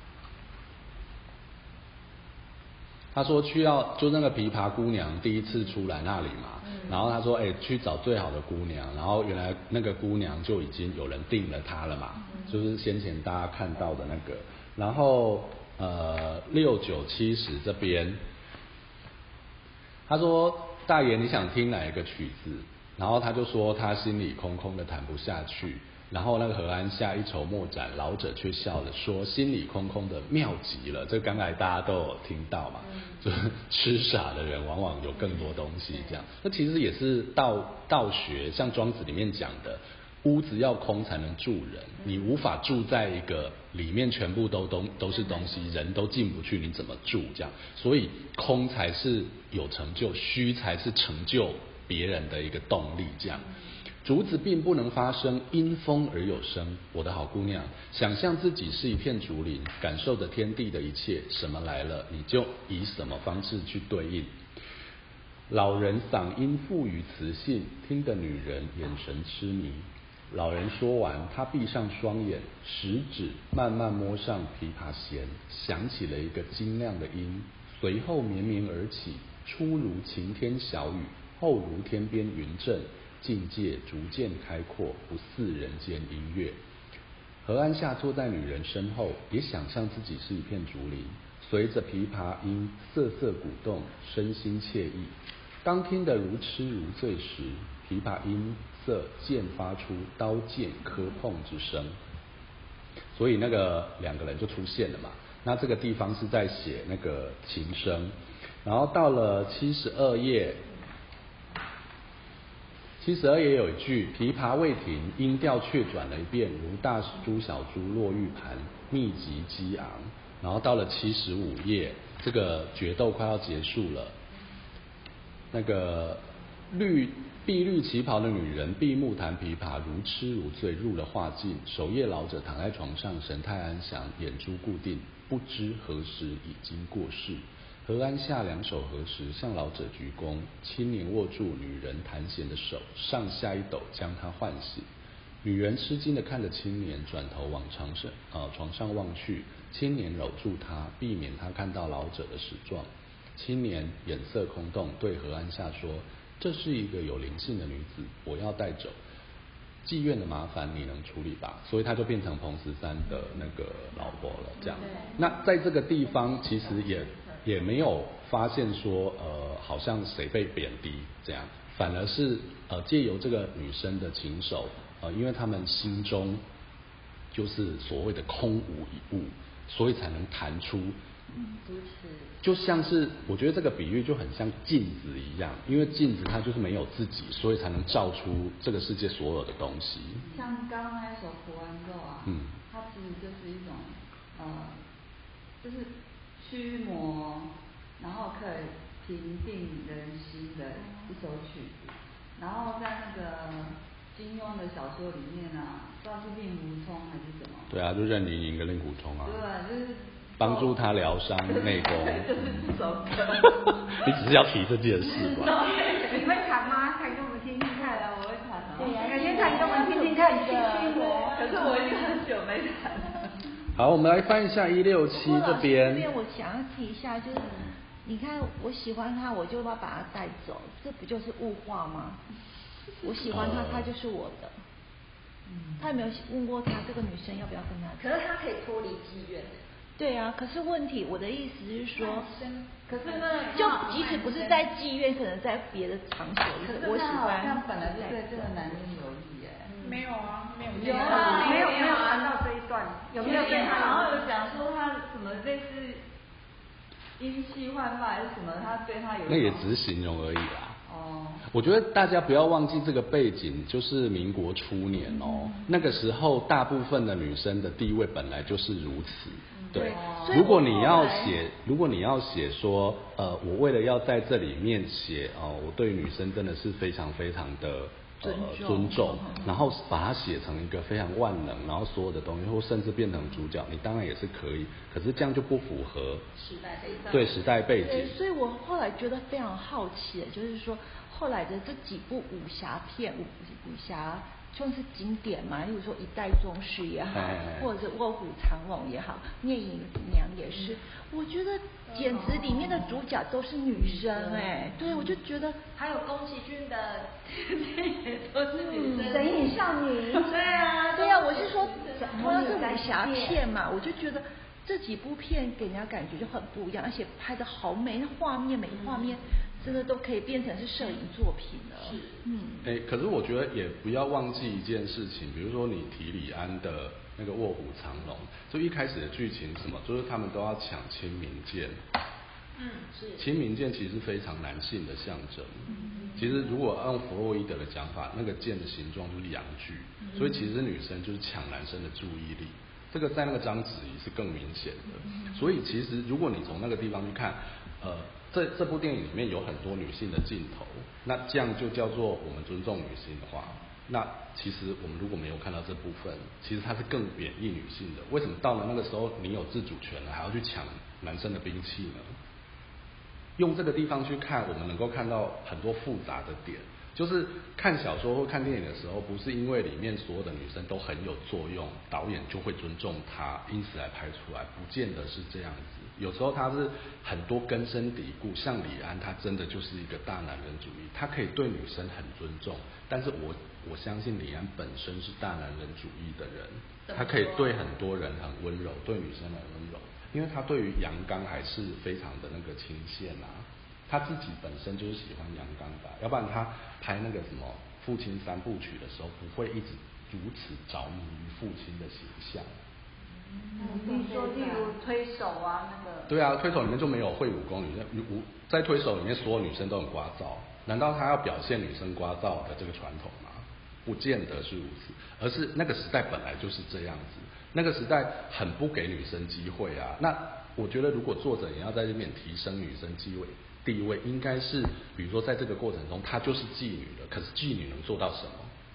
他说去要就那个琵琶姑娘第一次出来那里嘛，然后他说哎、欸、去找最好的姑娘，然后原来那个姑娘就已经有人定了她了嘛，就是先前大家看到的那个。然后呃六九七十这边，他说大爷你想听哪一个曲子？然后他就说他心里空空的弹不下去，然后那个何安夏一筹莫展，老者却笑了说心里空空的妙极了。这刚才大家都有听到嘛，就是痴傻的人往往有更多东西这样。那其实也是道道学，像庄子里面讲的，屋子要空才能住人，你无法住在一个里面全部都都都是东西，人都进不去，你怎么住这样？所以空才是有成就，虚才是成就别人的一个动力，这样。竹子并不能发声，因风而有声。我的好姑娘，想象自己是一片竹林，感受着天地的一切，什么来了，你就以什么方式去对应。老人嗓音富于磁性，听得女人眼神痴迷。老人说完，他闭上双眼，食指慢慢摸上琵琶弦，响起了一个晶亮的音，随后绵绵而起，初如晴天小雨，后如天边云阵，境界逐渐开阔，不似人间音乐。何安夏坐在女人身后，也想象自己是一片竹林，随着琵琶音瑟瑟鼓动，身心惬意。当听得如痴如醉时，琵琶音色渐发出刀剑磕碰之声，所以那个两个人就出现了嘛。那这个地方是在写那个琴声，然后到了七十二页，七十二页有一句琵琶未停，音调却转了一遍，如大珠小珠落玉盘，密集激昂。然后到了七十五页，这个决斗快要结束了，那个绿碧绿旗袍的女人闭目弹琵琶，如痴如醉，入了画境。守夜老者躺在床上，神态安详，眼珠固定，不知何时已经过世。何安夏两手合十，向老者鞠躬，轻年握住女人弹弦的手，上下一抖将她唤醒。 女人吃惊地看着青年，转头往床上呃床上望去。青年搂住她，避免她看到老者的死状。青年眼色空洞，对何安夏说：“这是一个有灵性的女子，我要带走。妓院的麻烦你能处理吧？”所以他就变成彭十三的那个老婆了。这样，那在这个地方其实也也没有发现说呃好像谁被贬低这样，反而是呃借由这个女生的琴手呃，因为他们心中就是所谓的空无一物，所以才能弹出。 如此， 就像是我觉得这个比喻就很像镜子一样，因为镜子它就是没有自己，所以才能照出这个世界所有的东西。 像刚刚那一首《苦完咒》啊，嗯，它其实就是一种呃，就是驱魔，然后可以平定人心的一首曲子。然后在那个金庸的小说里面啊，不知道是令狐冲还是什么？ 对啊，就任盈盈跟令狐冲啊。 对，就是。 帮助他疗伤内功。 就是这首歌。你只是要提这件事吧？ 你会弹吗？弹给我们听听看。 我会弹啊。 对呀，改天弹给我们听听看，驱驱魔。 可是我已经很久没弹了。 好，我们来翻一下一六七这边。 这边我想要提一下，就是你看我喜欢他，我就要把他带走，这不就是物化吗？我喜欢他，他就是我的。他有没有问过他这个女生要不要跟他？ 可是他可以脱离妓院。 对啊，可是问题，我的意思是说， 可是那就即使不是在妓院，可能在别的场所，我喜欢。 像本来就对这个男人有意耶。 没有啊，没有。 有啊，没有没有谈到这一段，有没有跟他？ 然后有讲说他什么类似阴气焕发还是什么，他对他有。 那也只是形容而已啦。 哦。 我觉得大家不要忘记这个背景，就是民国初年哦，嗯、那个时候大部分的女生的地位本来就是如此。对，如果你要写，如果你要写说，呃，我为了要在这里面写，哦、呃，我对女生真的是非常非常的呃尊重，然后把它写成一个非常万能，然后所有的东西，或甚至变成主角，你当然也是可以，可是这样就不符合时代背景。 对时代背景。 所以我后来觉得非常好奇，就是说后来的这几部武侠片，武武侠。算是经典嘛，例如说《一代宗师》也好，或者是《卧虎藏龙》也好，《聂隐娘》也是，我觉得简直里面的主角都是女生哎，对，我就觉得还有宫崎骏的也都是女生， 神隐少女， 对啊， 对啊，我是说同样是武侠片嘛，我就觉得这几部片给人家感觉就很不一样，而且拍的好美，那画面每个画面。真的都可以变成是摄影作品了。 是，嗯，哎、欸，可是我觉得也不要忘记一件事情，比如说你提李安的那个《卧虎藏龙》，就一开始的剧情什么，就是他们都要抢清明剑。 嗯，是。 清明剑其实是非常男性的象征。嗯。其实如果按弗洛伊德的讲法，那个剑的形状就是阳具，嗯、所以其实女生就是抢男生的注意力。这个在那个章子怡是更明显的。嗯、所以其实如果你从那个地方去看，呃。这这部电影里面有很多女性的镜头，那这样就叫做我们尊重女性的话，那其实我们如果没有看到这部分，其实它是更贬义女性的。为什么到了那个时候你有自主权了，还要去抢男生的兵器呢？用这个地方去看，我们能够看到很多复杂的点。就是看小说或看电影的时候，不是因为里面所有的女生都很有作用，导演就会尊重她，因此来拍出来，不见得是这样子。有时候他是很多根深蒂固，像李安，他真的就是一个大男人主义，他可以对女生很尊重，但是我我相信李安本身是大男人主义的人，他可以对很多人很温柔，对女生很温柔，因为他对于阳刚还是非常的那个倾羡啊。他自己本身就是喜欢阳刚的，要不然他拍那个什么父亲三部曲的时候，不会一直如此着迷于父亲的形象。 嗯，比如说，例如推手啊，那个。 对啊，推手里面就没有会武功女生，武在推手里面所有女生都很聒噪，难道他要表现女生聒噪的这个传统吗？不见得是如此，而是那个时代本来就是这样子，那个时代很不给女生机会啊。那我觉得，如果作者也要在这边提升女生地位。地位应该是，比如说在这个过程中，她就是妓女了。可是妓女能做到什么？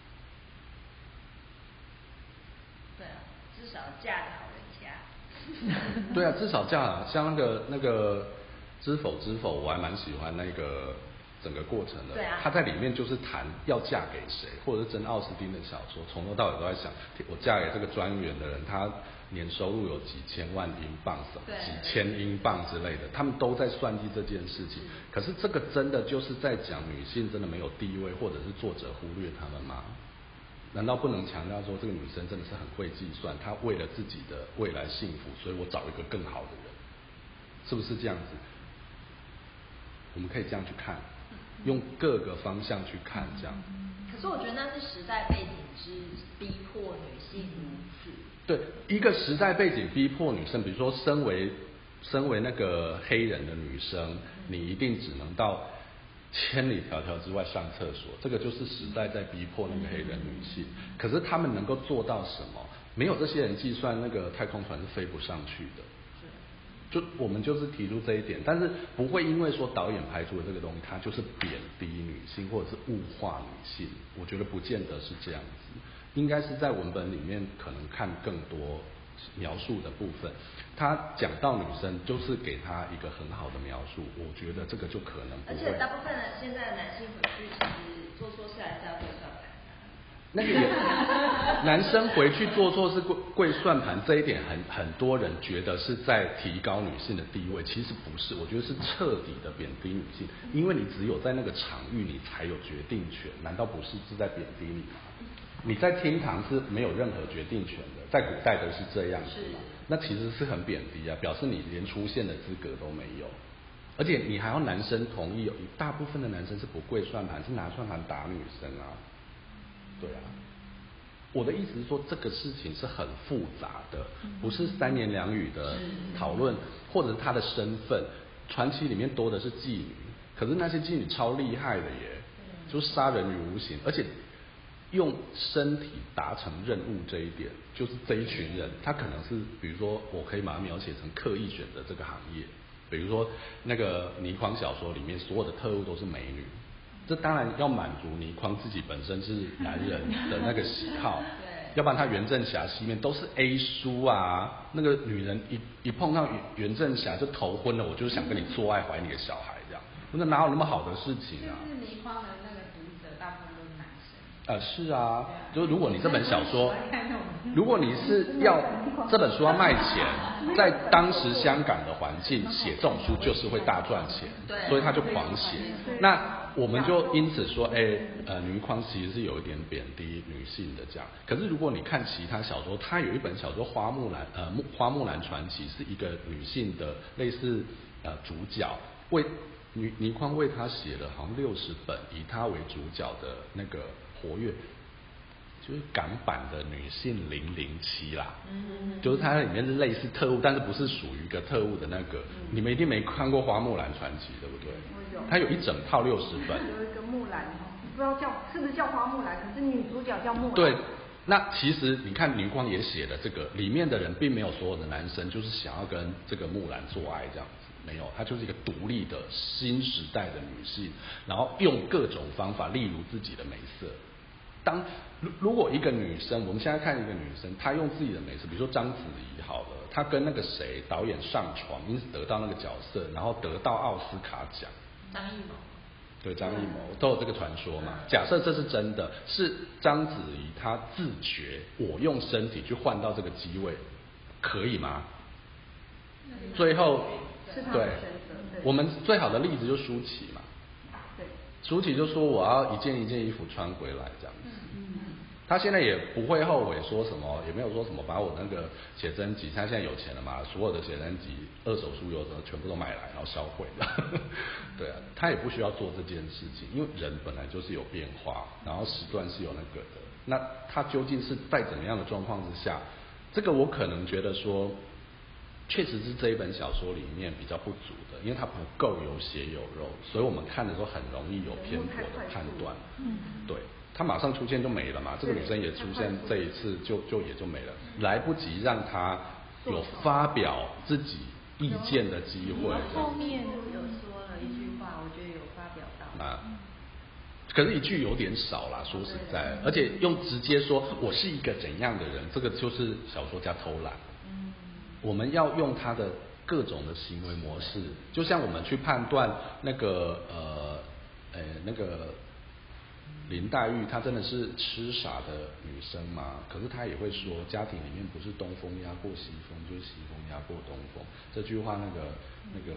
对啊，至少嫁个好人家。 对啊，至少嫁像那个那个知否知否，我还蛮喜欢那个整个过程了。 对啊。 他在里面就是谈要嫁给谁，或者是真奥斯汀的小说，从头到尾都在想，我嫁给这个专员的人，他年收入有几千万英镑什么，几千英镑之类的，他们都在算计这件事情。可是这个真的就是在讲女性真的没有地位，或者是作者忽略他们吗？难道不能强调说这个女生真的是很会计算，她为了自己的未来幸福，所以我找一个更好的人，是不是这样子？我们可以这样去看，用各个方向去看，这样。 可是我觉得那是时代背景之逼迫女性如此。 对，一个时代背景逼迫女生，比如说身为身为那个黑人的女生，你一定只能到千里迢迢之外上厕所，这个就是时代在逼迫那个黑人女性。可是他们能够做到什么？没有这些人计算，那个太空船是飞不上去的。就我们就是提出这一点，但是不会因为说导演拍出的这个东西，它就是贬低女性或者是物化女性，我觉得不见得是这样子。应该是在文本里面可能看更多描述的部分，他讲到女生就是给她一个很好的描述，我觉得这个就可能不会。 而且大部分的现在的男性回去其实做错事还是要跪算盘。 那个也男生回去做错是跪跪算盘，这一点很很多人觉得是在提高女性的地位，其实不是，我觉得是彻底的贬低女性，因为你只有在那个场域你才有决定权，难道不是是在贬低你吗？你在厅堂是没有任何决定权的，在古代都是这样子嘛，那其实是很贬低啊，表示你连出现的资格都没有，而且你还要男生同意，有一大部分的男生是不跪算盘，是拿算盘打女生啊，对啊。我的意思是说，这个事情是很复杂的，不是三言两语的讨论，或者是她的身份。传奇里面多的是妓女，可是那些妓女超厉害的耶，就是杀人于无形，而且用身体达成任务这一点，就是这一群人，他可能是，比如说，我可以把它描写成刻意选择这个行业，比如说那个倪匡小说里面所有的特务都是美女。这当然要满足倪匡自己本身是男人的那个喜好，要不然他袁振霞戏面都是 A 书啊，那个女人一一碰到袁振霞就头昏了，我就是想跟你做爱怀你的小孩这样，那哪有那么好的事情啊？ 就是倪匡的那个读者大部分都是男生。 呃，是啊，就是如果你这本小说，如果你是要这本书要卖钱，在当时香港的环境写这种书就是会大赚钱，所以他就狂写。那我们就因此说，哎，呃，倪匡其实是有一点贬低女性的这样。可是如果你看其他小说，他有一本小说《花木兰》，呃，《花木兰传奇》是一个女性的类似呃主角，为倪倪匡为他写了好像六十本以他为主角的那个活跃。就是港版的女性零零七啦，嗯，就是它里面是类似特务，但是不是属于一个特务的那个。嗯、你们一定没看过《花木兰传奇》，对不对？ 我有。 它有一整套六十本。 有一个木兰，不知道叫是不是叫花木兰，可是女主角叫木兰。 对，那其实你看倪匡也写的这个，里面的人并没有所有的男生就是想要跟这个木兰做爱这样子，没有，她就是一个独立的新时代的女性，然后用各种方法，例如自己的美色。当如如果一个女生，我们现在看一个女生，她用自己的美色，比如说章子怡好了，她跟那个谁导演上床，因此得到那个角色，然后得到奥斯卡奖。 张艺谋。 对，张艺谋都有这个传说嘛。假设这是真的，是章子怡她自觉，我用身体去换到这个机位，可以吗？最后，对，我们最好的例子就是舒淇嘛。舒淇就说我要一件一件衣服穿回来这样子，他现在也不会后悔说什么，也没有说什么把我那个写真集，他现在有钱了嘛，所有的写真集、二手书有的全部都买来然后销毁了，对啊，他也不需要做这件事情，因为人本来就是有变化，然后时段是有那个的，那他究竟是在怎么样的状况之下，这个我可能觉得说。确实是这一本小说里面比较不足的，因为它不够有血有肉，所以我们看的时候很容易有偏颇的判断。嗯，对，它马上出现就没了嘛，这个女生也出现这一次就就也就没了，来不及让她有发表自己意见的机会。 后面有说了一句话，我觉得有发表到。 啊，可是一句有点少啦，说实在，而且用直接说我是一个怎样的人，这个就是小说家偷懒。我们要用他的各种的行为模式，就像我们去判断那个呃呃，那个林黛玉她真的是痴傻的女生吗？可是她也会说，家庭里面不是东风压过西风，就是西风压过东风。这句话那个那个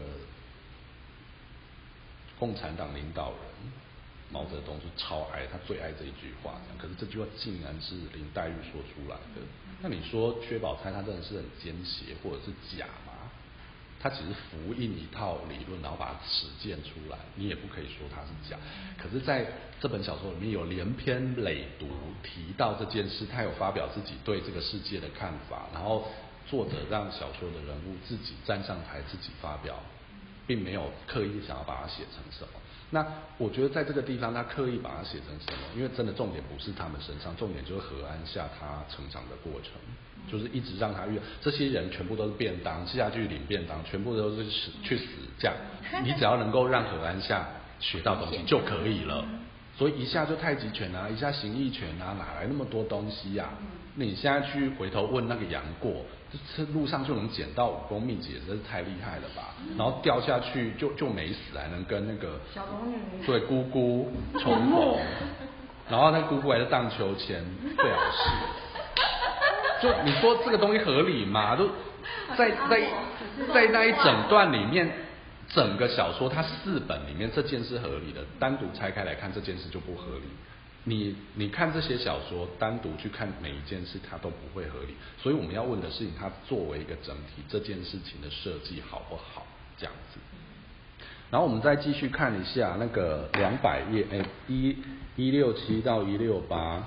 共产党领导人毛泽东就超爱，他最爱这一句话。可是这句话竟然是林黛玉说出来的。那你说薛宝钗她真的是很奸邪或者是假吗？他只是复印一套理论，然后把它实践出来，你也不可以说它是假。可是在这本小说里面有连篇累牍提到这件事，他有发表自己对这个世界的看法，然后作者让小说的人物自己站上台自己发表，并没有刻意想要把它写成什么。那我觉得在这个地方他刻意把它写成什么，因为真的重点不是他们身上，重点就是何安夏他成长的过程，就是一直让他遇这些人全部都是便当，接下去领便当，全部都是死去死这样，你只要能够让何安夏学到东西就可以了。所以一下就太极拳啊，一下形意拳啊，哪来那么多东西呀、啊？那你现在去回头问那个杨过，这路上就能捡到武功秘籍，真是太厉害了吧？然后掉下去就就没死，还能跟那个小龙女对姑姑重逢，然后那姑姑还是荡秋千，最好是。就你说这个东西合理吗？就在在在那一整段里面，整个小说它四本里面这件事合理的，单独拆开来看这件事就不合理。你你看这些小说，单独去看每一件事，它都不会合理。所以我们要问的事情，它作为一个整体，这件事情的设计好不好？这样子。然后我们再继续看一下那个两百页，哎，一一六七到一六八，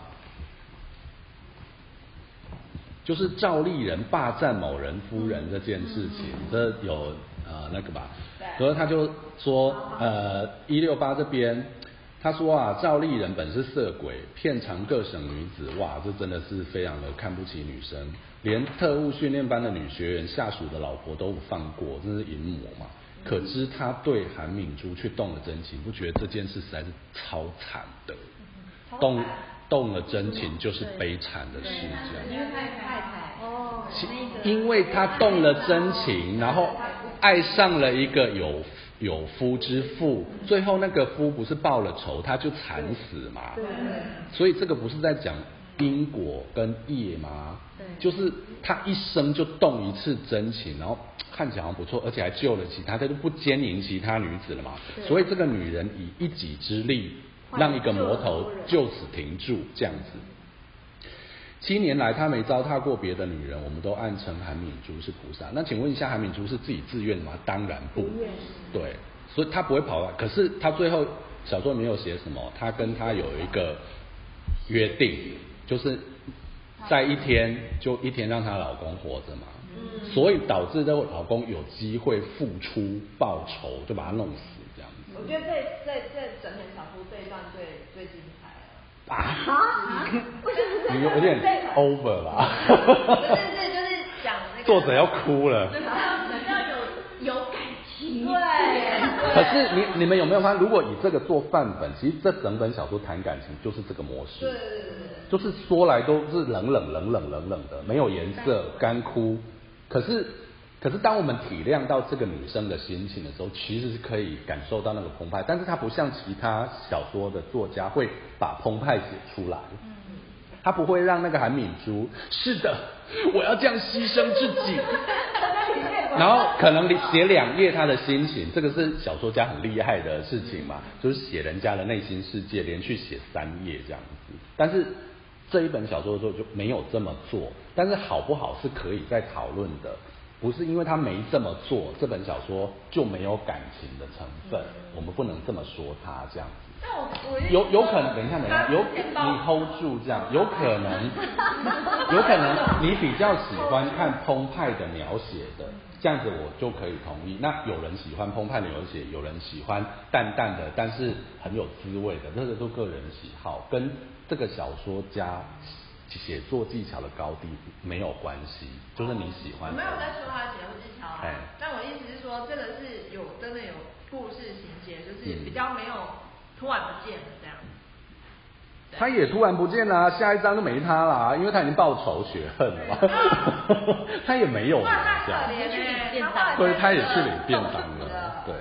就是赵丽人霸占某人夫人这件事情，这有呃那个吧？所以他就说，呃，一六八这边。他说啊，赵丽人本是色鬼，遍尝各省女子，哇，这真的是非常的看不起女生，连特务训练班的女学员下属的老婆都不放过，真是淫魔嘛。可知他对韩敏珠却动了真情，不觉得这件事实在是超惨的，动动了真情就是悲惨的事，这样。 因为太太太哦， 因为他动了真情，然后爱上了一个有。有夫之妇，最后那个夫不是报了仇，他就惨死嘛。对。所以这个不是在讲因果跟业吗？对。就是他一生就动一次真情，然后看起来好像不错，而且还救了其他，他就不奸淫其他女子了嘛。所以这个女人以一己之力，让一个魔头就此停住，这样子。七年来，他没糟蹋过别的女人，我们都暗称韩敏珠是菩萨。那请问一下，韩敏珠是自己自愿的吗？当然不，对，所以他不会跑来。可是他最后小说里面有写什么？他跟他有一个约定，就是在一天就一天让她老公活着嘛，所以导致这位老公有机会付出报仇，就把他弄死这样子。 我觉得在在在整篇小说这一段最最精彩。 啊！ 你有点 over 啦。 不是，是就是讲那个作者要哭了。 比较有有感情。 对。 可是你你们有没有发现，如果以这个做范本，其实这整本小说谈感情就是这个模式。 对对对对。 就是说来都是冷冷冷冷冷冷的，没有颜色，干枯。可是。可是当我们体谅到这个女生的心情的时候，其实是可以感受到那个澎湃，但是她不像其他小说的作家会把澎湃写出来，他不会让那个韩敏珠是的，我要这样牺牲自己，然后可能写两页他的心情，这个是小说家很厉害的事情嘛，就是写人家的内心世界，连续写三页这样子。但是这一本小说的时候就没有这么做，但是好不好是可以再讨论的。不是因为他没这么做，这本小说就没有感情的成分，我们不能这么说他这样子。有有可能，等一下，等一下，有你 hold 住这样，有可能，有可能你比较喜欢看澎湃的描写的，这样子我就可以同意。那有人喜欢澎湃的描写，有人喜欢淡淡的，但是很有滋味的，这个都个人喜好，跟这个小说家写作技巧的高低没有关系，就是你喜欢。 我没有在说他的写作技巧啊，但我意思是说，这个是有真的有故事情节，就是比较没有突然不见了这样。 他也突然不见了、啊，下一章就没他啦，因为他已经报仇雪恨了嘛。他也没有了这样， 去领便当， 对，他也去领便当了，对。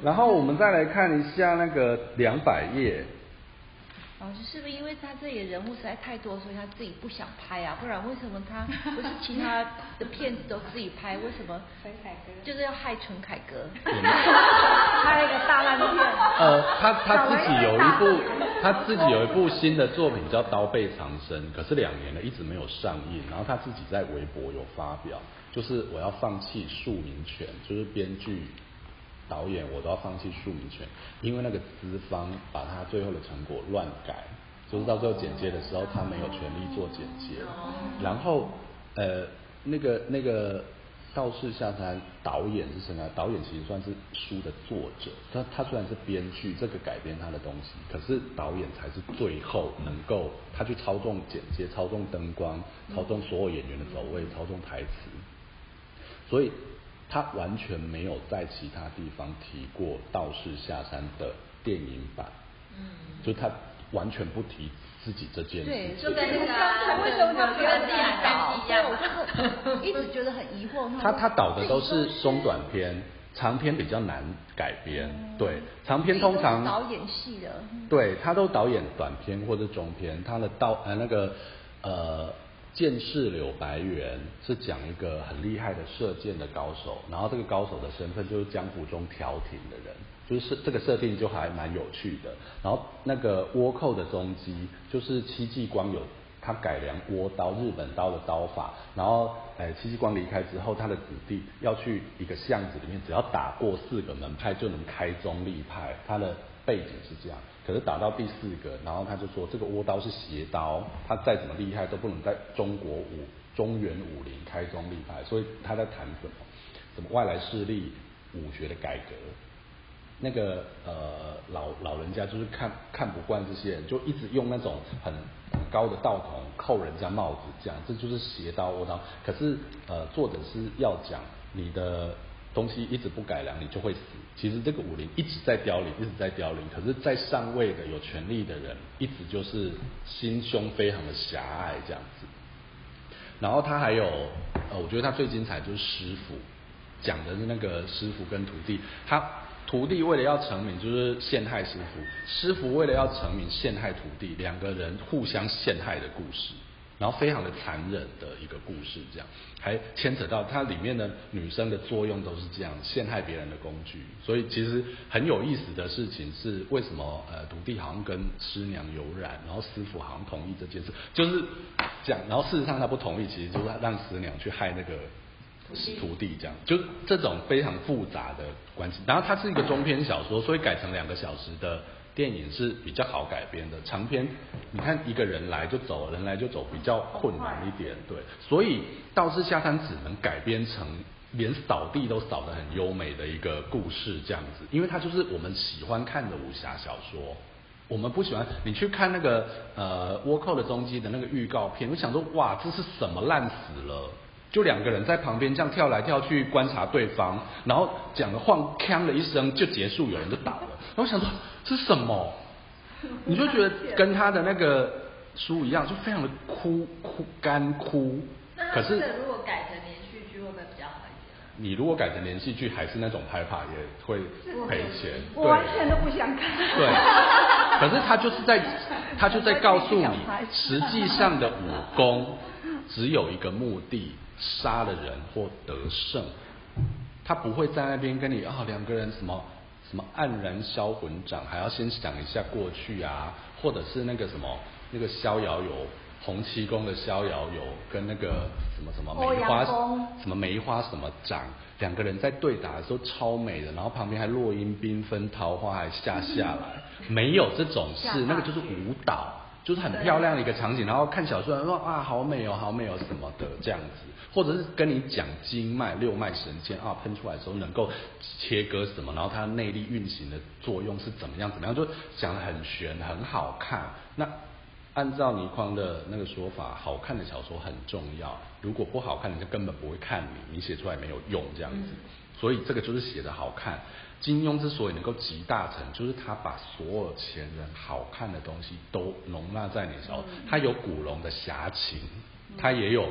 然后我们再来看一下那个两百页。 老师是不是因为他这里的人物实在太多，所以他自己不想拍啊？不然为什么他不是其他的片子都自己拍？为什么陈凯歌就是要害陈凯歌？ 拍了一个大烂片。 呃，他他自己有一部，他自己有一部新的作品叫《刀背藏身》，可是两年了一直没有上映。然后他自己在微博有发表，就是我要放弃庶民权，就是编剧。导演我都要放弃庶民权，因为那个资方把他最后的成果乱改，就是到最后剪接的时候他没有权利做剪接。然后呃那个那个道士下山导演是谁呢？导演其实算是书的作者，他他虽然是编剧，这个改编他的东西，可是导演才是最后能够他去操纵剪接、操纵灯光、操纵所有演员的走位、操纵台词，所以。他完全没有在其他地方提过《道士下山》的电影版，嗯，就是他完全不提自己这件事情。 对，就跟那个为什么他不跟自己导一样？我就一直觉得很疑惑。 他他导的都是中短片，长篇比较难改编。嗯、对，长篇通常导演系的。 对，他都导演短篇或者中篇。他的导呃那个呃。剑士柳白猿是讲一个很厉害的射箭的高手，然后这个高手的身份就是江湖中调停的人，就是这个设定就还蛮有趣的。然后那个倭寇的踪迹，就是戚继光有他改良倭刀日本刀的刀法，然后哎戚继光离开之后，他的子弟要去一个巷子里面，只要打过四个门派就能开宗立派，他的背景是这样。可是打到第四个，然后他就说这个倭刀是邪刀，他再怎么厉害都不能在中国武中原武林开宗立派，所以他在谈什么？什么外来势力武学的改革？那个呃老老人家就是看看不惯这些人，就一直用那种很很高的道筒扣人家帽子，这样这就是邪刀倭刀。可是呃作者是要讲你的。东西一直不改良，你就会死。其实这个武林一直在凋零，一直在凋零。可是，在上位的有权力的人，一直就是心胸非常的狭隘这样子。然后他还有，呃，我觉得他最精彩就是师傅，讲的是那个师傅跟徒弟，他徒弟为了要成名，就是陷害师傅；师傅为了要成名，陷害徒弟，两个人互相陷害的故事。然后非常的残忍的一个故事，这样还牵扯到它里面的女生的作用都是这样陷害别人的工具，所以其实很有意思的事情是为什么呃徒弟好像跟师娘有染，然后师傅好像同意这件事，就是这样，然后事实上他不同意，其实就是让师娘去害那个徒弟，这样就这种非常复杂的关系。然后它是一个中篇小说，所以改成两个小时的。电影是比较好改编的，长篇你看一个人来就走，人来就走，比较困难一点，对，所以《道士下山》只能改编成连扫地都扫得很优美的一个故事这样子，因为它就是我们喜欢看的武侠小说。我们不喜欢你去看那个呃倭寇的踪迹的那个预告片，我想说哇，这是什么烂死了？就两个人在旁边这样跳来跳去观察对方，然后讲了晃锵了一声就结束，有人就倒了。然后我想说这是什么？你就觉得跟他的那个书一样，就非常的哭哭干哭。 可是如果改成连续剧会不会比较好一点？ 你如果改成连续剧，还是那种拍法也会赔钱。 我完全都不想看。 对，可是他就是在他就在告诉你，实际上的武功只有一个目的。杀了人或得胜，他不会在那边跟你啊、哦、两个人什么什么黯然销魂掌，还要先想一下过去啊，或者是那个什么那个逍遥游洪七公的逍遥游跟那个什么什么梅花什么梅花什么掌，两个人在对打的时候超美的，然后旁边还落英缤纷，桃花还下下来，没有这种事，那个就是舞蹈。就是很漂亮的一个场景，然后看小说说啊好美哦好美哦什么的这样子，或者是跟你讲经脉六脉神剑啊喷出来的时候能够切割什么，然后它内力运行的作用是怎么样怎么样，就讲得很玄很好看。那按照倪匡的那个说法，好看的小说很重要，如果不好看人家根本不会看你，你写出来没有用这样子，所以这个就是写得好看。金庸之所以能够集大成，就是他把所有前人好看的东西都容纳在你手上。他有古龙的侠情，他也有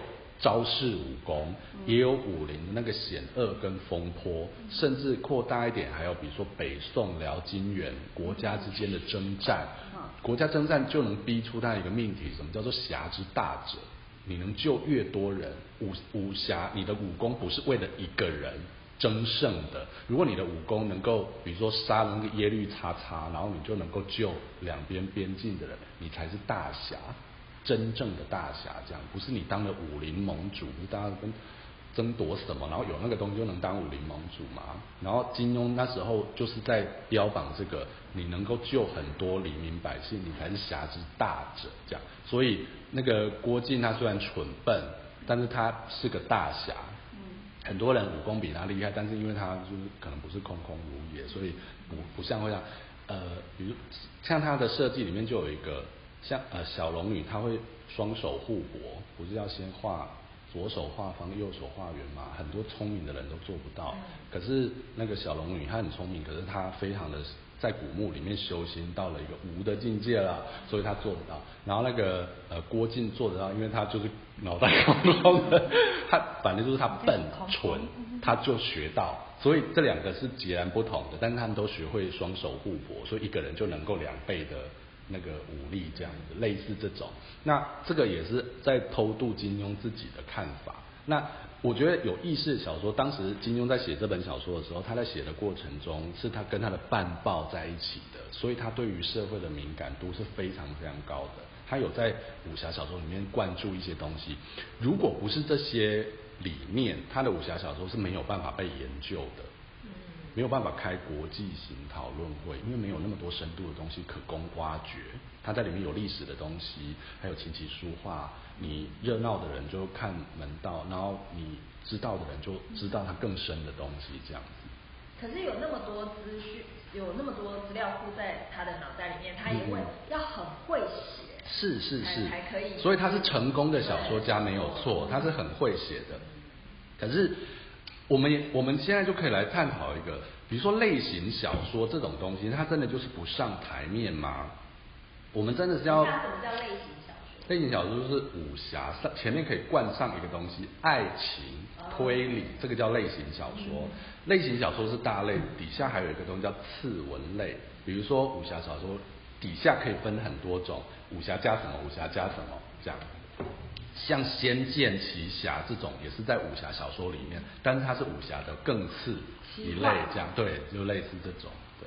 招式武功，也有武林的那个险恶跟风波，甚至扩大一点，还有比如说北宋、辽、金元国家之间的征战，国家征战就能逼出它一个命题，什么叫做侠之大者？你能救越多人，武武侠，你的武功不是为了一个人争胜的。如果你的武功能够，比如说杀了那个耶律叉叉，然后你就能够救两边边境的人，你才是大侠，真正的大侠。这样不是你当了武林盟主，不是大家跟争夺什么，然后有那个东西就能当武林盟主嘛。然后金庸那时候就是在标榜这个，你能够救很多黎民百姓，你才是侠之大者。这样，所以那个郭靖他虽然蠢笨，但是他是个大侠。很多人武功比他厉害，但是因为他就是可能不是空空如也，所以不不像会像呃，比如像他的设计里面就有一个像呃小龙女，她会双手护脖，不是要先画左手画方，右手画圆嘛？很多聪明的人都做不到。可是那个小龙女她很聪明，可是她非常的在古墓里面修心到了一个无的境界了，所以她做不到。然后那个呃郭靖做得到，因为他就是脑袋空空的，他反正就是他笨蠢，他就学到。所以这两个是截然不同的，但是他们都学会双手互搏，所以一个人就能够两倍的那个武力，这样子类似这种。那这个也是在偷渡金庸自己的看法。那我觉得有意识小说，当时金庸在写这本小说的时候，他在写的过程中是他跟他的伴报在一起的，所以他对于社会的敏感度是非常非常高的。他有在武侠小说里面灌注一些东西，如果不是这些理念，他的武侠小说是没有办法被研究的，没有办法开国际型讨论会，因为没有那么多深度的东西可供挖掘。它在里面有历史的东西，还有琴棋书画，你热闹的人就看门道，然后你知道的人就知道它更深的东西，这样子。 可是有那么多资讯，有那么多资料库在他的脑袋里面，他也会、嗯、要很会写。 是是是， 才可以。 所以他是成功的小说家没有错，他是很会写的。可是我们也我们现在就可以来探讨一个，比如说类型小说这种东西，它真的就是不上台面吗？我们真的是要。 那什么叫类型小说？ 类型小说就是武侠，上前面可以冠上一个东西，爱情、推理，这个叫类型小说。类型小说是大类，底下还有一个东西叫次文类，比如说武侠小说底下可以分很多种，武侠加什么，武侠加什么这样。像仙剑奇侠这种也是在武侠小说里面，但是它是武侠的更次一类，这样对，就类似这种对。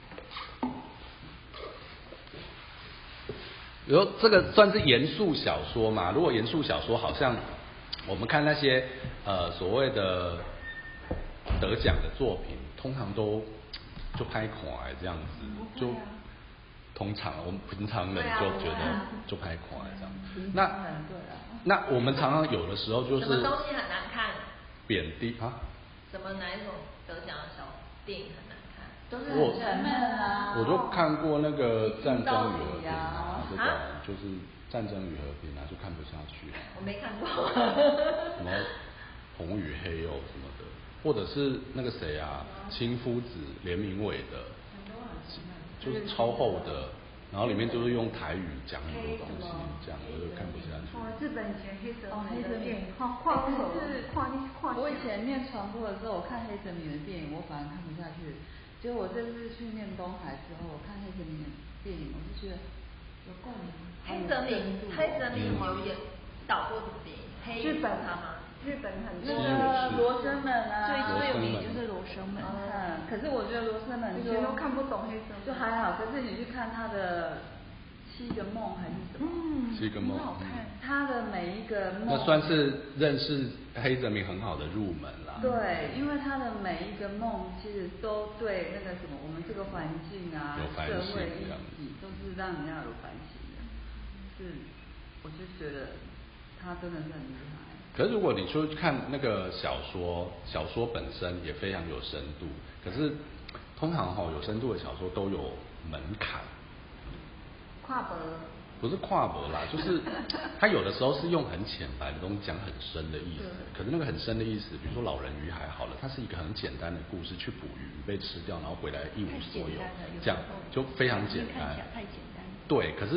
比如这个算是严肃小说嘛？如果严肃小说，好像我们看那些呃所谓的得奖的作品，通常都就拍垮这样子，就通常我们平常人就觉得就拍垮这样。那那我们常常有的时候就是什么东西很难看？ 贬低啊？ 什么哪一种得奖的小电影很难看？ 都是很沉闷啊。 我就看过那个《战争与和平》啊，这种就是《战争与和平》啊，就看不下去。 我没看过。 什么红与黑哦什么的，或者是那个谁啊，亲夫子连明伟的，就是超厚的，然后里面就是用台语讲很多东西，这样我就看不下去。 哦，日本以前黑泽明的电影， 跨跨手是跨跨。 我以前念传播的时候，我看黑泽明的电影，我反而看不下去。结果我这次去念东海之后，我看黑泽明的电影，我就觉得有共鸣。 黑泽明，黑泽明有演导过什么电影？ 日本他吗？日本很多。 那个罗生门啊， 最最有名就是罗生门。 嗯，可是我觉得罗生门以前都看不懂黑泽明， 就还好。可是你去看他的七个梦还是什么？ 嗯， 七个梦。 好看。 他的每一个梦。 那算是认识黑泽明很好的入门啦。 对，因为他的每一个梦其实都对那个什么，我们这个环境啊，社会议题都是让人家有反省的。是，我就觉得他真的是很厉害。 可是如果你说看那个小说，小说本身也非常有深度，可是通常哈、哦、有深度的小说都有门槛。 跨博。 不是跨博啦，就是他有的时候是用很浅白的东西讲很深的意思，可是那个很深的意思，比如说老人与海好了，它是一个很简单的故事，去捕鱼被吃掉，然后回来一无所有，这样就非常简单。 太简单。 对，可是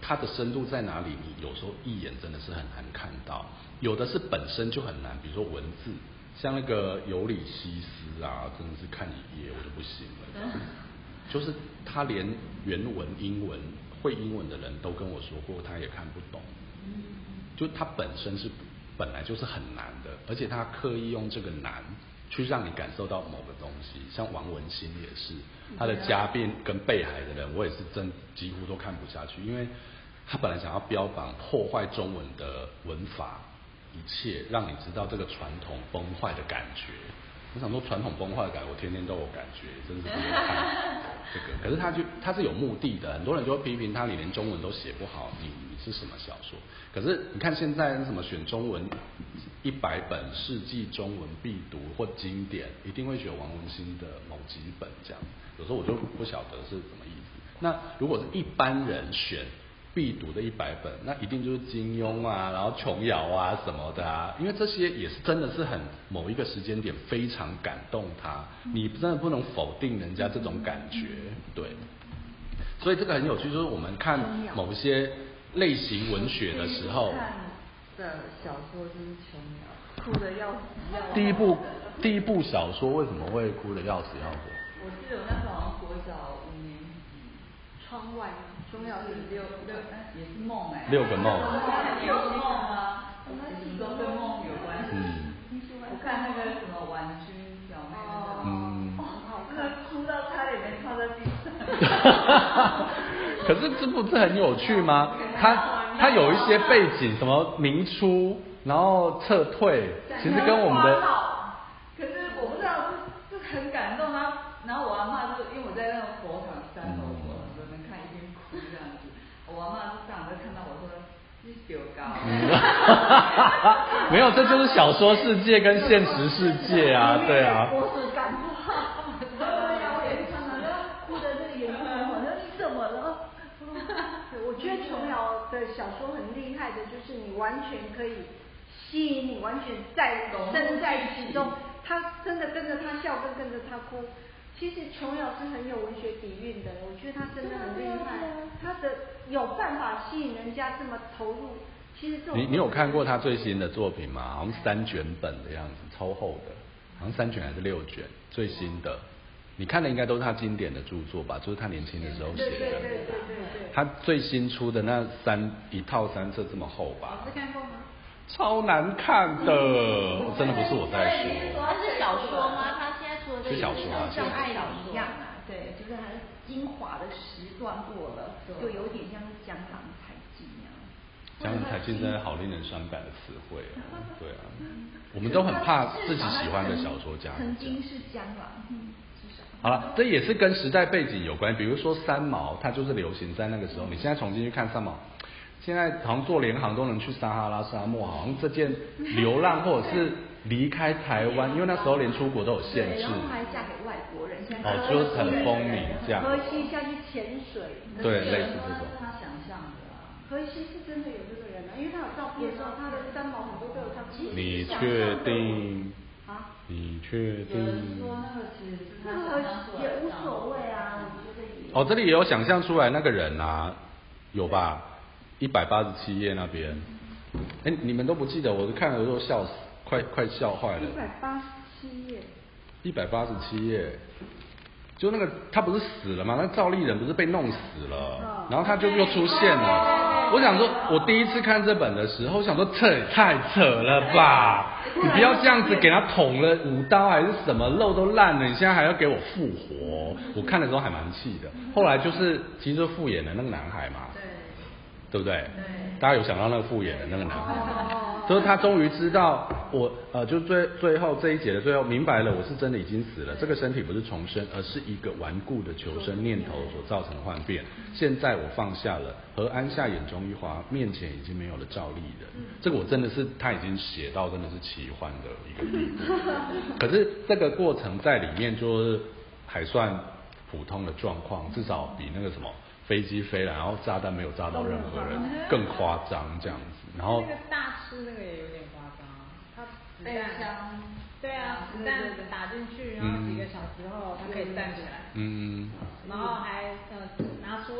它的深度在哪里？你有时候一眼真的是很难看到，有的是本身就很难，比如说文字，像那个尤里西斯啊，真的是看一页我就不行了，就是他连原文英文会英文的人都跟我说过，他也看不懂，就他本身是本来就是很难的，而且他刻意用这个难去让你感受到某个东西，像王文兴也是，他的家变跟贝海的人，我也是真几乎都看不下去，因为他本来想要标榜破坏中文的文法，一切让你知道这个传统崩坏的感觉。我想说传统崩坏的感觉，我天天都有感觉，真是不会看这个。可是他就他是有目的的，很多人就会批评他，你连中文都写不好，你你是什么小说？可是你看现在什么选中文一百本世纪中文必读或经典，一定会选王文兴的某几本这样。有时候我就不晓得是什么意思。那如果是一般人选必读的一百本，那一定就是金庸啊，然后琼瑶啊什么的啊，因为这些也是真的是很某一个时间点非常感动他，你真的不能否定人家这种感觉，对。所以这个很有趣，就是我们看某些类型文学的时候， 看的小说就是琼瑶，哭得要死要活。 第一部第一部小说为什么会哭得要死要活？ 我记得我那时候好像国小五年级， 窗外琼瑶是六六，也是梦哎、欸， 六个梦， 六个梦啊，什么都跟梦有关系。 嗯， 我看那个什么婉君小妹那个， 嗯， 哦，那个哭到差点没趴在地上。 可是这不是很有趣吗？他他有一些背景，什么明初，然后撤退，其实跟我们的。 可是我不知道，就就很感动啊。然后我阿嬷就因为我在那个佛堂三楼佛堂这边看一边哭这样子，我阿嬷就上来就看到我说你丢高。 没有，这就是小说世界跟现实世界啊，对啊。 我是感不好，对呀，我也看到，哭的那个眼睛好像你怎么了？我觉得琼瑶的小说很厉害的，就是你完全可以吸引你，完全在身在其中，他真的跟着他笑，跟跟着他哭。其实琼瑶是很有文学底蕴的，我觉得他真的很厉害，他的有办法吸引人家这么投入。其实这种你你有看过他最新的作品吗？好像三卷本的样子，超厚的，好像三卷还是六卷，最新的。你看的应该都是他经典的著作吧，就是他年轻的时候写的。 对对对对对对。 他最新出的那三一套三册这么厚吧？ 老师看过吗？ 超难看的，真的不是我在说。 它是小说吗？他现在出的这个是小说啊， 像爱你一样啊，对，就是它精华的时段过了，就有点像是江郎才尽那样。 江郎才尽真的好令人伤感的词汇哦，对啊，我们都很怕自己喜欢的小说家曾经是江郎，嗯。 好了，这也是跟时代背景有关。比如说三毛，它就是流行在那个时候。你现在重新去看三毛，现在好像做联航都能去撒哈拉沙漠，好像这件流浪或者是离开台湾，因为那时候连出国都有限制。 然后还嫁给外国人，现在哦，就是很风靡这样。 荷西下去潜水， 对，类似这种。 他想象的啊。 荷西是真的有这个人啊，因为他有照片，他的三毛很多都有照片。 你确定？ 啊？ 你确定？ 有人说那个其实是他想象出来的， 也无所谓啊，我觉得也。 哦，这里也有想象出来那个人啊，有吧？一百八十七页那边，哎，你们都不记得，我看了都笑死，快快笑坏了。 一百八十七页。 一百八十七页，就那个他不是死了吗？那赵丽人不是被弄死了，然后他就又出现了。我想说，我第一次看这本的时候，我想说这也太扯了吧！你不要这样子给他捅了五刀还是什么，肉都烂了，你现在还要给我复活？我看的时候还蛮气的。后来就是其实就复演的那个男孩嘛，对不对？对，大家有想到那个复演的那个男孩吗？就是他终于知道我呃，就最最后这一节的最后明白了，我是真的已经死了，这个身体不是重生，而是一个顽固的求生念头所造成的幻变。现在我放下了，和安下眼中一花，面前已经没有了赵丽人。这个我真的是他已经写到真的是奇幻的一个地步。可是这个过程在里面就是还算普通的状况，至少比那个什么飞机飞了，然后炸弹没有炸到任何人更夸张这样子。然后那个大师那个也有点夸张，他子弹，对啊，子弹打进去，然后几个小时后他可以站起来， 嗯， 然后还呃拿出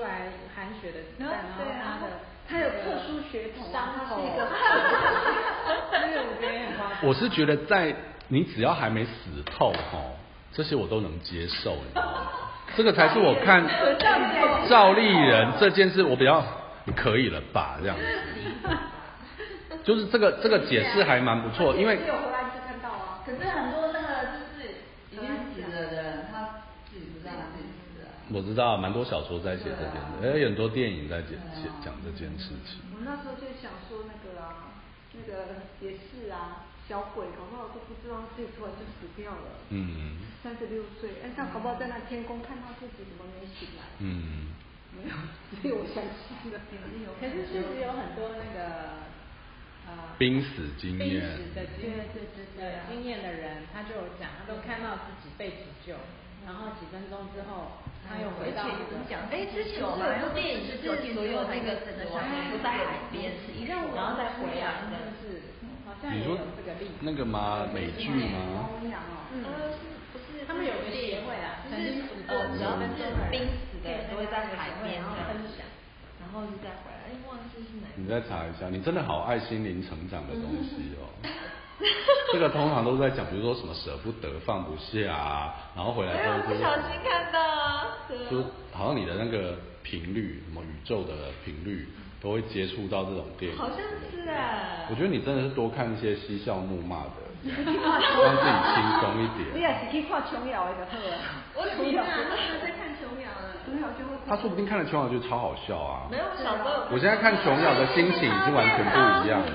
来含血的子弹，然后他的他有特殊血统， 伤口， 那个我觉得很夸张。 我是觉得在你只要还没死透吼，这些我都能接受，你知道吗？这个才是我看赵丽人这件事，我比较你可以了吧这样子，就是这个这个解释还蛮不错，因为有回来就看到啊。 可是很多那个就是已经死的人，他自己不知道他自己死啊。 我知道蛮多小说在写这件事，而且很多电影在讲讲这件事情。 我那时候就想说那个啊，那个也是啊。小鬼搞不好都不知道自己突然就死掉了。嗯。三十六岁，哎，他搞不好在那天宫看到自己怎么没醒来。嗯。没有，只有我相信的。 可是确实有很多那个呃。 濒死经验。 濒死的经验，对对对，经验的人，他就有讲，他都看到自己被急救，然后几分钟之后，他又回到那个。 哎，之前有一部电影是所有那个死亡不在海边，然后再回来的。 是。 你说那个吗？美剧吗？ 嗯，不是， 他们有个协会啊， 就是呃，只要是濒死的都会在海边分享，然后就再回来。哎，忘记是哪一个。 你再查一下，你真的好爱心灵成长的东西哦。这个通常都是在讲，比如说什么舍不得、放不下啊，然后回来之后不小心看到啊， 就好像你的那个频率，什么宇宙的频率。都会接触到这种电影， 好像是哎。 我觉得你真的是多看一些嬉笑怒骂的，让自己轻松一点。 你也是去看琼瑶的就好了。 我从小在看琼瑶了， 从小就会。 他说不定看了琼瑶就超好笑啊。 没有，小时候。 我现在看琼瑶的心情已经完全不一样了。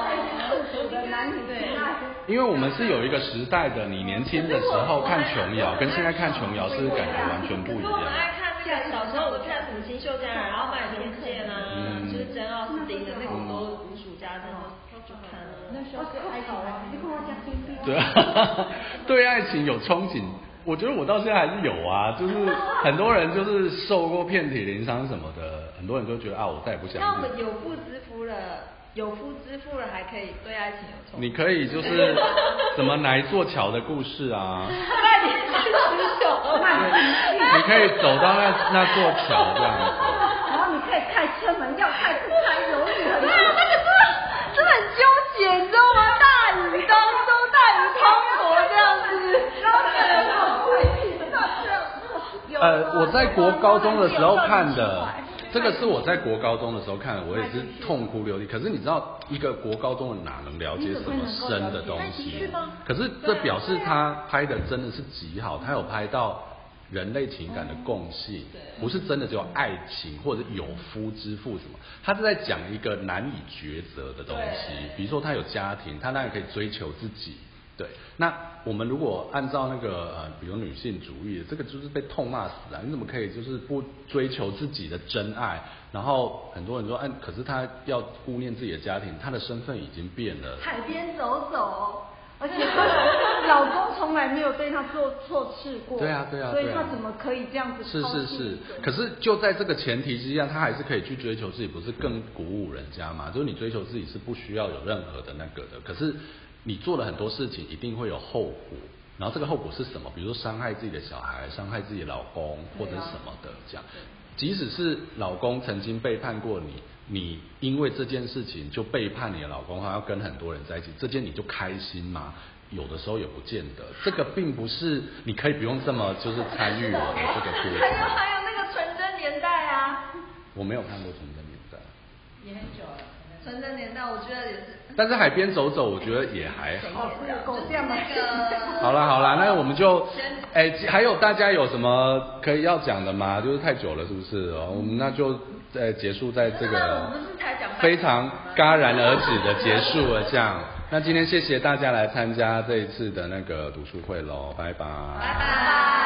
因为我们是有一个时代的，你年轻的时候看琼瑶，跟现在看琼瑶是感觉完全不一样。 我们爱看那个小时候，我看什么《新秀佳人》，然后《买天剑》啊，就是珍奥斯汀的那个，我都如数家珍，就看了。 那时候是爱情啊， 你跟我讲经历。 对啊，对爱情有憧憬，我觉得我到现在还是有啊，就是很多人就是受过遍体鳞伤什么的，很多人都觉得啊，我再也不想。 那我们有妇之夫了。有夫之妇了，还可以对爱情有憧憬。 你可以就是什么哪一座桥的故事啊？ 那你是只手， 你可以走到那那座桥这样子。 然后你可以开车门，要开不开，犹豫很久。 那个真真很纠结，你知道吗？大雨当中，大雨滂沱这样子，然后可能我会听到这样。 呃，我在国高中的时候看的。这个是我在国高中的时候看的，我也是痛哭流涕。可是你知道，一个国高中的哪能了解什么深的东西？可是这表示他拍的真的是极好，他有拍到人类情感的共性，不是真的只有爱情或者有夫之妇什么，他是在讲一个难以抉择的东西。比如说他有家庭，他当然可以追求自己。对，那我们如果按照那个呃，比如女性主义，这个就是被痛骂死啊！你怎么可以就是不追求自己的真爱？然后很多人说，哎、啊，可是他要顾念自己的家庭，他的身份已经变了。 海边走走，而且她老公从来没有对她做错事过。 对啊，对啊， 所以她怎么可以这样子？ 是是是，可是就在这个前提之下，他还是可以去追求自己，不是更鼓舞人家嘛？就是你追求自己是不需要有任何的那个的，可是。你做了很多事情，一定会有后果，然后这个后果是什么？比如说伤害自己的小孩，伤害自己的老公，或者什么的这样。即使是老公曾经背叛过你，你因为这件事情就背叛你的老公，他要跟很多人在一起，这件你就开心吗？有的时候也不见得。这个并不是你可以不用这么就是参与我的这个过程。 还有还有那个纯真年代啊。 我没有看过纯真年代。 也很久了。 纯真年代，我觉得也是。 但是海边走走，我觉得也还好。 这样那个。 好啦好啦，那我们就，哎、欸，还有大家有什么可以要讲的吗？就是太久了，是不是？哦，我们那就呃结束在这个非常戛然而止的结束了，这样。那今天谢谢大家来参加这一次的那个读书会喽，拜拜。 拜拜。